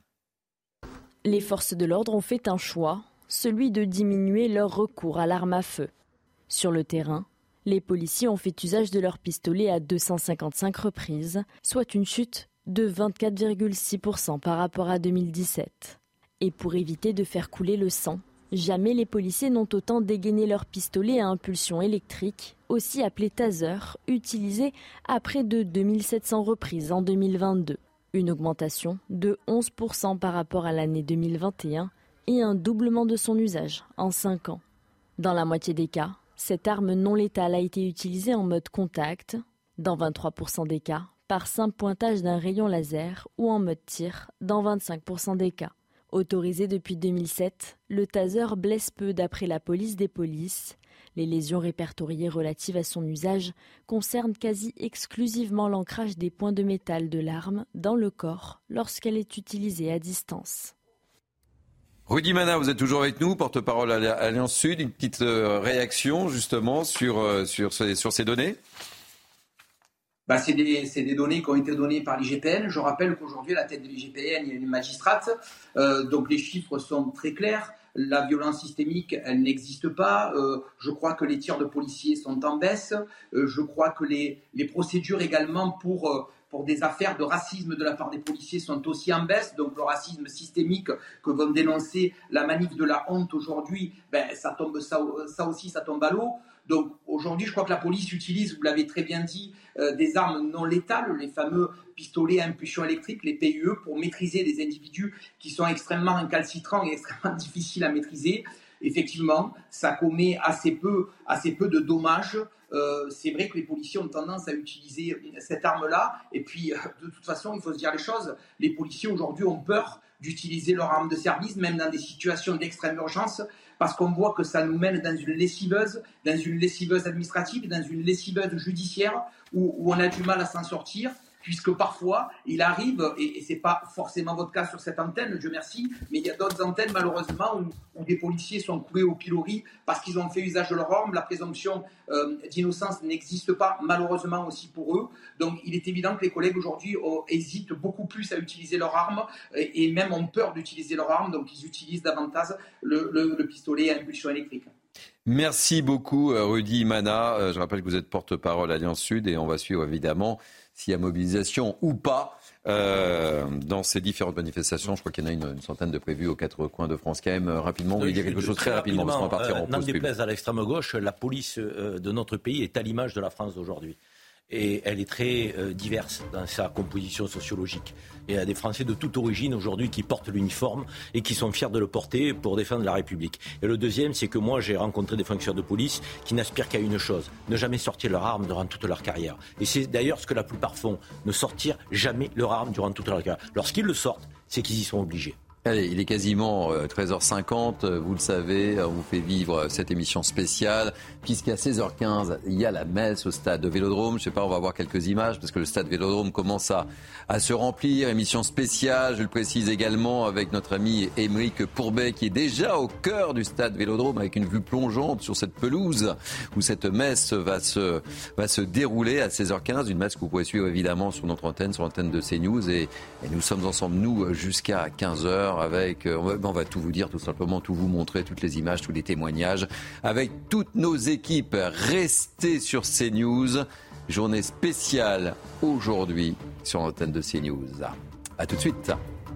Les forces de l'ordre ont fait un choix, celui de diminuer leur recours à l'arme à feu. Sur le terrain, les policiers ont fait usage de leurs pistolets à deux cent cinquante-cinq reprises, soit une chute de vingt-quatre virgule six pour cent par rapport à deux mille dix-sept. Et pour éviter de faire couler le sang, jamais les policiers n'ont autant dégainé leurs pistolets à impulsion électrique, aussi appelés taser, utilisés à près de deux mille sept cents reprises en deux mille vingt-deux. Une augmentation de onze pour cent par rapport à l'année deux mille vingt et un et un doublement de son usage en cinq ans. Dans la moitié des cas, cette arme non létale a été utilisée en mode contact, dans vingt-trois pour cent des cas, par simple pointage d'un rayon laser ou en mode tir dans vingt-cinq pour cent des cas. Autorisé depuis deux mille sept, le taser blesse peu d'après la police des polices. Les lésions répertoriées relatives à son usage concernent quasi exclusivement l'ancrage des points de métal de l'arme dans le corps lorsqu'elle est utilisée à distance. Rudy Mana, vous êtes toujours avec nous, porte-parole à l'Alliance Sud. Une petite réaction justement sur, sur, ces, sur ces données ? Bah, c'est, des, c'est des données qui ont été données par l'I G P N. Je rappelle qu'aujourd'hui, à la tête de l'I G P N, il y a une magistrate. Euh, donc les chiffres sont très clairs. La violence systémique, elle n'existe pas. Euh, je crois que les tirs de policiers sont en baisse. Euh, je crois que les, les procédures également pour... Euh, pour des affaires de racisme de la part des policiers sont aussi en baisse. Donc le racisme systémique que vont dénoncer la manif de la honte aujourd'hui, ben, ça, tombe, ça, ça aussi, ça tombe à l'eau. Donc aujourd'hui, je crois que la police utilise, vous l'avez très bien dit, euh, des armes non létales, les fameux pistolets à impulsion électrique, les P I E, pour maîtriser des individus qui sont extrêmement incalcitrants et extrêmement difficiles à maîtriser. Effectivement, ça commet assez peu, assez peu de dommages. Euh, c'est vrai que les policiers ont tendance à utiliser cette arme-là. Et puis, de toute façon, il faut se dire les choses. Les policiers, aujourd'hui, ont peur d'utiliser leur arme de service, même dans des situations d'extrême urgence, parce qu'on voit que ça nous mène dans une lessiveuse, dans une lessiveuse administrative, dans une lessiveuse judiciaire, où, où on a du mal à s'en sortir. Puisque parfois, il arrive, et, et ce n'est pas forcément votre cas sur cette antenne, Dieu merci, mais il y a d'autres antennes malheureusement où, où des policiers sont coulés au pilori parce qu'ils ont fait usage de leur arme. La présomption euh, d'innocence n'existe pas malheureusement aussi pour eux. Donc il est évident que les collègues aujourd'hui oh, hésitent beaucoup plus à utiliser leur arme et, et même ont peur d'utiliser leur arme, donc ils utilisent davantage le, le, le pistolet à impulsion électrique. Merci beaucoup Rudy Mana. Je rappelle que vous êtes porte-parole Alliance Sud et on va suivre évidemment s'il y a mobilisation ou pas euh, dans ces différentes manifestations. Je crois qu'il y en a une, une centaine de prévues aux quatre coins de France. Quand même, rapidement, vous voulez dire quelque chose très rapidement, parce qu'on va partir en pause. N'en déplaise à l'extrême gauche, la police de notre pays est à l'image de la France d'aujourd'hui. Et elle est très euh, diverse dans sa composition sociologique. Et il y a des Français de toute origine aujourd'hui qui portent l'uniforme et qui sont fiers de le porter pour défendre la République. Et le deuxième, c'est que moi, j'ai rencontré des fonctionnaires de police qui n'aspirent qu'à une chose, ne jamais sortir leur arme durant toute leur carrière. Et c'est d'ailleurs ce que la plupart font, ne sortir jamais leur arme durant toute leur carrière. Lorsqu'ils le sortent, c'est qu'ils y sont obligés. Allez, il est quasiment treize heures cinquante, vous le savez, on vous fait vivre cette émission spéciale, puisqu'à seize heures quinze, il y a la messe au stade Vélodrome. Je ne sais pas, on va voir quelques images, parce que le stade Vélodrome commence à, à se remplir. Émission spéciale, je le précise également, avec notre ami Émeric Pourbet, qui est déjà au cœur du stade Vélodrome, avec une vue plongeante sur cette pelouse, où cette messe va se, va se dérouler à seize heures quinze. Une messe que vous pouvez suivre évidemment sur notre antenne, sur l'antenne de CNews. Et, et nous sommes ensemble, nous, jusqu'à quinze heures. Avec, on va, on va tout vous dire, tout simplement, tout vous montrer, toutes les images, tous les témoignages, avec toutes nos équipes. Restez sur CNews. Journée spéciale aujourd'hui sur l'antenne de CNews. A tout de suite.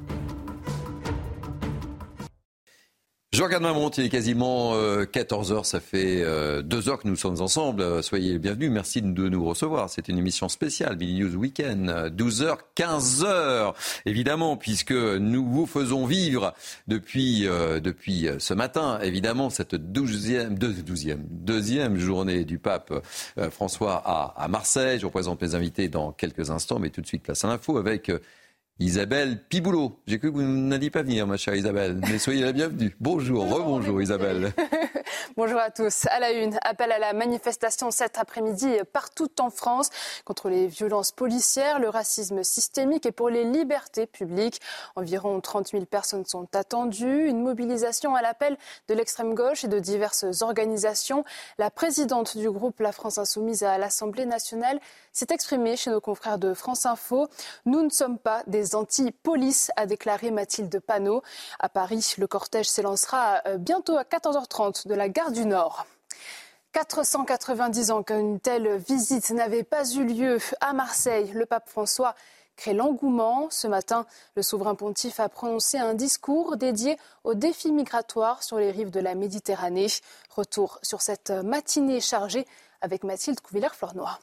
Je regarde ma montre, il est quasiment euh, quatorze heures, ça fait euh, deux heures que nous sommes ensemble. Soyez les bienvenus, merci de nous recevoir. C'est une émission spéciale, Midi News Weekend, douze heures, quinze heures, évidemment, puisque nous vous faisons vivre depuis, euh, depuis ce matin, évidemment, cette douzième, douzième, deuxième journée du pape euh, François à, à Marseille. Je représente mes invités dans quelques instants, mais tout de suite, place à l'info avec... Euh, Isabelle Piboulot. J'ai cru que vous n'alliez pas venir, ma chère Isabelle, mais soyez la bienvenue. Bonjour, rebonjour Isabelle. Bonjour à tous. À la une, appel à la manifestation cet après-midi partout en France contre les violences policières, le racisme systémique et pour les libertés publiques. Environ trente mille personnes sont attendues. Une mobilisation à l'appel de l'extrême gauche et de diverses organisations. La présidente du groupe La France Insoumise à l'Assemblée nationale s'est exprimée chez nos confrères de France Info. Nous ne sommes pas des anti-police, a déclaré Mathilde Panot. À Paris, le cortège s'élancera bientôt à quatorze heures trente de la gare du Nord. quatre cent quatre-vingt-dix ans qu'une telle visite n'avait pas eu lieu à Marseille. Le pape François crée l'engouement. Ce matin, le souverain pontife a prononcé un discours dédié aux défis migratoires sur les rives de la Méditerranée. Retour sur cette matinée chargée avec Mathilde Couvillère-Flornoy.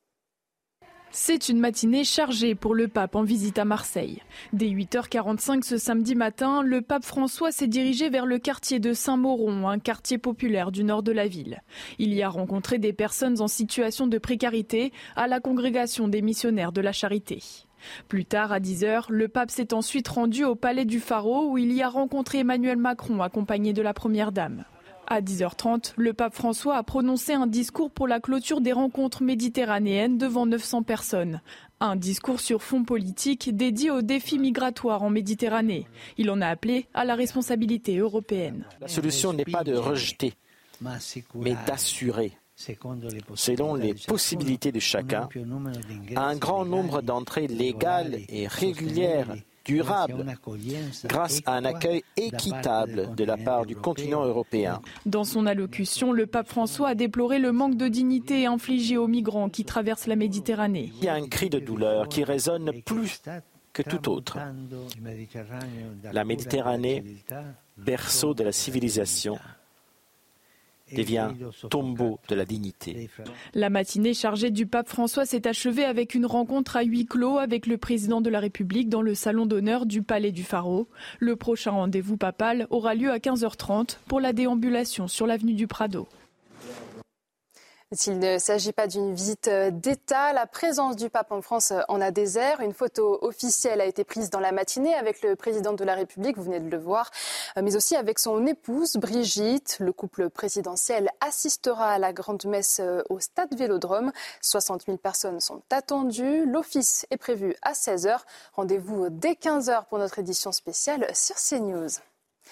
C'est une matinée chargée pour le pape en visite à Marseille. Dès huit heures quarante-cinq ce samedi matin, le pape François s'est dirigé vers le quartier de Saint-Mauron, un quartier populaire du nord de la ville. Il y a rencontré des personnes en situation de précarité à la congrégation des missionnaires de la Charité. Plus tard, à dix heures, le pape s'est ensuite rendu au Palais du Pharaon où il y a rencontré Emmanuel Macron accompagné de la Première Dame. À dix heures trente, le pape François a prononcé un discours pour la clôture des rencontres méditerranéennes devant neuf cents personnes. Un discours sur fond politique dédié aux défis migratoires en Méditerranée. Il en a appelé à la responsabilité européenne. La solution n'est pas de rejeter, mais d'assurer, selon les possibilités de chacun, un grand nombre d'entrées légales et régulières durable, grâce à un accueil équitable de la part du continent européen. Dans son allocution, le pape François a déploré le manque de dignité infligé aux migrants qui traversent la Méditerranée. Il y a un cri de douleur qui résonne plus que tout autre. La Méditerranée, berceau de la civilisation, devient tombeau de la dignité. La matinée chargée du pape François s'est achevée avec une rencontre à huis clos avec le président de la République dans le salon d'honneur du Palais du Pharaon. Le prochain rendez-vous papal aura lieu à quinze heures trente pour la déambulation sur l'avenue du Prado. S'il ne s'agit pas d'une visite d'État, la présence du pape en France en a des airs. Une photo officielle a été prise dans la matinée avec le président de la République, vous venez de le voir, mais aussi avec son épouse Brigitte. Le couple présidentiel assistera à la grande messe au stade Vélodrome. soixante mille personnes sont attendues. L'office est prévu à seize heures. Rendez-vous dès quinze heures pour notre édition spéciale sur CNews.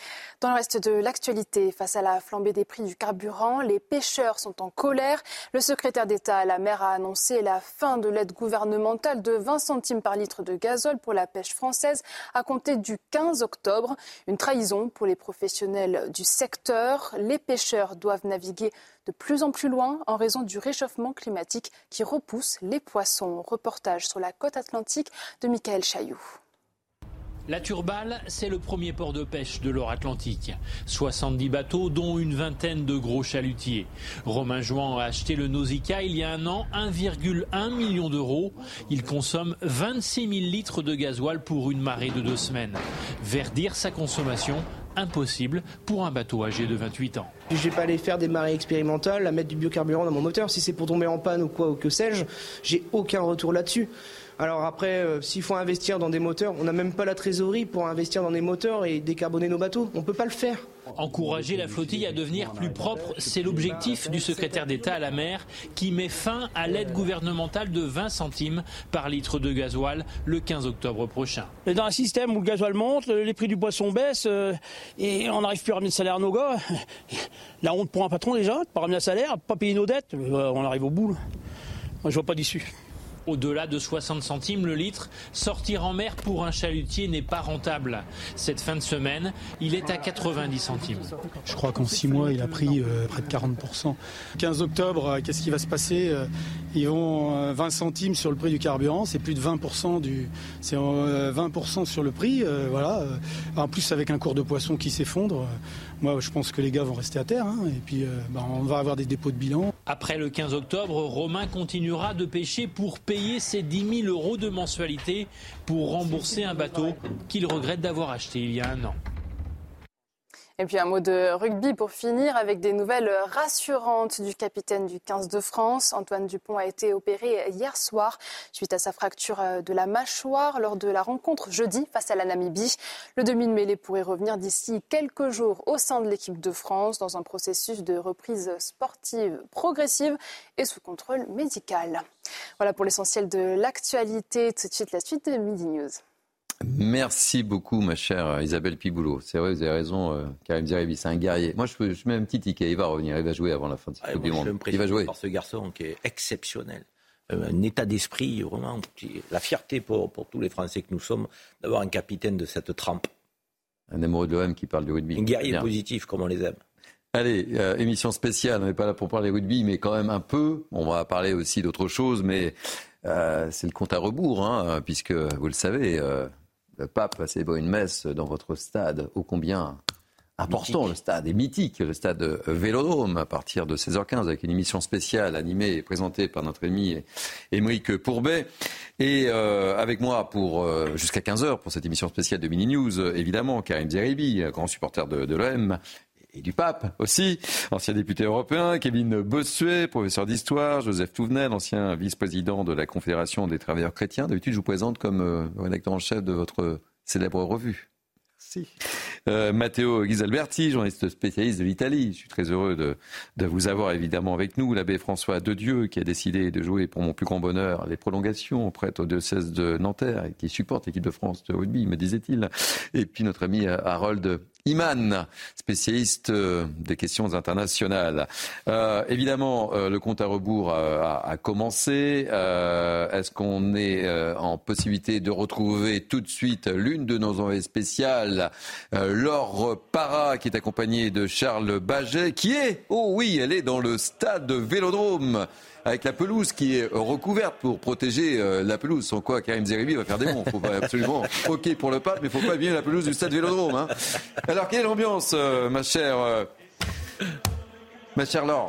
Dans le reste de l'actualité, face à la flambée des prix du carburant, les pêcheurs sont en colère. Le secrétaire d'État à la mer a annoncé la fin de l'aide gouvernementale de vingt centimes par litre de gazole pour la pêche française à compter du quinze octobre. Une trahison pour les professionnels du secteur. Les pêcheurs doivent naviguer de plus en plus loin en raison du réchauffement climatique qui repousse les poissons. Reportage sur la côte atlantique de Michael Chailloux. La Turballe, c'est le premier port de pêche de l'Or-Atlantique. soixante-dix bateaux, dont une vingtaine de gros chalutiers. Romain Jouan a acheté le Nausicaa il y a un an, un virgule un million d'euros. Il consomme vingt-six mille litres de gasoil pour une marée de deux semaines. Verdir sa consommation, impossible pour un bateau âgé de vingt-huit ans. Je ne vais pas aller faire des marées expérimentales, à mettre du biocarburant dans mon moteur. Si c'est pour tomber en panne ou quoi, ou que sais-je, j'ai aucun retour là-dessus. Alors après, euh, s'il faut investir dans des moteurs, on n'a même pas la trésorerie pour investir dans des moteurs et décarboner nos bateaux. On ne peut pas le faire. Encourager la flottille à devenir plus propre, c'est l'objectif du secrétaire d'État à la mer qui met fin à l'aide gouvernementale de vingt centimes par litre de gasoil le quinze octobre prochain. Et dans un système où le gasoil monte, les prix du poisson baissent euh, et on n'arrive plus à ramener de salaire à nos gars, la honte pour un patron déjà, de pas ramener un salaire, pas payer nos dettes, euh, on arrive au bout. Là. Moi, je vois pas d'issue. Au-delà de soixante centimes le litre, sortir en mer pour un chalutier n'est pas rentable. Cette fin de semaine, il est à quatre-vingt-dix centimes. Je crois qu'en six mois, il a pris euh, près de quarante pour cent. quinze octobre, euh, qu'est-ce qui va se passer euh, Ils vont euh, vingt centimes sur le prix du carburant, c'est plus de vingt pour cent, du, c'est, euh, vingt pour cent sur le prix. Euh, voilà. En plus, avec un cours de poisson qui s'effondre, euh, moi je pense que les gars vont rester à terre. Hein, et puis, euh, bah, on va avoir des dépôts de bilan. Après le quinze octobre, Romain continuera de pêcher pour payer ses dix mille euros de mensualité pour rembourser un bateau qu'il regrette d'avoir acheté il y a un an. Et puis un mot de rugby pour finir avec des nouvelles rassurantes du capitaine du quinze de France. Antoine Dupont a été opéré hier soir suite à sa fracture de la mâchoire lors de la rencontre jeudi face à la Namibie. Le demi de mêlée pourrait revenir d'ici quelques jours au sein de l'équipe de France dans un processus de reprise sportive progressive et sous contrôle médical. Voilà pour l'essentiel de l'actualité. Tout de suite la suite de Midi News. Merci beaucoup, ma chère Isabelle Piboulot. C'est vrai, vous avez raison, euh, Karim Zeribi, c'est un guerrier. Moi, je, peux, je mets un petit ticket. Il va revenir, il va jouer avant la fin de cette ah, Coupe du Monde. Il va jouer. Par ce garçon qui est exceptionnel. Euh, un état d'esprit, vraiment. La fierté pour, pour tous les Français que nous sommes d'avoir un capitaine de cette trempe. Un amoureux de l'O M qui parle du rugby. Un guerrier positif, comme on les aime. Allez, euh, émission spéciale. On n'est pas là pour parler rugby, mais quand même un peu. On va parler aussi d'autre chose, mais euh, c'est le compte à rebours, hein, puisque, vous le savez... Euh, le pape va célébrer une messe dans votre stade, ô combien important, mythique. Le stade est mythique, le stade Vélodrome, à partir de seize heures quinze, avec une émission spéciale animée et présentée par notre ami Émeric Pourbet. Et euh, avec moi pour euh, jusqu'à quinze heures pour cette émission spéciale de Mini News, évidemment, Karim Zeribi, grand supporter de, de l'O M. Et du pape aussi, ancien député européen, Kevin Bossuet, professeur d'histoire, Joseph Touvenel, ancien vice-président de la Confédération des travailleurs chrétiens. D'habitude, je vous présente comme euh, rédacteur en chef de votre célèbre revue. Merci. Euh, Matteo Ghisalberti, journaliste spécialiste de l'Italie. Je suis très heureux de, de vous avoir évidemment avec nous. L'abbé François Dedieu, qui a décidé de jouer pour mon plus grand bonheur les prolongations, prêtre au diocèse de Nanterre, et qui supporte l'équipe de France de rugby, me disait-il. Et puis notre ami Harold Iman, spécialiste des questions internationales. Euh, évidemment, euh, le compte à rebours a, a, a commencé. Euh, est-ce qu'on est euh, en possibilité de retrouver tout de suite l'une de nos envoyées spéciales, euh, Laure Para, qui est accompagnée de Charles Baget, qui est, oh oui, elle est dans le stade Vélodrome, avec la pelouse qui est recouverte pour protéger euh, la pelouse. Sans quoi, Karim Zeribi va faire des bons. Il faut pas absolument OK pour le pape, mais il ne faut pas abîmer la pelouse du stade Vélodrome. Hein. Alors, quelle est l'ambiance, euh, ma chère, euh, ma chère Laure ?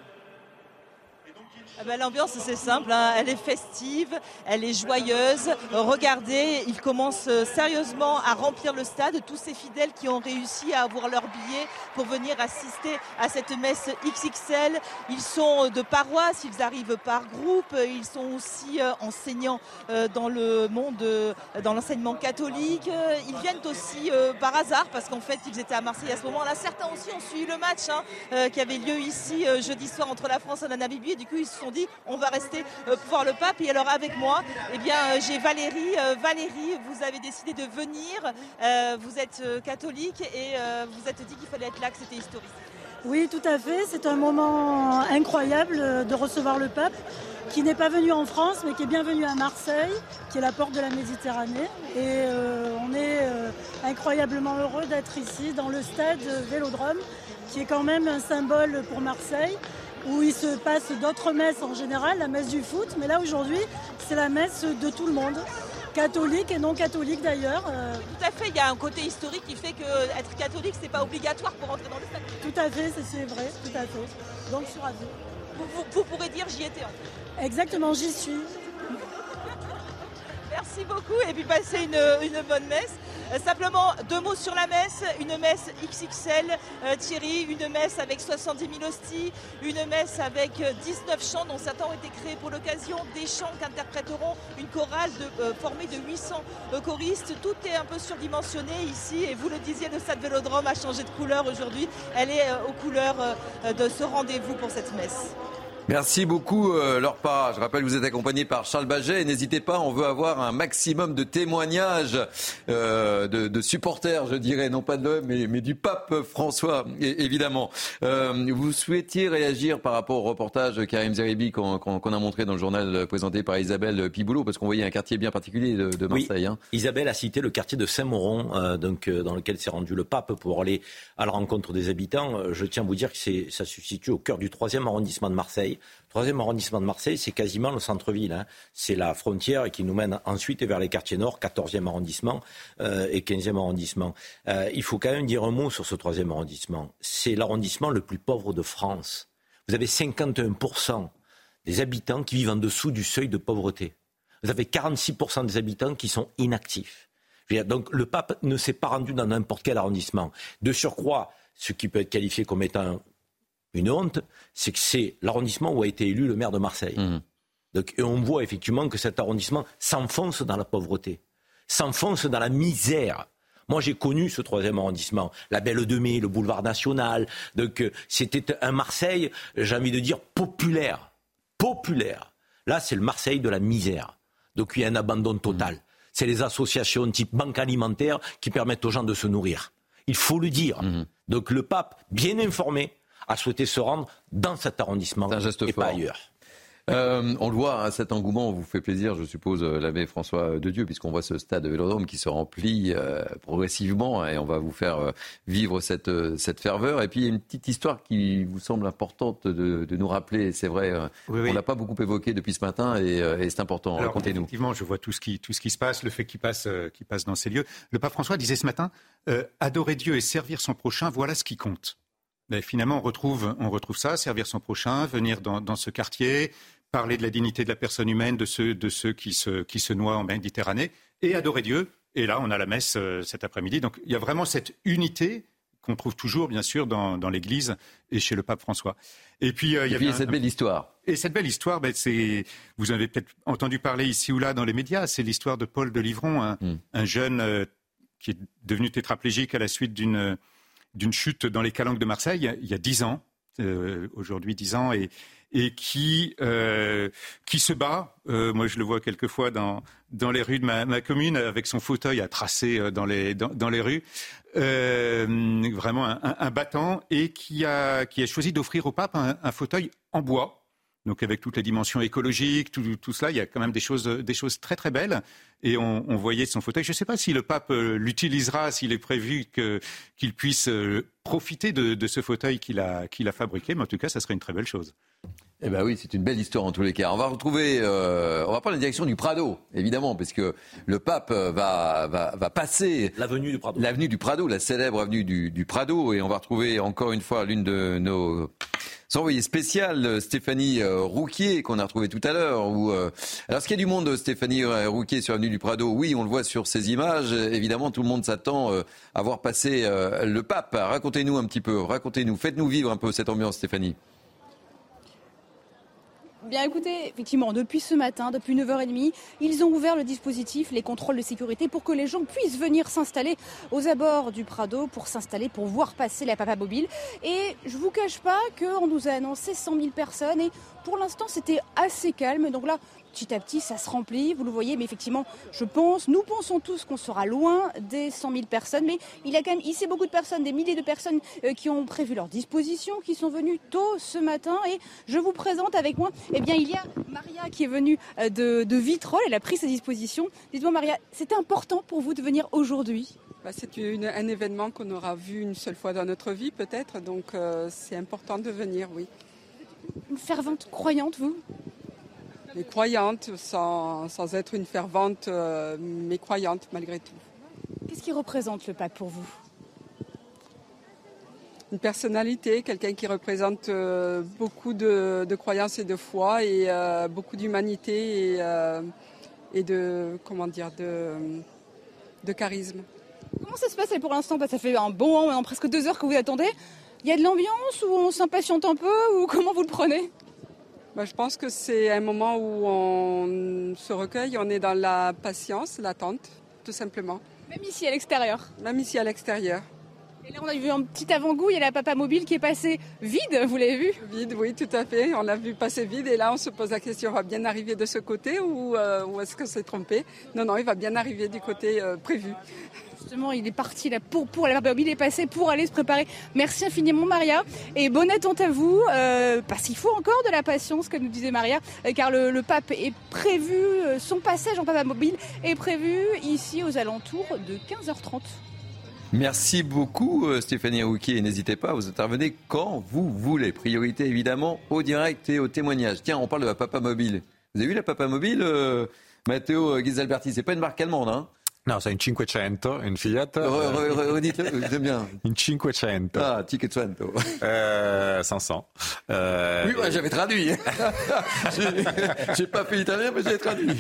Ah ben, l'ambiance, c'est simple, hein. Elle est festive, elle est joyeuse. Regardez, ils commencent sérieusement à remplir le stade. Tous ces fidèles qui ont réussi à avoir leur billet pour venir assister à cette messe X X L. Ils sont de paroisse, ils arrivent par groupe. Ils sont aussi enseignants dans le monde, dans l'enseignement catholique. Ils viennent aussi par hasard parce qu'en fait, ils étaient à Marseille à ce moment-là. Certains aussi ont suivi le match hein, qui avait lieu ici jeudi soir entre la France et la Namibie. Et du coup, ils se sont dit on va rester euh, pour voir le pape. Et alors avec moi, eh bien, euh, j'ai Valérie. Euh, Valérie, vous avez décidé de venir, euh, vous êtes euh, catholique et euh, vous êtes dit qu'il fallait être là, que c'était historique. Oui, tout à fait. C'est un moment incroyable de recevoir le pape, qui n'est pas venu en France, mais qui est bien venu à Marseille, qui est la porte de la Méditerranée. Et euh, on est euh, incroyablement heureux d'être ici, dans le stade Vélodrome, qui est quand même un symbole pour Marseille, où il se passe d'autres messes en général, la messe du foot. Mais là, aujourd'hui, c'est la messe de tout le monde. Catholique et non catholique d'ailleurs. Euh... Tout à fait, il y a un côté historique qui fait qu'être catholique, c'est pas obligatoire pour entrer dans le stade. Tout à fait, c'est vrai, tout à fait. Donc je suis ravie. Vous, vous, vous pourrez dire j'y étais en fait. Exactement, j'y suis. Merci beaucoup et puis passez une, une bonne messe. Euh, simplement deux mots sur la messe. Une messe X X L, euh, Thierry, une messe avec soixante-dix mille hosties, une messe avec dix-neuf chants dont certains ont été créés pour l'occasion, des chants qu'interpréteront une chorale de, euh, formée de huit cents euh, choristes. Tout est un peu surdimensionné ici et vous le disiez, le stade Vélodrome a changé de couleur aujourd'hui. Elle est euh, aux couleurs euh, de ce rendez-vous pour cette messe. Merci beaucoup, euh, Laure Parra. Je rappelle que vous êtes accompagné par Charles Baget. Et n'hésitez pas, on veut avoir un maximum de témoignages euh, de, de supporters, je dirais, non pas de l'O M, mais, mais du pape François, et, évidemment. Euh, vous souhaitiez réagir par rapport au reportage de Karim Zeribi qu'on, qu'on, qu'on a montré dans le journal présenté par Isabelle Piboulot, parce qu'on voyait un quartier bien particulier de, de Marseille. Oui, hein. Isabelle a cité le quartier de Saint-Mauron, euh, donc, euh, dans lequel s'est rendu le pape pour aller à la rencontre des habitants. Euh, je tiens à vous dire que c'est, ça se situe au cœur du troisième arrondissement de Marseille. Troisième arrondissement de Marseille, c'est quasiment le centre-ville. Hein. C'est la frontière qui nous mène ensuite vers les quartiers nord, quatorzième arrondissement euh, et quinzième arrondissement. Euh, il faut quand même dire un mot sur ce troisième arrondissement. C'est l'arrondissement le plus pauvre de France. Vous avez cinquante et un pour cent des habitants qui vivent en dessous du seuil de pauvreté. Vous avez quarante-six pour cent des habitants qui sont inactifs. Je veux dire, donc le pape ne s'est pas rendu dans n'importe quel arrondissement. De surcroît, ce qui peut être qualifié comme étant une honte, c'est que c'est l'arrondissement où a été élu le maire de Marseille. Mmh. Donc, et on voit effectivement que cet arrondissement s'enfonce dans la pauvreté, s'enfonce dans la misère. Moi, j'ai connu ce troisième arrondissement, la Belle de Mai, le boulevard National. Donc, euh, c'était un Marseille, j'ai envie de dire, populaire. Populaire. Là, c'est le Marseille de la misère. Donc, il y a un abandon total. Mmh. C'est les associations type banque alimentaire qui permettent aux gens de se nourrir. Il faut le dire. Mmh. Donc, le pape, bien informé, a souhaité se rendre dans cet arrondissement et fort. Pas ailleurs. Euh, on le voit, hein, cet engouement vous fait plaisir, je suppose, l'abbé François de Dieu, puisqu'on voit ce stade de Vélodrome qui se remplit euh, progressivement et on va vous faire euh, vivre cette, euh, cette ferveur. Et puis il y a une petite histoire qui vous semble importante de, de nous rappeler, c'est vrai, euh, oui, oui. on ne l'a pas beaucoup évoqué depuis ce matin et, euh, et c'est important. Alors, racontez-nous. Effectivement, je vois tout ce qui, tout ce qui se passe, le fait qu'il passe, euh, qu'il passe dans ces lieux. Le pape François disait ce matin, euh, adorer Dieu et servir son prochain, voilà ce qui compte. Ben, finalement, on retrouve, on retrouve ça, servir son prochain, venir dans, dans ce quartier, parler de la dignité de la personne humaine, de ceux, de ceux qui, se, qui se noient en Méditerranée, et adorer Dieu. Et là, on a la messe euh, cet après-midi. Donc, il y a vraiment cette unité qu'on trouve toujours, bien sûr, dans, dans l'Église et chez le pape François. Et puis, euh, il y, y a puis, cette un, belle histoire. Et cette belle histoire, ben, c'est, vous avez peut-être entendu parler ici ou là dans les médias, c'est l'histoire de Paul de Livron, un, mm. un jeune euh, qui est devenu tétraplégique à la suite d'une... d'une chute dans les calanques de Marseille, il y a dix ans, euh, aujourd'hui dix ans, et, et qui, euh, qui se bat. Euh, moi, je le vois quelquefois dans, dans les rues de ma, ma commune, avec son fauteuil à tracer dans les, dans, dans les rues. Euh, vraiment un, un, un battant, et qui a, qui a choisi d'offrir au pape un, un fauteuil en bois. Donc avec toutes les dimensions écologiques, tout, tout cela, il y a quand même des choses, des choses très très belles. Et on, on voyait son fauteuil. Je ne sais pas si le pape l'utilisera, s'il est prévu que, qu'il puisse profiter de, de ce fauteuil qu'il a, qu'il a fabriqué, mais en tout cas, ça serait une très belle chose. Eh ben oui, c'est une belle histoire en tous les cas. On va retrouver, euh, on va prendre la direction du Prado, évidemment, parce que le pape va, va, va passer l'avenue du Prado, l'avenue du Prado, la célèbre avenue du, du Prado, et on va retrouver encore une fois l'une de nos envoyées spéciales, Stéphanie Rouquier, qu'on a retrouvée tout à l'heure. Où, euh... alors, est-ce qu'il y a du monde, Stéphanie Rouquier, sur l'avenue du Prado? Oui, on le voit sur ces images. Évidemment, tout le monde s'attend euh, à voir passer euh, le pape. Racontez-nous un petit peu, racontez-nous, faites-nous vivre un peu cette ambiance, Stéphanie. Bien écoutez, effectivement, depuis ce matin, depuis neuf heures trente, ils ont ouvert le dispositif, les contrôles de sécurité pour que les gens puissent venir s'installer aux abords du Prado, pour s'installer, pour voir passer la Papamobile. Et je vous cache pas qu'on nous a annoncé cent mille personnes et Pour l'instant, c'était assez calme. Donc là, petit à petit, ça se remplit. Vous le voyez, mais effectivement, je pense, nous pensons tous qu'on sera loin des cent mille personnes. Mais il y a quand même ici beaucoup de personnes, des milliers de personnes euh, qui ont prévu leur disposition, qui sont venues tôt ce matin. Et je vous présente avec moi, eh bien, il y a Maria qui est venue euh, de, de Vitrolles. Elle a pris sa disposition. Dites-moi, Maria, c'était important pour vous de venir aujourd'hui ? Bah, c'est une, un événement qu'on aura vu une seule fois dans notre vie, peut-être. Donc, euh, c'est important de venir, oui. Une fervente croyante, vous ? Mais croyante, sans, sans être une fervente, euh, mais croyante malgré tout. Qu'est-ce qui représente le pape pour vous ? Une personnalité, quelqu'un qui représente euh, beaucoup de, de croyances et de foi et euh, beaucoup d'humanité et, euh, et de, comment dire, de, de charisme. Comment ça se passe pour l'instant ? Ça fait un bon moment, presque deux heures que vous attendez. Il y a de l'ambiance ou on s'impatiente un peu ou comment vous le prenez ? Bah, je pense que c'est un moment où on se recueille, on est dans la patience, l'attente, tout simplement. Même ici à l'extérieur ? Même ici à l'extérieur. Et là, on a vu un petit avant-goût, il y a la Papa Mobile qui est passée vide, vous l'avez vu ? Vide, oui, tout à fait. On l'a vu passer vide et là, on se pose la question, on va bien arriver de ce côté ou, euh, ou est-ce que c'est trompé ? Non, non, il va bien arriver du côté euh, prévu. Justement, il est parti là pour, pour la Papa Mobile, il est passé pour aller se préparer. Merci infiniment, Maria. Et bonne attente à vous, euh, parce qu'il faut encore de la patience, comme nous disait Maria, euh, car le, le pape est prévu, euh, son passage en Papa Mobile est prévu ici aux alentours de quinze heures trente. Merci beaucoup Stéphanie Rouquier et n'hésitez pas, vous intervenez quand vous voulez. Priorité évidemment au direct et au témoignage. Tiens, on parle de la Papa Mobile. Vous avez vu la Papa Mobile, euh, Matteo Ghisalberti, c'est pas une marque allemande, hein ? No, c'est une cinquecento, une Fiat. Redites-le, j'aime bien. Une cinquecento. Ah, cinquecento. Euh, cinq cents. Euh, oui, ouais, j'avais traduit. j'ai, j'ai pas fait italien, mais j'ai traduit.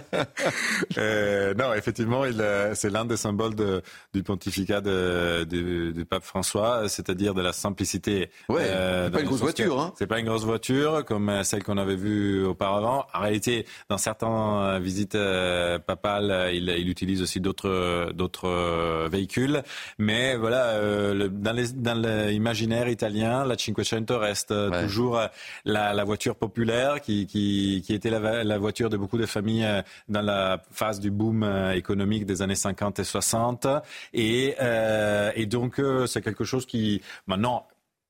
euh, non, effectivement, il, c'est l'un des symboles de, du pontificat de, de, du pape François, c'est-à-dire de la simplicité. Ouais, euh, c'est pas une grosse voiture. Hein. C'est pas une grosse voiture comme celle qu'on avait vue auparavant. En réalité, dans certaines visites euh, papales, il, il utilise aussi d'autres d'autres véhicules, mais voilà, euh, le, dans, les, dans l'imaginaire italien, la Cinquecento reste ouais. toujours la, la voiture populaire qui qui, qui était la, la voiture de beaucoup de familles dans la phase du boom économique des années cinquante et soixante, et euh, et donc c'est quelque chose qui maintenant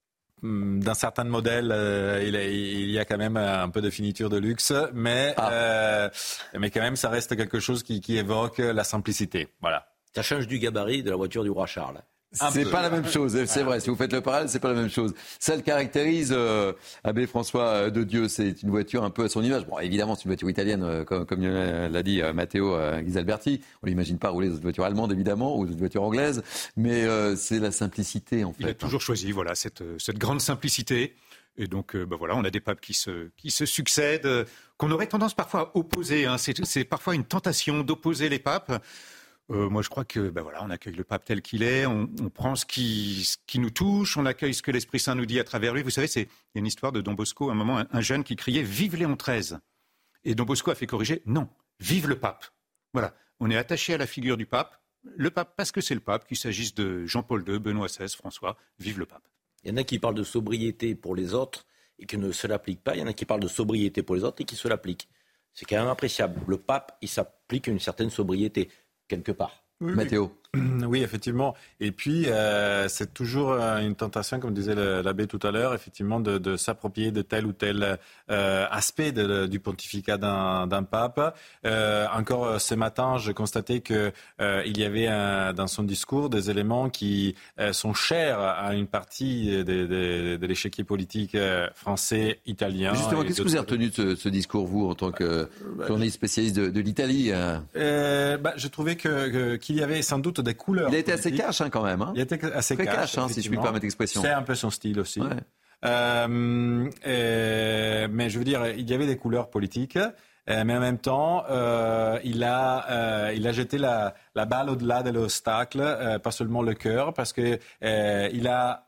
dans certains modèles, euh, il, il y a quand même un peu de finiture de luxe, mais, ah. euh, mais quand même, ça reste quelque chose qui, qui évoque la simplicité. Voilà. Ça change du gabarit de la voiture du roi Charles. Un c'est peu. Pas la même chose, c'est vrai. Si vous faites le parallèle, c'est pas la même chose. Ça le caractérise, euh, Abbé François de Dieu. C'est une voiture un peu à son image. Bon, évidemment, c'est une voiture italienne, euh, comme, comme l'a dit euh, Matteo euh, Ghisalberti. On l'imagine pas rouler dans une voiture allemande, évidemment, ou dans une voiture anglaise. Mais euh, c'est la simplicité, en fait. Il a toujours choisi, voilà, cette, cette grande simplicité. Et donc, euh, bah voilà, on a des papes qui se, qui se succèdent, euh, qu'on aurait tendance parfois à opposer. Hein. C'est, c'est parfois une tentation d'opposer les papes. Euh, moi, je crois que, ben voilà, on accueille le pape tel qu'il est, on, on prend ce qui, ce qui nous touche, on accueille ce que l'Esprit Saint nous dit à travers lui. Vous savez, c'est il y a une histoire de Don Bosco, à un moment, un, un jeune qui criait « Vive Léon treize !» Et Don Bosco a fait corriger « Non, vive le pape !» Voilà, on est attaché à la figure du pape, le pape parce que c'est le pape, qu'il s'agisse de Jean-Paul deux, Benoît seize, François, vive le pape. Il y en a qui parlent de sobriété pour les autres et qui ne se l'appliquent pas, il y en a qui parlent de sobriété pour les autres et qui se l'appliquent. C'est quand même appréciable. Le pape, il s'applique une certaine sobriété, quelque part. Oui, Mathéo. Oui, effectivement. Et puis, euh, c'est toujours une tentation, comme disait l'abbé tout à l'heure, effectivement, de, de s'approprier de tel ou tel euh, aspect de, du pontificat d'un, d'un pape. Euh, encore ce matin, je constatais qu'il euh, y avait un, dans son discours des éléments qui euh, sont chers à une partie de, de, de l'échiquier politique français, italien. Justement, qu'est-ce que vous avez retenu de ce, ce discours, vous, en tant que journaliste spécialiste de, de l'Italie hein euh, bah, Je trouvais que, que, qu'il y avait sans doute des couleurs. Il a été assez cash hein, quand même. Hein. Il a été assez Très cash, cash hein, si je puis me permettre l'expression. C'est un peu son style aussi. Ouais. Euh, euh, mais je veux dire, il y avait des couleurs politiques, euh, mais en même temps, euh, il, a, euh, il a jeté la, la balle au-delà de l'obstacle, euh, pas seulement le cœur, parce que euh, il a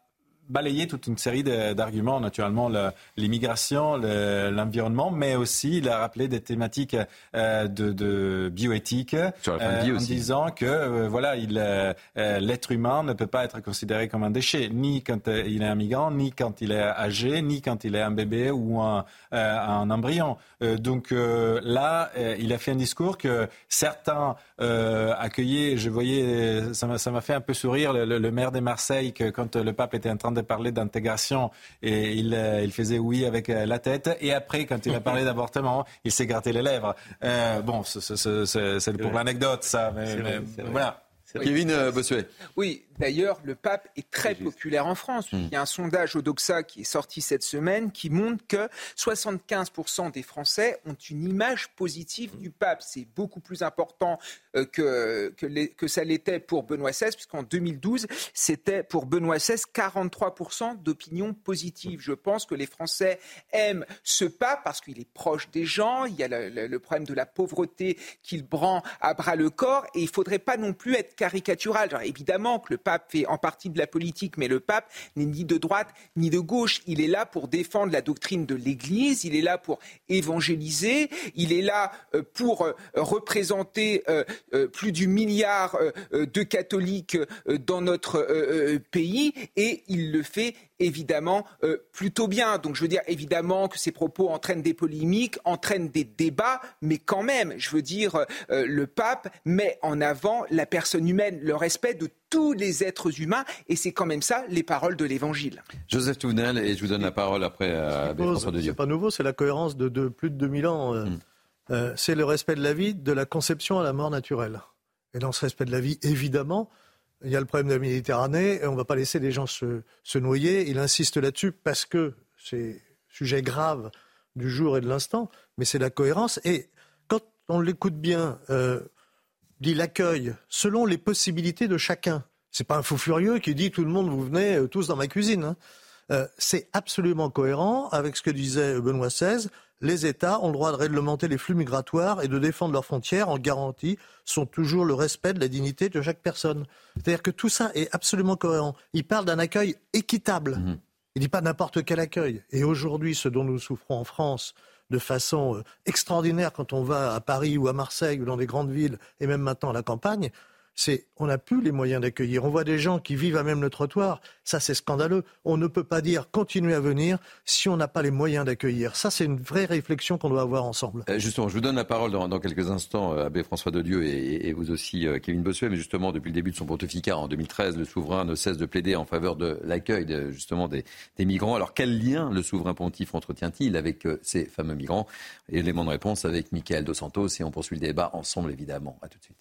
balayé toute une série de, d'arguments, naturellement le, l'immigration, le, l'environnement, mais aussi il a rappelé des thématiques euh, de, de bioéthique, Sur la fin de vie euh, en aussi. disant que euh, voilà, il, euh, l'être humain ne peut pas être considéré comme un déchet, ni quand euh, il est un migrant, ni quand il est âgé, ni quand il est un bébé ou un, euh, un embryon. Euh, donc euh, là, euh, il a fait un discours que certains euh, accueillaient. Je voyais, ça m'a, ça m'a fait un peu sourire le, le, le maire de Marseille, que quand le pape était en train de parler d'intégration, et il, euh, il faisait oui avec euh, la tête, et après, quand il a parlé d'avortement, il s'est gratté les lèvres. Euh, bon, c'est, c'est, c'est, c'est pour l'anecdote, ça, mais, C'est vrai, mais c'est vrai. voilà. Kevin euh, Bossuet. Oui, d'ailleurs, le pape est très populaire en France. Il y a un sondage Odoxa qui est sorti cette semaine qui montre que soixante-quinze pour cent des Français ont une image positive du pape. C'est beaucoup plus important euh, que, que, les, que ça l'était pour Benoît seize, puisqu'en deux mille douze, c'était pour Benoît seize quarante-trois pour cent d'opinion positive. Je pense que les Français aiment ce pape parce qu'il est proche des gens. Il y a le, le, le problème de la pauvreté qu'il brand à bras le corps, et il ne faudrait pas non plus être caricatural. Genre, évidemment que le pape fait en partie de la politique, mais le pape n'est ni de droite ni de gauche. Il est là pour défendre la doctrine de l'Église, il est là pour évangéliser, il est là euh, pour euh, représenter euh, euh, plus du milliard euh, de catholiques euh, dans notre euh, pays, et il le fait évidemment euh, plutôt bien. Donc je veux dire évidemment que ces propos entraînent des polémiques, entraînent des débats, mais quand même, je veux dire, euh, le pape met en avant la personne humaine, le respect de tous les êtres humains, et c'est quand même ça les paroles de l'Évangile. Joseph Touvenel, et je vous donne la parole après à François de Dieu. C'est pas nouveau, c'est la cohérence de, de plus de deux mille ans. Euh, mm. euh, c'est le respect de la vie, de la conception à la mort naturelle. Et dans ce respect de la vie, évidemment, il y a le problème de la Méditerranée, et on ne va pas laisser les gens se, se noyer. Il insiste là-dessus parce que c'est sujet grave du jour et de l'instant, mais c'est la cohérence. Et quand on l'écoute bien, euh, dit l'accueil selon les possibilités de chacun. C'est pas un fou furieux qui dit tout le monde, vous venez euh, tous dans ma cuisine. Hein. Euh, c'est absolument cohérent avec ce que disait Benoît seize. Les États ont le droit de réglementer les flux migratoires et de défendre leurs frontières en garantie sont toujours le respect de la dignité de chaque personne. C'est-à-dire que tout ça est absolument cohérent. Il parle d'un accueil équitable. Mmh. Il ne dit pas n'importe quel accueil. Et aujourd'hui, ce dont nous souffrons en France de façon extraordinaire quand on va à Paris ou à Marseille ou dans des grandes villes et même maintenant à la campagne, c'est on n'a plus les moyens d'accueillir. On voit des gens qui vivent à même le trottoir. Ça, c'est scandaleux. On ne peut pas dire continuez à venir si on n'a pas les moyens d'accueillir. Ça, c'est une vraie réflexion qu'on doit avoir ensemble. Euh, justement, je vous donne la parole dans, dans quelques instants, euh, Abbé François de Dieu, et, et vous aussi, euh, Kevin Bossuet. Mais justement, depuis le début de son pontificat en deux mille treize, le souverain ne cesse de plaider en faveur de l'accueil de, justement des, des migrants. Alors, quel lien le souverain pontife entretient-il avec euh, ces fameux migrants? Élément de réponse avec Mickaël Dos Santos, et on poursuit le débat ensemble, évidemment. À tout de suite.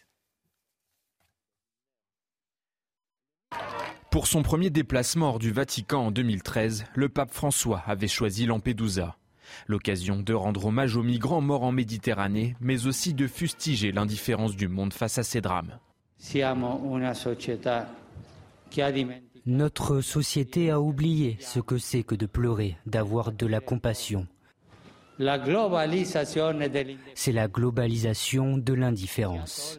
Pour son premier déplacement hors du Vatican en deux mille treize, le pape François avait choisi Lampedusa. L'occasion de rendre hommage aux migrants morts en Méditerranée, mais aussi de fustiger l'indifférence du monde face à ces drames. Notre société a oublié ce que c'est que de pleurer, d'avoir de la compassion. C'est la globalisation de l'indifférence.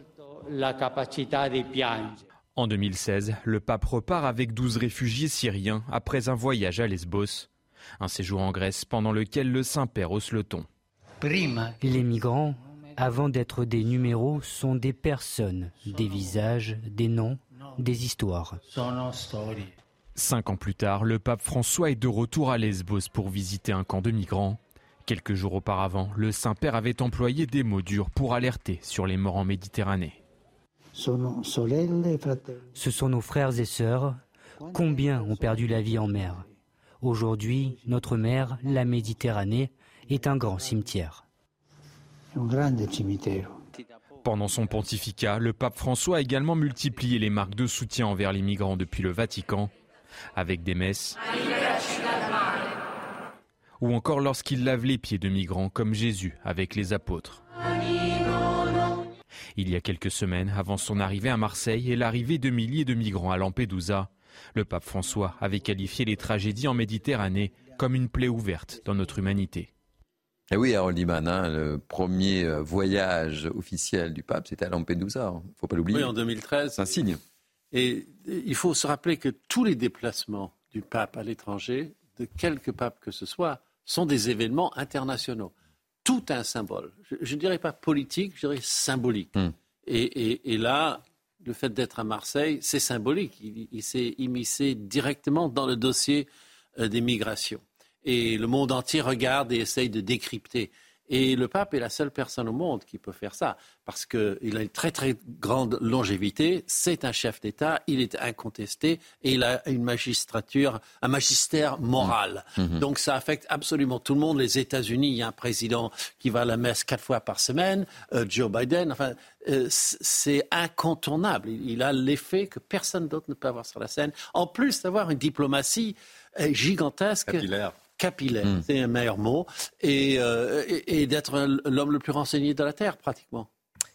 En deux mille seize, le pape repart avec douze réfugiés syriens après un voyage à Lesbos. Un séjour en Grèce pendant lequel le Saint-Père hausse le ton. Les migrants, avant d'être des numéros, sont des personnes, des visages, des noms, des histoires. Cinq ans plus tard, le pape François est de retour à Lesbos pour visiter un camp de migrants. Quelques jours auparavant, le Saint-Père avait employé des mots durs pour alerter sur les morts en Méditerranée. Ce sont nos frères et sœurs. Combien ont perdu la vie en mer? Aujourd'hui, notre mer, la Méditerranée, est un grand cimetière. Pendant son pontificat, le pape François a également multiplié les marques de soutien envers les migrants depuis le Vatican, avec des messes, ou encore lorsqu'il lave les pieds de migrants comme Jésus avec les apôtres. Il y a quelques semaines, avant son arrivée à Marseille et l'arrivée de milliers de migrants à Lampedusa, le pape François avait qualifié les tragédies en Méditerranée comme une plaie ouverte dans notre humanité. Et oui, Harold Iman, hein, le premier voyage officiel du pape, c'était à Lampedusa. Il ne faut pas l'oublier. Oui, en deux mille treize. C'est un signe. Et il faut se rappeler que tous les déplacements du pape à l'étranger, de quelque pape que ce soit, sont des événements internationaux. Tout un symbole. Je ne dirais pas politique, je dirais symbolique. Mm. Et, et, et là, le fait d'être à Marseille, c'est symbolique. Il, il s'est immiscé directement dans le dossier euh, des migrations. Et le monde entier regarde et essaye de décrypter. Et le pape est la seule personne au monde qui peut faire ça, parce qu'il a une très très grande longévité, c'est un chef d'État, il est incontesté et il a une magistrature, un magistère moral. Mmh. Donc ça affecte absolument tout le monde. Les États-Unis, il y a un président qui va à la messe quatre fois par semaine, euh, Joe Biden, enfin, euh, c'est incontournable. Il a l'effet que personne d'autre ne peut avoir sur la scène, en plus d'avoir une diplomatie euh, gigantesque. Capillaire. Capillaire, mmh. c'est un meilleur mot, et, euh, et, et d'être l'homme le plus renseigné de la Terre, pratiquement.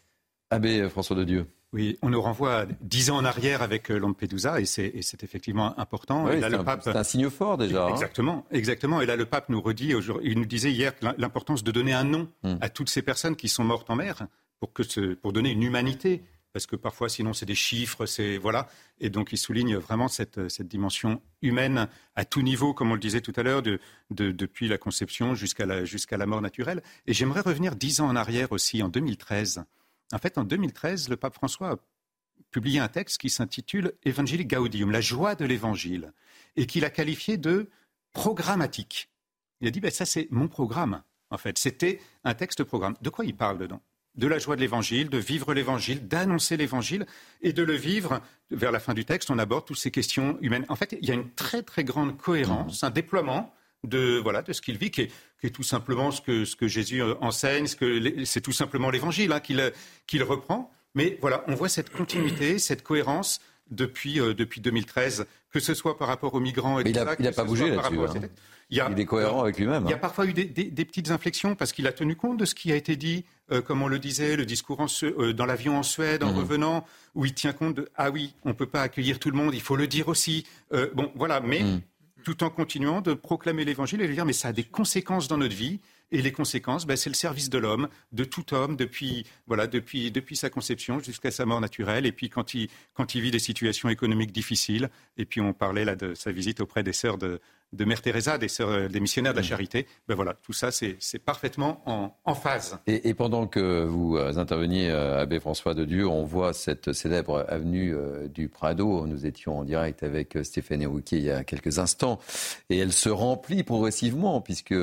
Abbé François de Dieu. Oui, on nous renvoie dix ans en arrière avec Lampedusa, et c'est, et c'est effectivement important. Oui, et là, c'est, le un, pape... c'est un signe fort déjà. Exactement, hein. exactement. Et là, le pape nous redit, il nous disait hier l'importance de donner un nom mmh. à toutes ces personnes qui sont mortes en mer, pour, que ce, pour donner une humanité. Parce que parfois, sinon, c'est des chiffres, c'est voilà. Et donc, il souligne vraiment cette, cette dimension humaine à tout niveau, comme on le disait tout à l'heure, de, de, depuis la conception jusqu'à la, jusqu'à la mort naturelle. Et j'aimerais revenir dix ans en arrière aussi, en deux mille treize. En fait, en deux mille treize, le pape François a publié un texte qui s'intitule « Evangelii Gaudium », la joie de l'Évangile, et qu'il a qualifié de programmatique. Il a dit ben, « ça, c'est mon programme ». En fait, c'était un texte programme. De quoi il parle dedans ? De la joie de l'Évangile, de vivre l'Évangile, d'annoncer l'Évangile et de le vivre. Vers la fin du texte, on aborde toutes ces questions humaines. En fait, il y a une très très grande cohérence, un déploiement de voilà de ce qu'il vit, qui est, qui est tout simplement ce que ce que Jésus enseigne, ce que c'est tout simplement l'Évangile hein, qu'il qu'il reprend. Mais voilà, on voit cette continuité, cette cohérence depuis euh, depuis deux mille treize, que ce soit par rapport aux migrants et Mais tout il a, ça, il n'a pas bougé là-dessus. Hein. Il, y a, il est cohérent avec lui-même. Il y a hein. parfois eu des, des, des petites inflexions parce qu'il a tenu compte de ce qui a été dit, euh, comme on le disait, le discours en, euh, dans l'avion en Suède, en mmh. revenant, où il tient compte de « Ah oui, on ne peut pas accueillir tout le monde, il faut le dire aussi euh, ». Bon, voilà, mais mmh. tout en continuant de proclamer l'Évangile et de dire « Mais ça a des conséquences dans notre vie ». Et les conséquences, ben, c'est le service de l'homme, de tout homme, depuis, voilà, depuis, depuis sa conception jusqu'à sa mort naturelle. Et puis quand il, quand il vit des situations économiques difficiles, et puis on parlait là de sa visite auprès des sœurs de, de Mère Teresa, des, sœurs, des missionnaires de la charité, ben voilà, tout ça, c'est, c'est parfaitement en, en phase. Et, et pendant que vous interveniez, Abbé François de Dieu, on voit cette célèbre avenue du Prado. Nous étions en direct avec Stéphane Rouquier il y a quelques instants. Et elle se remplit progressivement, puisque...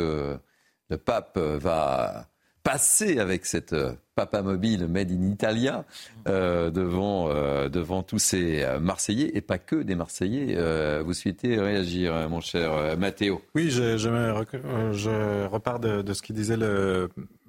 Le pape va passer avec cette papa mobile made in Italia euh, devant, euh, devant tous ces Marseillais, et pas que des Marseillais. Euh, vous souhaitez réagir, mon cher Matteo ? Oui, je, je, me, je repars de, de ce qu'il disait le,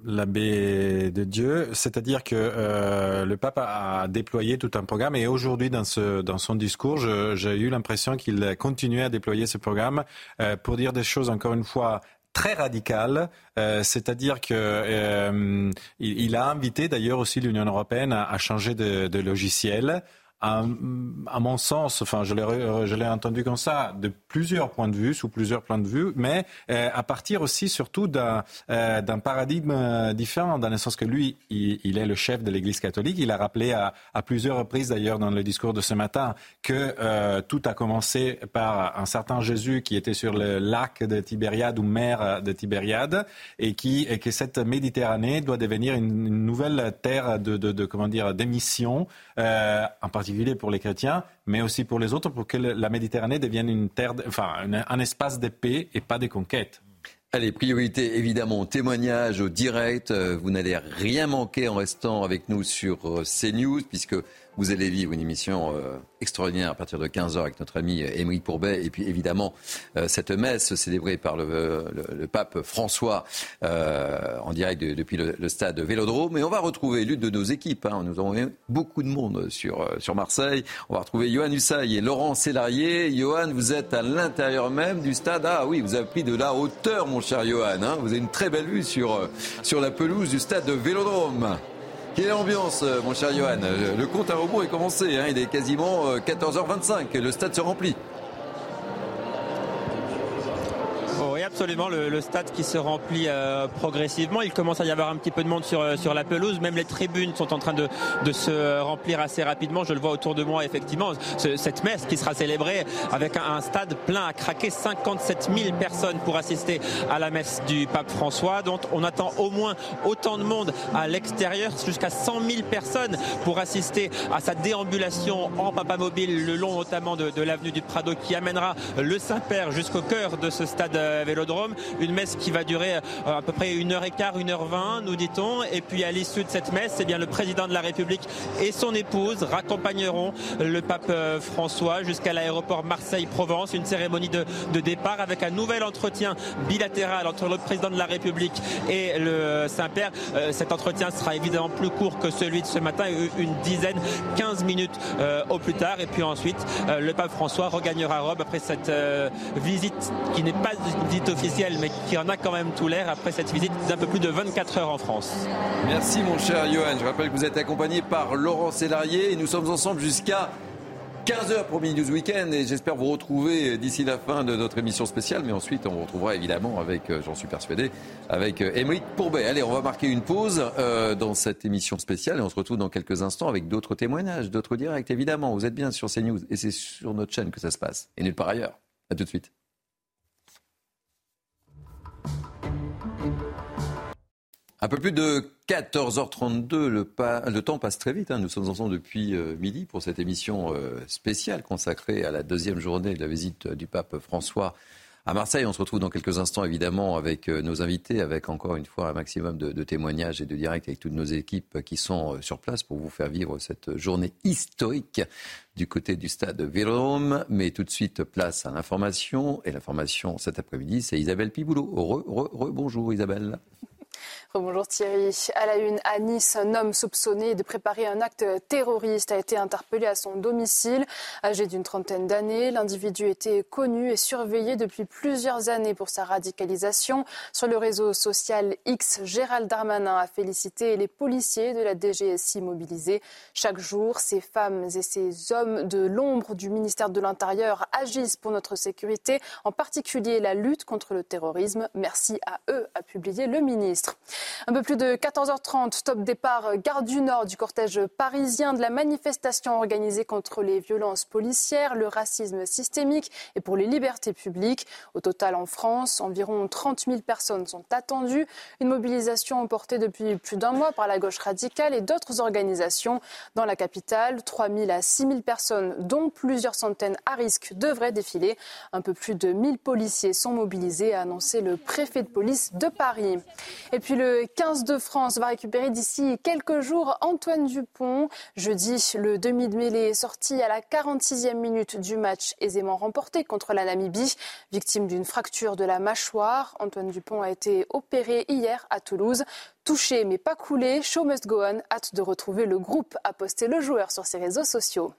l'abbé de Dieu, c'est-à-dire que euh, le pape a déployé tout un programme, et aujourd'hui, dans, ce, dans son discours, je, j'ai eu l'impression qu'il continuait à déployer ce programme euh, pour dire des choses, encore une fois, très radical, euh, c'est-à-dire que euh, il, il a invité d'ailleurs aussi l'Union européenne à, à changer de, de logiciel. À, à mon sens, enfin, je l'ai, je l'ai entendu comme ça, de plusieurs points de vue, sous plusieurs points de vue, mais euh, à partir aussi surtout d'un, euh, d'un paradigme différent, dans le sens que lui, il, il est le chef de l'Église catholique. Il a rappelé à, à plusieurs reprises, d'ailleurs, dans le discours de ce matin, que euh, tout a commencé par un certain Jésus qui était sur le lac de Tibériade ou mer de Tibériade, et qui, et que cette Méditerranée doit devenir une, une nouvelle terre de, de, de comment dire, d'émission, euh, en particulier pour les chrétiens, mais aussi pour les autres, pour que la Méditerranée devienne une terre, de, enfin, un, un espace de paix et pas de conquête. Allez, priorité évidemment, témoignage au direct. Vous n'allez rien manquer en restant avec nous sur CNews, puisque vous allez vivre une émission euh, extraordinaire à partir de quinze heures avec notre ami Émeric Pourbet. Et puis évidemment, euh, cette messe célébrée par le, le, le pape François euh, en direct de, depuis le, le stade Vélodrome. Et on va retrouver l'une de nos équipes. Hein. Nous avons eu beaucoup de monde sur, sur Marseille. On va retrouver Johan Usaï et Laurent Sélarié. Johan, vous êtes à l'intérieur même du stade. Ah oui, vous avez pris de la hauteur, mon cher Johan. Hein. Vous avez une très belle vue sur, sur la pelouse du stade Vélodrome. Quelle ambiance, mon cher Johan. Le compte à rebours est commencé, hein. Il est quasiment quatorze heures vingt-cinq, le stade se remplit. Oui, absolument. Le, le stade qui se remplit euh, progressivement. Il commence à y avoir un petit peu de monde sur, sur la pelouse. Même les tribunes sont en train de, de se remplir assez rapidement. Je le vois autour de moi, effectivement. Ce, cette messe qui sera célébrée avec un, un stade plein à craquer. cinquante-sept mille personnes pour assister à la messe du pape François. Donc on attend au moins autant de monde à l'extérieur, jusqu'à cent mille personnes pour assister à sa déambulation en papamobile le long notamment de, de l'avenue du Prado qui amènera le Saint-Père jusqu'au cœur de ce stade Vélodrome. Une messe qui va durer à peu près une heure et quart, une heure vingt, nous dit-on. Et puis à l'issue de cette messe, eh bien, le président de la République et son épouse raccompagneront le pape François jusqu'à l'aéroport Marseille-Provence. Une cérémonie de, de départ avec un nouvel entretien bilatéral entre le président de la République et le Saint-Père. Euh, cet entretien sera évidemment plus court que celui de ce matin, une dizaine, quinze minutes euh, au plus tard. Et puis ensuite, euh, le pape François regagnera Rome après cette euh, visite qui n'est pas une visite officielle, mais qui en a quand même tout l'air après cette visite d'un peu plus de vingt-quatre heures en France. Merci mon cher Johan. Je rappelle que vous êtes accompagné par Laurent Sélarié et nous sommes ensemble jusqu'à quinze heures pour Midi News Weekend et j'espère vous retrouver d'ici la fin de notre émission spéciale. Mais ensuite, on vous retrouvera évidemment avec, j'en suis persuadé, avec Aymeric Pourbet. Allez, on va marquer une pause euh, dans cette émission spéciale et on se retrouve dans quelques instants avec d'autres témoignages, d'autres directs évidemment. Vous êtes bien sur CNews et c'est sur notre chaîne que ça se passe et nulle part ailleurs. À tout de suite. Un peu plus de quatorze heures trente-deux, le, pa- le temps passe très vite. Hein. Nous sommes ensemble depuis euh, midi pour cette émission euh, spéciale consacrée à la deuxième journée de la visite du pape François à Marseille. On se retrouve dans quelques instants évidemment avec euh, nos invités, avec encore une fois un maximum de, de témoignages et de directs avec toutes nos équipes qui sont euh, sur place pour vous faire vivre cette journée historique du côté du stade Vélodrome. Mais tout de suite, place à l'information. Et l'information cet après-midi, c'est Isabelle Piboulot. Re, re, re, bonjour Isabelle. Bonjour Thierry. À la une, à Nice, un homme soupçonné de préparer un acte terroriste a été interpellé à son domicile. Âgé d'une trentaine d'années, l'individu était connu et surveillé depuis plusieurs années pour sa radicalisation. Sur le réseau social X, Gérald Darmanin a félicité les policiers de la D G S I mobilisés. Chaque jour, ces femmes et ces hommes de l'ombre du ministère de l'Intérieur agissent pour notre sécurité, en particulier la lutte contre le terrorisme. Merci à eux, a publié le ministre. Un peu plus de quatorze heures trente, top départ gare du Nord du cortège parisien de la manifestation organisée contre les violences policières, le racisme systémique et pour les libertés publiques. Au total en France, environ trente mille personnes sont attendues. Une mobilisation portée depuis plus d'un mois par la gauche radicale et d'autres organisations. Dans la capitale, trois mille à six mille personnes, dont plusieurs centaines à risque, devraient défiler. Un peu plus de mille policiers sont mobilisés, a annoncé le préfet de police de Paris. Et puis le quinze de France va récupérer d'ici quelques jours Antoine Dupont. Jeudi, le demi de mêlée est sorti à la quarante-sixième minute du match aisément remporté contre la Namibie. Victime d'une fracture de la mâchoire, Antoine Dupont a été opéré hier à Toulouse. Touché mais pas coulé, show must go on. Hâte de retrouver le groupe, a posté le joueur sur ses réseaux sociaux.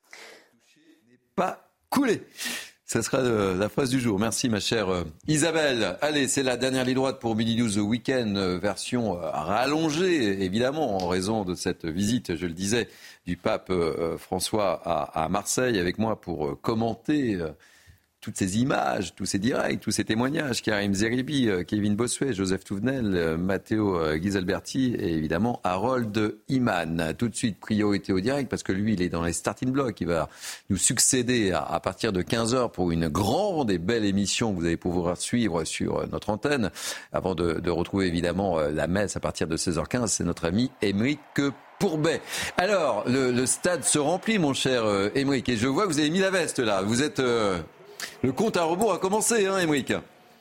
Touché mais pas coulé. Ça sera la phrase du jour. Merci ma chère Isabelle. Allez, c'est la dernière ligne droite pour Midi News Weekend, version rallongée, évidemment, en raison de cette visite, je le disais, du pape François à Marseille, avec moi pour commenter toutes ces images, tous ces directs, tous ces témoignages. Karim Zeribi, Kevin Bossuet, Joseph Touvenel, Matteo Ghisalberti et évidemment Harold Iman. Tout de suite, priorité au direct parce que lui, il est dans les starting blocks. Il va nous succéder à, à partir de quinze heures pour une grande et belle émission que vous allez pouvoir suivre sur notre antenne. Avant de, de retrouver évidemment la messe à partir de seize heures quinze, c'est notre ami Aymeric Pourbet. Alors, le, le stade se remplit, mon cher Aymeric. Et je vois que vous avez mis la veste là. Vous êtes... Euh, Le compte à rebours a commencé, hein, Aymeric ?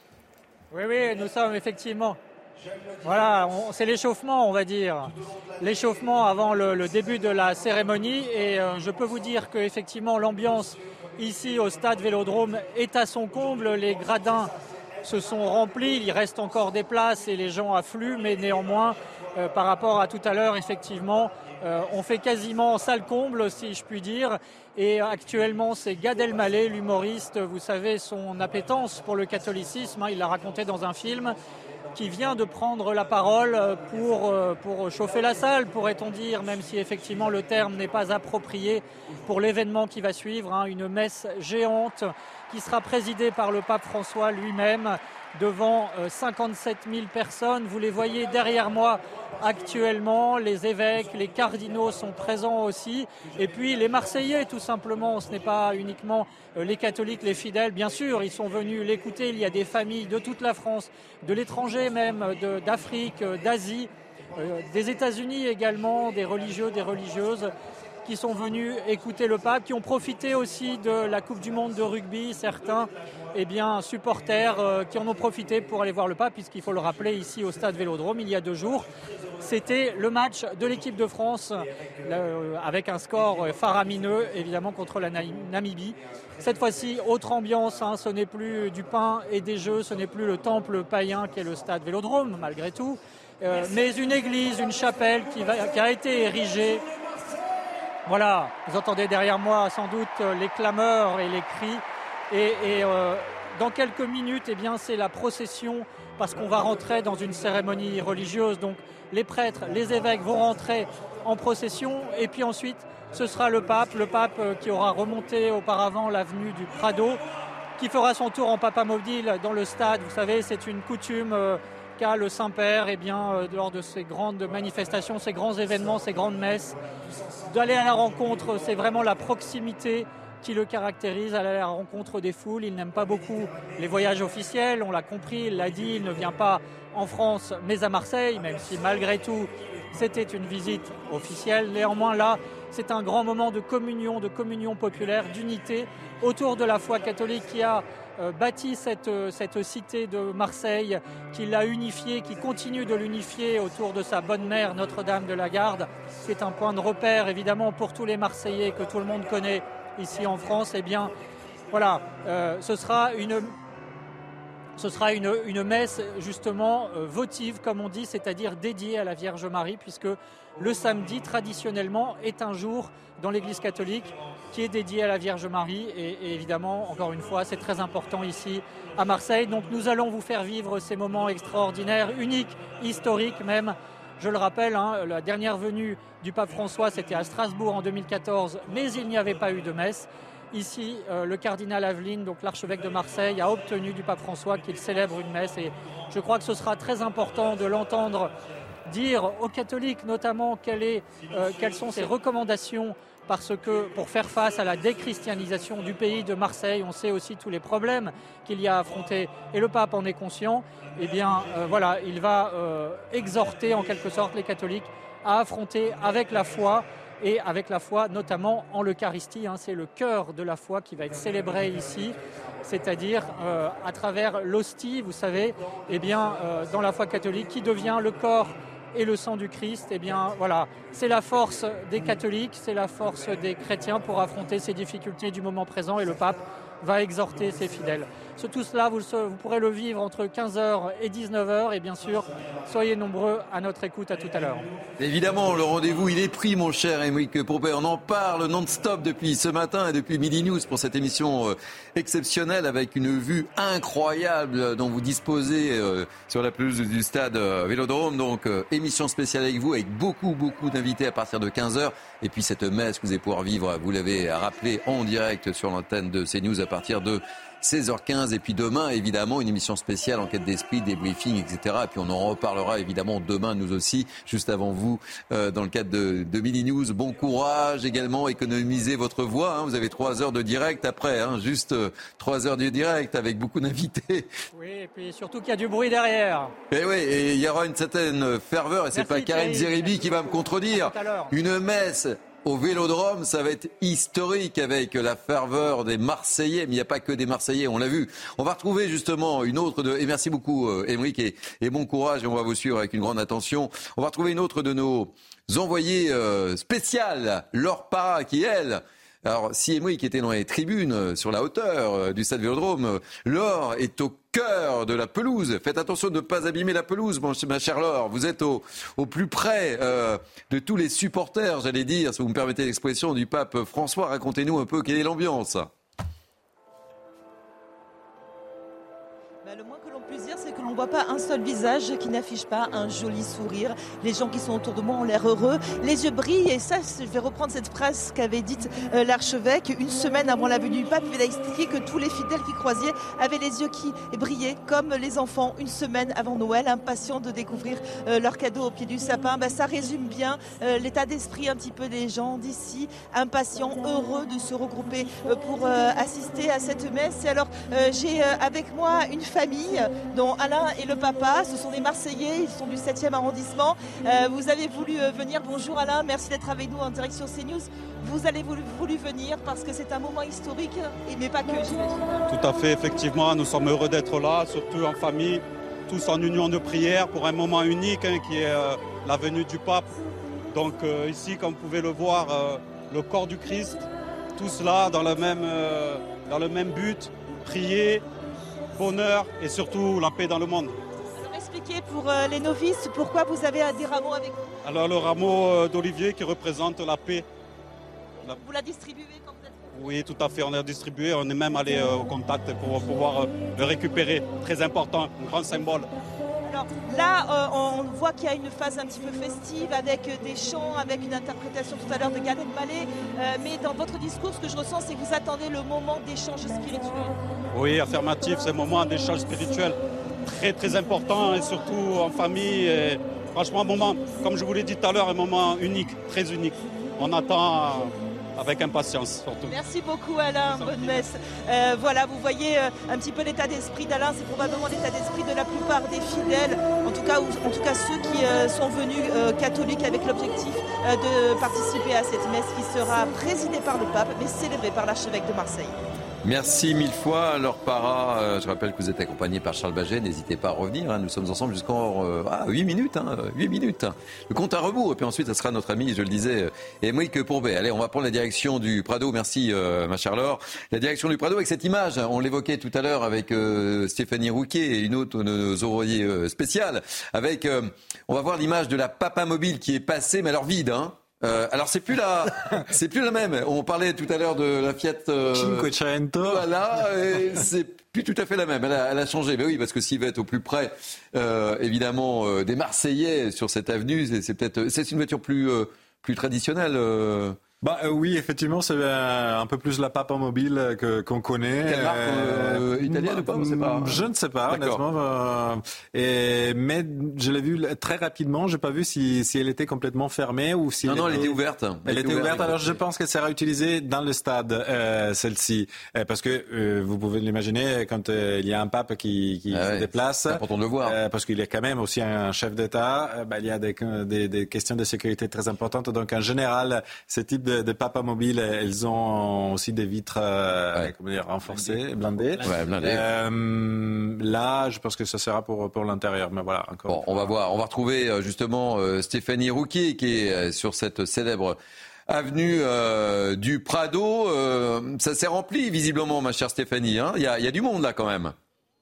Oui, oui, nous sommes effectivement. Voilà, on, c'est l'échauffement, on va dire. L'échauffement avant le, le début de la cérémonie. Et euh, je peux vous dire qu'effectivement, l'ambiance ici au stade Vélodrome est à son comble. Les gradins se sont remplis. Il reste encore des places et les gens affluent. Mais néanmoins, euh, par rapport à tout à l'heure, effectivement, euh, on fait quasiment salle comble, si je puis dire. Et actuellement, c'est Gad Elmaleh, l'humoriste, vous savez, son appétence pour le catholicisme, hein, il l'a raconté dans un film, qui vient de prendre la parole pour, pour chauffer la salle, pourrait-on dire, même si effectivement le terme n'est pas approprié pour l'événement qui va suivre, hein, une messe géante qui sera présidée par le pape François lui-même devant cinquante-sept mille personnes. Vous les voyez derrière moi actuellement, les évêques, les cardinaux sont présents aussi, et puis les Marseillais tout simplement. Ce n'est pas uniquement les catholiques, les fidèles, bien sûr, ils sont venus l'écouter. Il y a des familles de toute la France, de l'étranger même, de, d'Afrique, d'Asie, euh, des États-Unis également, des religieux, des religieuses qui sont venus écouter le pape, qui ont profité aussi de la Coupe du Monde de rugby, certains eh bien, supporters euh, qui en ont profité pour aller voir le pape, puisqu'il faut le rappeler, ici au stade Vélodrome, il y a deux jours, c'était le match de l'équipe de France, euh, avec un score faramineux, évidemment, contre la Namibie. Cette fois-ci, autre ambiance, hein, ce n'est plus du pain et des jeux, ce n'est plus le temple païen qui est le stade Vélodrome, malgré tout, euh, mais une église, une chapelle qui, va, qui a été érigée. Voilà, vous entendez derrière moi sans doute les clameurs et les cris. Et, et euh, dans quelques minutes, eh bien, c'est la procession, parce qu'on va rentrer dans une cérémonie religieuse. Donc les prêtres, les évêques vont rentrer en procession. Et puis ensuite, ce sera le pape, le pape qui aura remonté auparavant l'avenue du Prado, qui fera son tour en papa mobile dans le stade. Vous savez, c'est une coutume euh, qu'a le Saint-Père eh bien, euh, lors de ces grandes manifestations, ces grands événements, ces grandes messes. D'aller à la rencontre, c'est vraiment la proximité qui le caractérise, aller à la rencontre des foules. Il n'aime pas beaucoup les voyages officiels, on l'a compris, il l'a dit, il ne vient pas en France mais à Marseille, même si malgré tout c'était une visite officielle. Néanmoins là, c'est un grand moment de communion, de communion populaire, d'unité autour de la foi catholique qui a euh, bâti cette, cette cité de Marseille, qui l'a unifiée, qui continue de l'unifier autour de sa bonne mère Notre-Dame de la Garde. C'est un point de repère évidemment pour tous les Marseillais que tout le monde connaît ici en France. Eh bien, voilà, euh, ce sera une, ce sera une, une messe justement euh, votive, comme on dit, c'est-à-dire dédiée à la Vierge Marie, puisque le samedi, traditionnellement, est un jour dans l'Église catholique qui est dédié à la Vierge Marie. Et, et évidemment, encore une fois, c'est très important ici à Marseille. Donc nous allons vous faire vivre ces moments extraordinaires, uniques, historiques même. Je le rappelle, hein, la dernière venue du pape François, c'était à Strasbourg en deux mille quatorze, mais il n'y avait pas eu de messe. Ici, euh, le cardinal Aveline, donc l'archevêque de Marseille, a obtenu du pape François qu'il célèbre une messe. Et je crois que ce sera très important de l'entendre dire aux catholiques, notamment, quelle est, euh, quelles sont ses recommandations, parce que pour faire face à la déchristianisation du pays de Marseille, on sait aussi tous les problèmes qu'il y a à affronter, et le pape en est conscient. Eh bien, euh, voilà, il va euh, exhorter en quelque sorte les catholiques à affronter avec la foi, et avec la foi notamment en l'Eucharistie. Hein, c'est le cœur de la foi qui va être célébré ici, c'est-à-dire euh, à travers l'hostie, vous savez, eh bien, euh, dans la foi catholique, qui devient le corps et le sang du Christ. Eh bien, voilà, c'est la force des catholiques, c'est la force des chrétiens pour affronter ces difficultés du moment présent, et le pape va exhorter ses fidèles. Ce, tout cela, vous, vous pourrez le vivre entre quinze heures et dix-neuf heures, et bien sûr, soyez nombreux à notre écoute. À tout à l'heure. Évidemment, le rendez-vous, il est pris, mon cher Émeric Pourbet. On en parle non-stop depuis ce matin et depuis Midi News pour cette émission euh, exceptionnelle avec une vue incroyable dont vous disposez euh, sur la pelouse du stade euh, Vélodrome. Donc, euh, émission spéciale avec vous, avec beaucoup, beaucoup d'invités à partir de quinze heures. Et puis cette messe que vous allez pouvoir vivre, vous l'avez rappelé, en direct sur l'antenne de CNews à partir de seize heures quinze. Et puis demain, évidemment, une émission spéciale, enquête d'esprit, débriefing, et cetera. Et puis on en reparlera évidemment demain, nous aussi, juste avant vous, euh, dans le cadre de, de Mini News. Bon courage également, économisez votre voix. Hein. Vous avez trois heures de direct après, hein, juste euh, trois heures de direct avec beaucoup d'invités. Oui, et puis surtout qu'il y a du bruit derrière. Et oui, et il y aura une certaine ferveur, et c'est pas Karim Zeribi qui va me contredire. Une messe au Vélodrome, ça va être historique avec la ferveur des Marseillais, mais il n'y a pas que des Marseillais, on l'a vu. On va retrouver justement une autre de, et merci beaucoup Émeric, et, et bon courage, et on va vous suivre avec une grande attention. On va retrouver une autre de nos envoyés euh, spéciales, Laure Parra, qui elle, alors si Émeric était dans les tribunes, sur la hauteur euh, du stade Vélodrome, Laure est au cœur de la pelouse. Faites attention de ne pas abîmer la pelouse, ma chère Laure. Vous êtes au, au plus près euh, de tous les supporters, j'allais dire, si vous me permettez l'expression, du pape François. Racontez-nous un peu quelle est l'ambiance. Bah, le moins que l'on puisse dire, c'est que l'on ne voit pas un seul visage qui n'affiche pas un joli sourire. Les gens qui sont autour de moi ont l'air heureux, les yeux brillent. Et ça, je vais reprendre cette phrase qu'avait dite euh, l'archevêque. Une semaine avant la venue du pape, il a expliqué que tous les fidèles qui croisaient avaient les yeux qui brillaient comme les enfants une semaine avant Noël, impatients de découvrir euh, leurs cadeaux au pied du sapin. Bah, ça résume bien euh, l'état d'esprit un petit peu des gens d'ici, impatients, heureux de se regrouper euh, pour euh, assister à cette messe. Et alors, euh, j'ai euh, avec moi une famille dont Alain est le papa. Ce sont des Marseillais, ils sont du septième arrondissement. Euh, vous avez voulu euh, venir. Bonjour Alain, merci d'être avec nous en direct sur CNews. Vous avez voulu, voulu venir parce que c'est un moment historique, mais pas que, j'imagine. Tout à fait, effectivement, nous sommes heureux d'être là, surtout en famille, tous en union de prière pour un moment unique hein, qui est euh, la venue du pape. Donc euh, ici, comme vous pouvez le voir, euh, le corps du Christ, tous là dans le même, euh, dans le même but, prier, bonheur et surtout la paix dans le monde. Alors expliquez pour euh, les novices pourquoi vous avez des rameaux avec vous. Alors le rameau euh, d'olivier qui représente la paix. La... Vous la distribuez quand vous êtes... Oui, tout à fait, on l'a distribué, on est même allé euh, au contact pour pouvoir euh, le récupérer. Très important, un grand symbole. Alors là, euh, on voit qu'il y a une phase un petit peu festive avec des chants, avec une interprétation tout à l'heure de Gad Elmaleh. Euh, mais dans votre discours, ce que je ressens, c'est que vous attendez le moment d'échange spirituel. Oui, affirmatif, c'est un moment d'échange spirituel très très important et surtout en famille. Et franchement, un moment, comme je vous l'ai dit tout à l'heure, un moment unique, très unique. On attend avec impatience surtout. Merci beaucoup Alain, bonne messe. Euh, voilà, vous voyez euh, un petit peu l'état d'esprit d'Alain, c'est probablement l'état d'esprit de la plupart des fidèles, en tout cas, ou, en tout cas ceux qui euh, sont venus euh, catholiques avec l'objectif euh, de participer à cette messe qui sera présidée par le pape, mais célébrée par l'archevêque de Marseille. Merci mille fois. Alors, para, euh, je rappelle que vous êtes accompagné par Charles Baget. N'hésitez pas à revenir. Hein. Nous sommes ensemble jusqu'en euh, ah, huit minutes. Hein, huit minutes. Le compte à rebours. Et puis ensuite, ça sera notre ami, je le disais, Émeric Pourbet. Allez, on va prendre la direction du Prado. Merci, euh, ma chère Laure. La direction du Prado avec cette image. On l'évoquait tout à l'heure avec euh, Stéphanie Rouquier et une autre de nos oreillers euh, spéciales. Avec, euh, on va voir l'image de la Papamobile qui est passée, mais alors vide, hein. Euh, alors c'est plus la, c'est plus la même. On parlait tout à l'heure de la Fiat euh, Cinquecento. Voilà, et c'est plus tout à fait la même. Elle a, elle a changé. Mais oui, parce que s'il va être au plus près, euh, évidemment, euh, des Marseillais sur cette avenue, c'est, c'est peut-être, c'est une voiture plus, euh, plus traditionnelle. Euh. Bah euh, oui, effectivement, c'est euh, un peu plus la Papamobile que qu'on connaît. Quelle marque euh, euh, italienne ou pas, on sait pas. Je ne sais pas, d'accord. Honnêtement. Euh, et mais je l'ai vue très rapidement. J'ai pas vu si si elle était complètement fermée ou si. Non, elle non, était... elle était ouverte. Elle, elle était ouverte. ouverte alors je pense qu'elle sera utilisée dans le stade, euh, celle-ci, euh, parce que euh, vous pouvez l'imaginer quand euh, il y a un pape qui qui ah se ouais, déplace. C'est important de le voir. Euh, parce qu'il y a quand même aussi un chef d'État. Euh, bah, il y a des, des des questions de sécurité très importantes. Donc en général, ce type de de, de Papamobile, elles ont aussi des vitres euh, ouais. comment dire, renforcées, blindées. Ouais, blindées. Euh, là, je pense que ça sera pour, pour l'intérieur. Mais voilà, encore. Bon, on va voir. On va retrouver justement euh, Stéphanie Rouquier qui est euh, sur cette célèbre avenue euh, du Prado. Euh, ça s'est rempli visiblement, ma chère Stéphanie. Hein. Il y a, il y a du monde là quand même.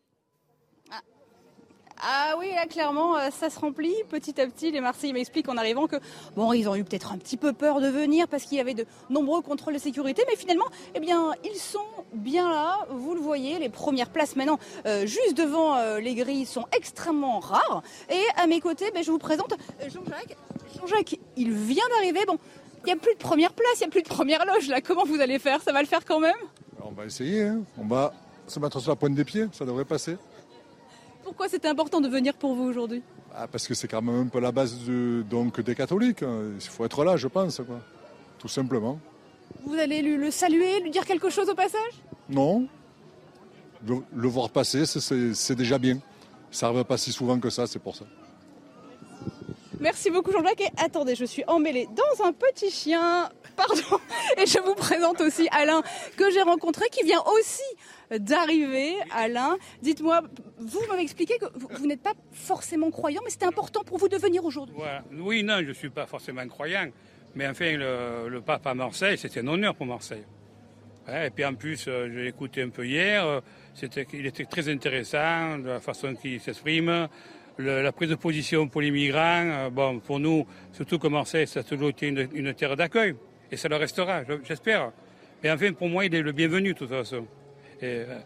Ah oui, là, clairement, ça se remplit petit à petit. Les Marseillais m'expliquent en arrivant que, bon, ils ont eu peut-être un petit peu peur de venir parce qu'il y avait de nombreux contrôles de sécurité. Mais finalement, eh bien, ils sont bien là. Vous le voyez, les premières places maintenant, euh, juste devant euh, les grilles, sont extrêmement rares. Et à mes côtés, ben, je vous présente Jean-Jacques. Jean-Jacques, il vient d'arriver. Bon, il n'y a plus de première place, il n'y a plus de première loge. Là, comment vous allez faire? Ça va le faire quand même? On va essayer. Hein. On va se mettre sur la pointe des pieds. Ça devrait passer. Pourquoi c'était important de venir pour vous aujourd'hui? Ah, parce que c'est quand même un peu la base de, donc, des catholiques. Il faut être là, je pense, quoi. Tout simplement. Vous allez lui, le saluer, lui dire quelque chose au passage? Non. Le, le voir passer, c'est, c'est, c'est déjà bien. Ça n'arrive pas si souvent que ça, c'est pour ça. Merci beaucoup Jean-Jacques. Et attendez, je suis emmêlée dans un petit chien. Pardon. Et je vous présente aussi Alain, que j'ai rencontré, qui vient aussi d'arriver. Alain, dites-moi, vous m'avez expliqué que vous, vous n'êtes pas forcément croyant, mais c'était important pour vous de venir aujourd'hui. Ouais. Oui, non, je ne suis pas forcément croyant. Mais enfin, le, le pape à Marseille, c'était un honneur pour Marseille. Ouais, et puis en plus, euh, j'ai écouté un peu hier, c'était, il était très intéressant, de la façon qu'il s'exprime. Le, la prise de position pour les migrants, euh, bon, pour nous, surtout que Marseille, ça a toujours été une, une terre d'accueil. Et ça le restera, j'espère. Mais enfin, pour moi, il est le bienvenu, de toute façon. Et, euh,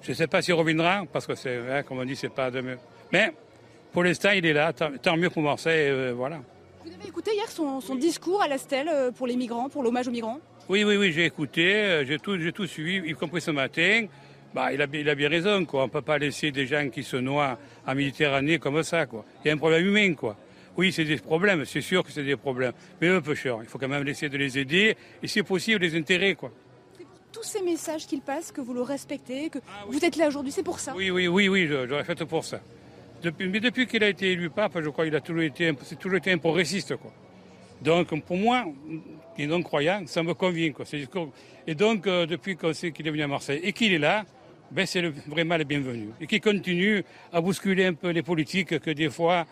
Je ne sais pas s'il reviendra, parce que, c'est, hein, comme on dit, c'est pas de mieux. Mais pour l'instant, il est là, tant, tant mieux pour Marseille, euh, voilà. Vous avez écouté hier son, son discours à la Stèle pour les migrants, pour l'hommage aux migrants ? Oui, oui, oui, j'ai écouté, j'ai tout, j'ai tout suivi, y compris ce matin. Bah, il a, il a bien raison, quoi. On ne peut pas laisser des gens qui se noient en Méditerranée comme ça, quoi. Il y a un problème humain, quoi. Oui, c'est des problèmes, c'est sûr que c'est des problèmes. Mais un peu cher, il faut quand même essayer de les aider et, si possible, les intégrer, quoi. Tous ces messages qu'il passe, que vous le respectez, que ah, oui. vous êtes là aujourd'hui, c'est pour ça ? Oui, oui, oui, oui, j'aurais fait pour ça. Depuis, mais depuis qu'il a été élu pape, je crois qu'il a toujours été, c'est toujours été un progressiste, quoi. Donc, pour moi, qui est non-croyant, ça me convient, quoi. Et donc, euh, depuis qu'on sait qu'il est venu à Marseille et qu'il est là, ben c'est le, vraiment le bienvenu. Et qu'il continue à bousculer un peu les politiques, que des fois,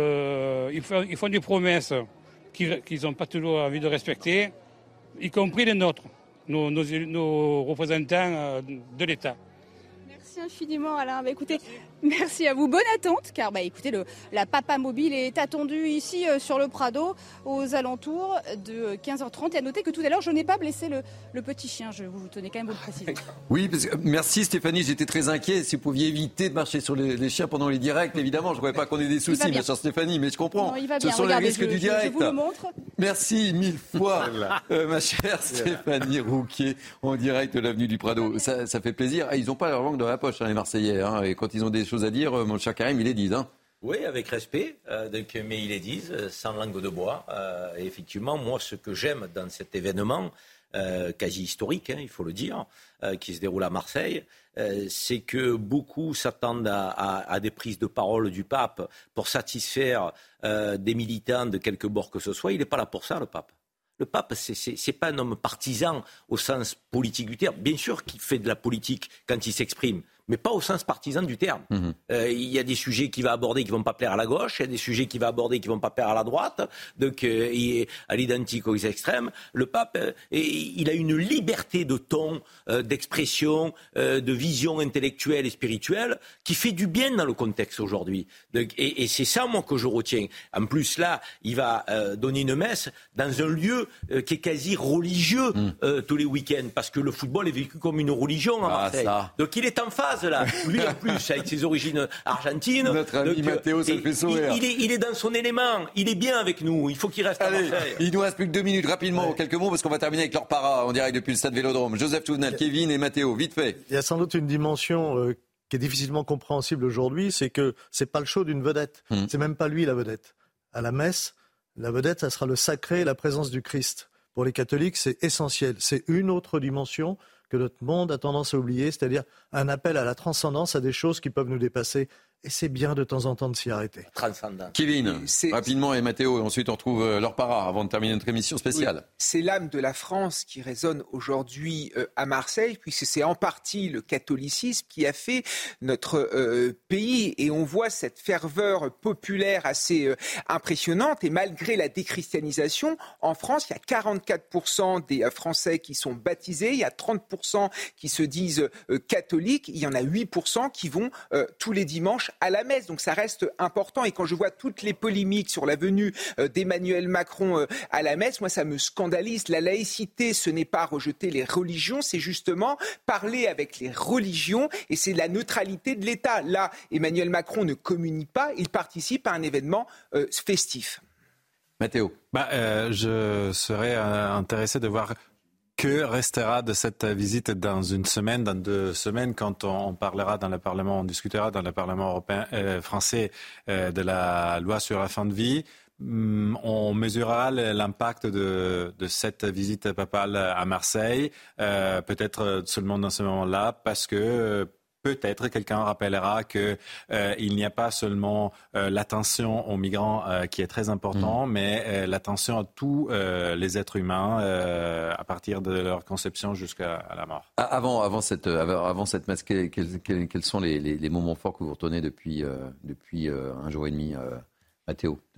euh, ils, font, ils font des promesses qu'ils n'ont pas toujours envie de respecter, y compris les nôtres, nos, nos, nos représentants de l'État. Merci infiniment, Alain. Bah, écoutez, merci. merci à vous. Bonne attente, car bah, écoutez, le, la Papa Mobile est attendue ici euh, sur le Prado aux alentours de quinze heures trente. Et à noter que tout à l'heure, je n'ai pas blessé le, le petit chien. Je vous tenais quand même à vous le préciser. Oui, parce que, merci Stéphanie. J'étais très inquiet. Si vous pouviez éviter de marcher sur les, les chiens pendant les directs, évidemment, je ne voudrais pas qu'on ait des soucis, ma chère Stéphanie, mais je comprends. Non, il va Ce bien. sont Regardez, les risques je, du direct. Je, je vous le montre. Merci mille fois, euh, ma chère Stéphanie Rouquier, en direct de l'avenue du Prado. Ça, ça fait plaisir. Ah, ils n'ont pas leur langue dans la poche, hein, les Marseillais. Hein, et quand ils ont des choses à dire, mon cher Karim, ils les disent. Hein. Oui, avec respect, euh, donc, mais ils les disent, sans langue de bois. Euh, et effectivement, moi, ce que j'aime dans cet événement, euh, quasi historique, hein, il faut le dire, euh, qui se déroule à Marseille, euh, c'est que beaucoup s'attendent à, à, à des prises de parole du pape pour satisfaire euh, des militants de quelque bord que ce soit. Il n'est pas là pour ça, le pape. Le pape, c'est, c'est, c'est pas un homme partisan au sens politique du terme. Bien sûr qu'il fait de la politique quand il s'exprime, mais pas au sens partisan du terme. Mmh. Euh, il y a des sujets qu'il va aborder qui vont pas plaire à la gauche, il y a des sujets qu'il va aborder qui vont pas plaire à la droite, donc euh, il est à l'identique aux extrêmes. Le pape, euh, il a une liberté de ton, euh, d'expression, euh, de vision intellectuelle et spirituelle qui fait du bien dans le contexte aujourd'hui. Donc, et, et c'est ça, moi, que je retiens. En plus, là, il va euh, donner une messe dans un lieu euh, qui est quasi religieux mmh. euh, tous les week-ends, parce que le football est vécu comme une religion à Marseille. Ah, donc il est en phase. Là. Lui en plus avec ses origines argentines. Notre ami donc, Mathéo, ça le fait sourire. Il, il, est, il est dans son élément, il est bien avec nous, il faut qu'il reste Allez, à Marseille. Il nous reste plus que deux minutes, rapidement, ouais. quelques mots, parce qu'on va terminer avec leur para en direct depuis le stade Vélodrome. Joseph Touvenel, Kevin et Mathéo, vite fait. Il y a sans doute une dimension euh, qui est difficilement compréhensible aujourd'hui, c'est que c'est pas le show d'une vedette, mmh. c'est même pas lui la vedette. À la messe, la vedette, ça sera le sacré, la présence du Christ. Pour les catholiques, c'est essentiel, c'est une autre dimension que notre monde a tendance à oublier, c'est-à-dire un appel à la transcendance, à des choses qui peuvent nous dépasser. Et c'est bien de temps en temps de s'y arrêter. Transcendant. Kevin, c'est... rapidement, et Mathéo, et ensuite on retrouve leur para avant de terminer notre émission spéciale. Oui, c'est l'âme de la France qui résonne aujourd'hui euh, à Marseille, puisque c'est en partie le catholicisme qui a fait notre euh, pays. Et on voit cette ferveur populaire assez euh, impressionnante. Et malgré la déchristianisation, en France, il y a quarante-quatre pour cent des euh, Français qui sont baptisés, il y a trente pour cent qui se disent euh, catholiques, il y en a huit pour cent qui vont euh, tous les dimanches à la messe, donc ça reste important. Et quand je vois toutes les polémiques sur la venue euh, d'Emmanuel Macron euh, à la messe, moi ça me scandalise. La laïcité, ce n'est pas rejeter les religions, c'est justement parler avec les religions, et c'est la neutralité de l'État. Là, Emmanuel Macron ne communie pas, il participe à un événement euh, festif. Mathéo. Bah, euh, je serais euh, intéressé de voir que restera de cette visite dans une semaine, dans deux semaines, quand on, on parlera dans le Parlement, on discutera dans le Parlement européen, euh, français euh, de la loi sur la fin de vie. Hum, on mesurera l'impact de, de cette visite papale à Marseille, euh, peut-être seulement dans ce moment-là, parce que euh, peut-être quelqu'un rappellera qu'il euh, n'y a pas seulement euh, l'attention aux migrants euh, qui est très important, mmh. mais euh, l'attention à tous euh, les êtres humains euh, à partir de leur conception jusqu'à la mort. Avant, avant cette, avant cette messe, quels, quels, quels sont les, les, les moments forts que vous retenez depuis, euh, depuis euh, un jour et demi, euh, Mathéo, dernier ouais. mot.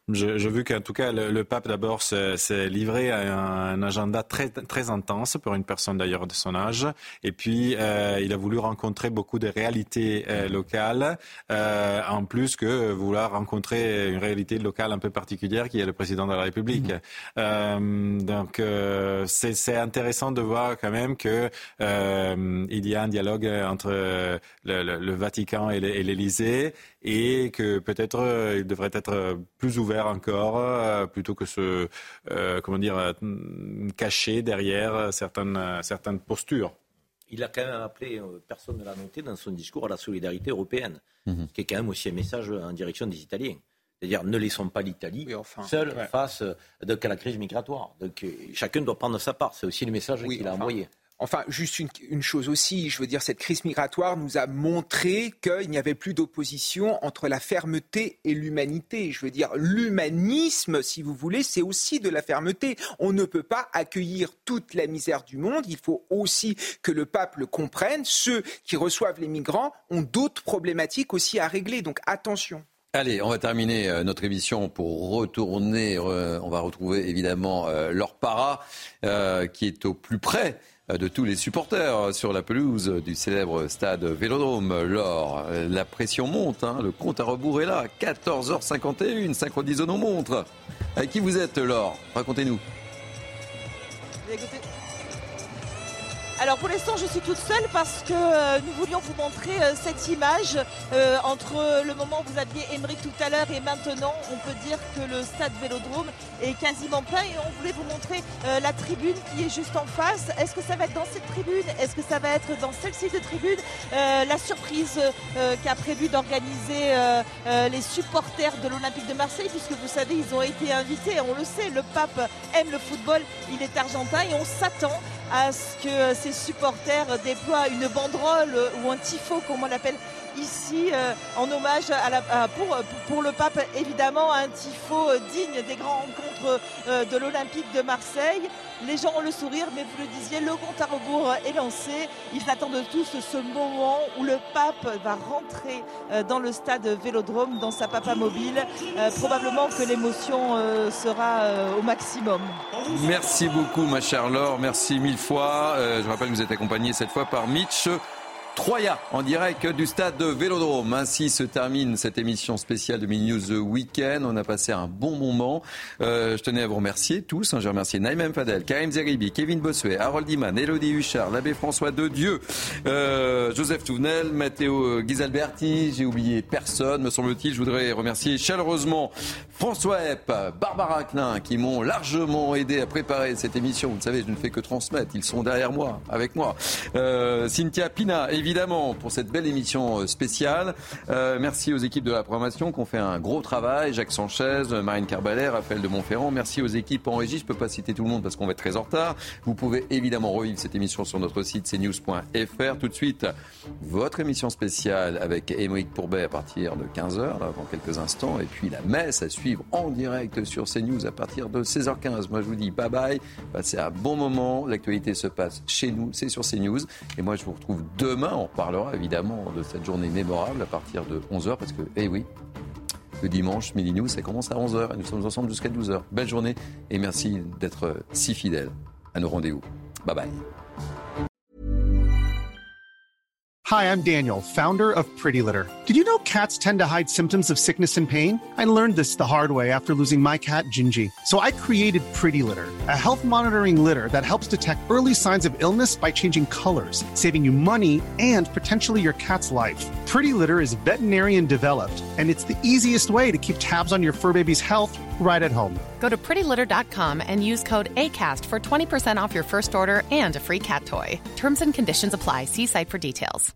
Je, je vu qu'en tout cas, le, le pape d'abord s'est, s'est livré à un, un agenda très, très intense pour une personne d'ailleurs de son âge. Et puis, euh, il a voulu rencontrer beaucoup de réalités euh, locales, euh, en plus que vouloir rencontrer une réalité locale un peu particulière qui est le président de la République. Mmh. Euh, donc, euh, c'est, c'est intéressant de voir quand même que euh, il y a un dialogue entre le, le, le Vatican et, et l'Élysée, et que peut-être euh, il devrait être plus ouvert encore, euh, plutôt que se, euh, comment dire, euh, cacher derrière certaines, euh, certaines postures. Il a quand même appelé, euh, personne ne l'a noté dans son discours, à la solidarité européenne, mmh. ce qui est quand même aussi un message en direction des Italiens. C'est-à-dire, ne laissons pas l'Italie oui, enfin, seule ouais. face euh, donc, à la crise migratoire. Donc, euh, chacun doit prendre sa part. C'est aussi le message oui, qu'il a enfin. envoyé. Enfin, juste une, une chose aussi, je veux dire, cette crise migratoire nous a montré qu'il n'y avait plus d'opposition entre la fermeté et l'humanité. Je veux dire, l'humanisme, si vous voulez, c'est aussi de la fermeté. On ne peut pas accueillir toute la misère du monde. Il faut aussi que le pape le comprenne. Ceux qui reçoivent les migrants ont d'autres problématiques aussi à régler. Donc, attention. Allez, on va terminer notre émission pour retourner. On va retrouver évidemment Laure Parra, qui est au plus près de tous les supporters sur la pelouse du célèbre stade Vélodrome. Laure, la pression monte, hein, le compte à rebours est là, quatorze heures cinquante et une, synchronisons nos montres. Avec qui vous êtes, Laure ? Racontez-nous. Écoutez. Alors pour l'instant je suis toute seule parce que euh, nous voulions vous montrer euh, cette image euh, entre le moment où vous aviez Aymeric tout à l'heure et maintenant on peut dire que le stade Vélodrome est quasiment plein et on voulait vous montrer euh, la tribune qui est juste en face. Est-ce que ça va être dans cette tribune ? Est-ce que ça va être dans celle-ci de tribune ? euh, La surprise euh, qu'a prévu d'organiser euh, euh, les supporters de l'Olympique de Marseille, puisque vous savez ils ont été invités, on le sait, le pape aime le football, il est argentin et on s'attend à ce que ces supporters déploient une banderole ou un tifo, comme on l'appelle ici, euh, en hommage à la, à, pour, pour le pape, évidemment, un tifo digne des grandes rencontres euh, de l'Olympique de Marseille. Les gens ont le sourire, mais vous le disiez, le compte à rebours est lancé. Ils attendent tous ce moment où le pape va rentrer euh, dans le stade Vélodrome, dans sa papa mobile. Euh, probablement que l'émotion euh, sera euh, au maximum. Merci beaucoup, ma chère Laure. Merci mille fois. Euh, je rappelle que vous êtes accompagné cette fois par Mitch Troya, en direct du stade de Vélodrome. Ainsi se termine cette émission spéciale de Mini News Weekend. On a passé un bon moment. Euh, je tenais à vous remercier tous. J'ai remercié Naïm Fadel, Karim Zeribi, Kevin Bossuet, Harold Iman, Élodie Huchard, l'abbé François Dedieu, euh, Joseph Touvenel, Matteo Ghisalberti. J'ai oublié personne, me semble-t-il. Je voudrais remercier chaleureusement François Epp, Barbara Klein, qui m'ont largement aidé à préparer cette émission. Vous le savez, je ne fais que transmettre. Ils sont derrière moi, avec moi. Euh, Cynthia Pina, évidemment, pour cette belle émission spéciale. Euh, merci aux équipes de la programmation qui ont fait un gros travail. Jacques Sanchez, Marine Carbalet, Raphaël de Montferrand. Merci aux équipes en régie. Je ne peux pas citer tout le monde parce qu'on va être très en retard. Vous pouvez évidemment revivre cette émission sur notre site c news point f r. Tout de suite, votre émission spéciale avec Aymeric Pourbet à partir de quinze heures, là, dans quelques instants. Et puis la messe à suivre en direct sur CNews à partir de seize heures quinze. Moi, je vous dis bye bye. Passez un bon moment. L'actualité se passe chez nous. C'est sur CNews. Et moi, je vous retrouve demain. On parlera évidemment de cette journée mémorable à partir de onze heures parce que, eh oui, le dimanche, Mini News, ça commence à onze heures et nous sommes ensemble jusqu'à douze heures. Belle journée et merci d'être si fidèles à nos rendez-vous. Bye bye. Hi, I'm Daniel, founder of Pretty Litter. Did you know cats tend to hide symptoms of sickness and pain? I learned this the hard way after losing my cat, Gingy. So I created Pretty Litter, a health monitoring litter that helps detect early signs of illness by changing colors, saving you money and potentially your cat's life. Pretty Litter is veterinarian developed, and it's the easiest way to keep tabs on your fur baby's health right at home. Go to pretty litter dot com and use code ACAST for twenty percent off your first order and a free cat toy. Terms and conditions apply. See site for details.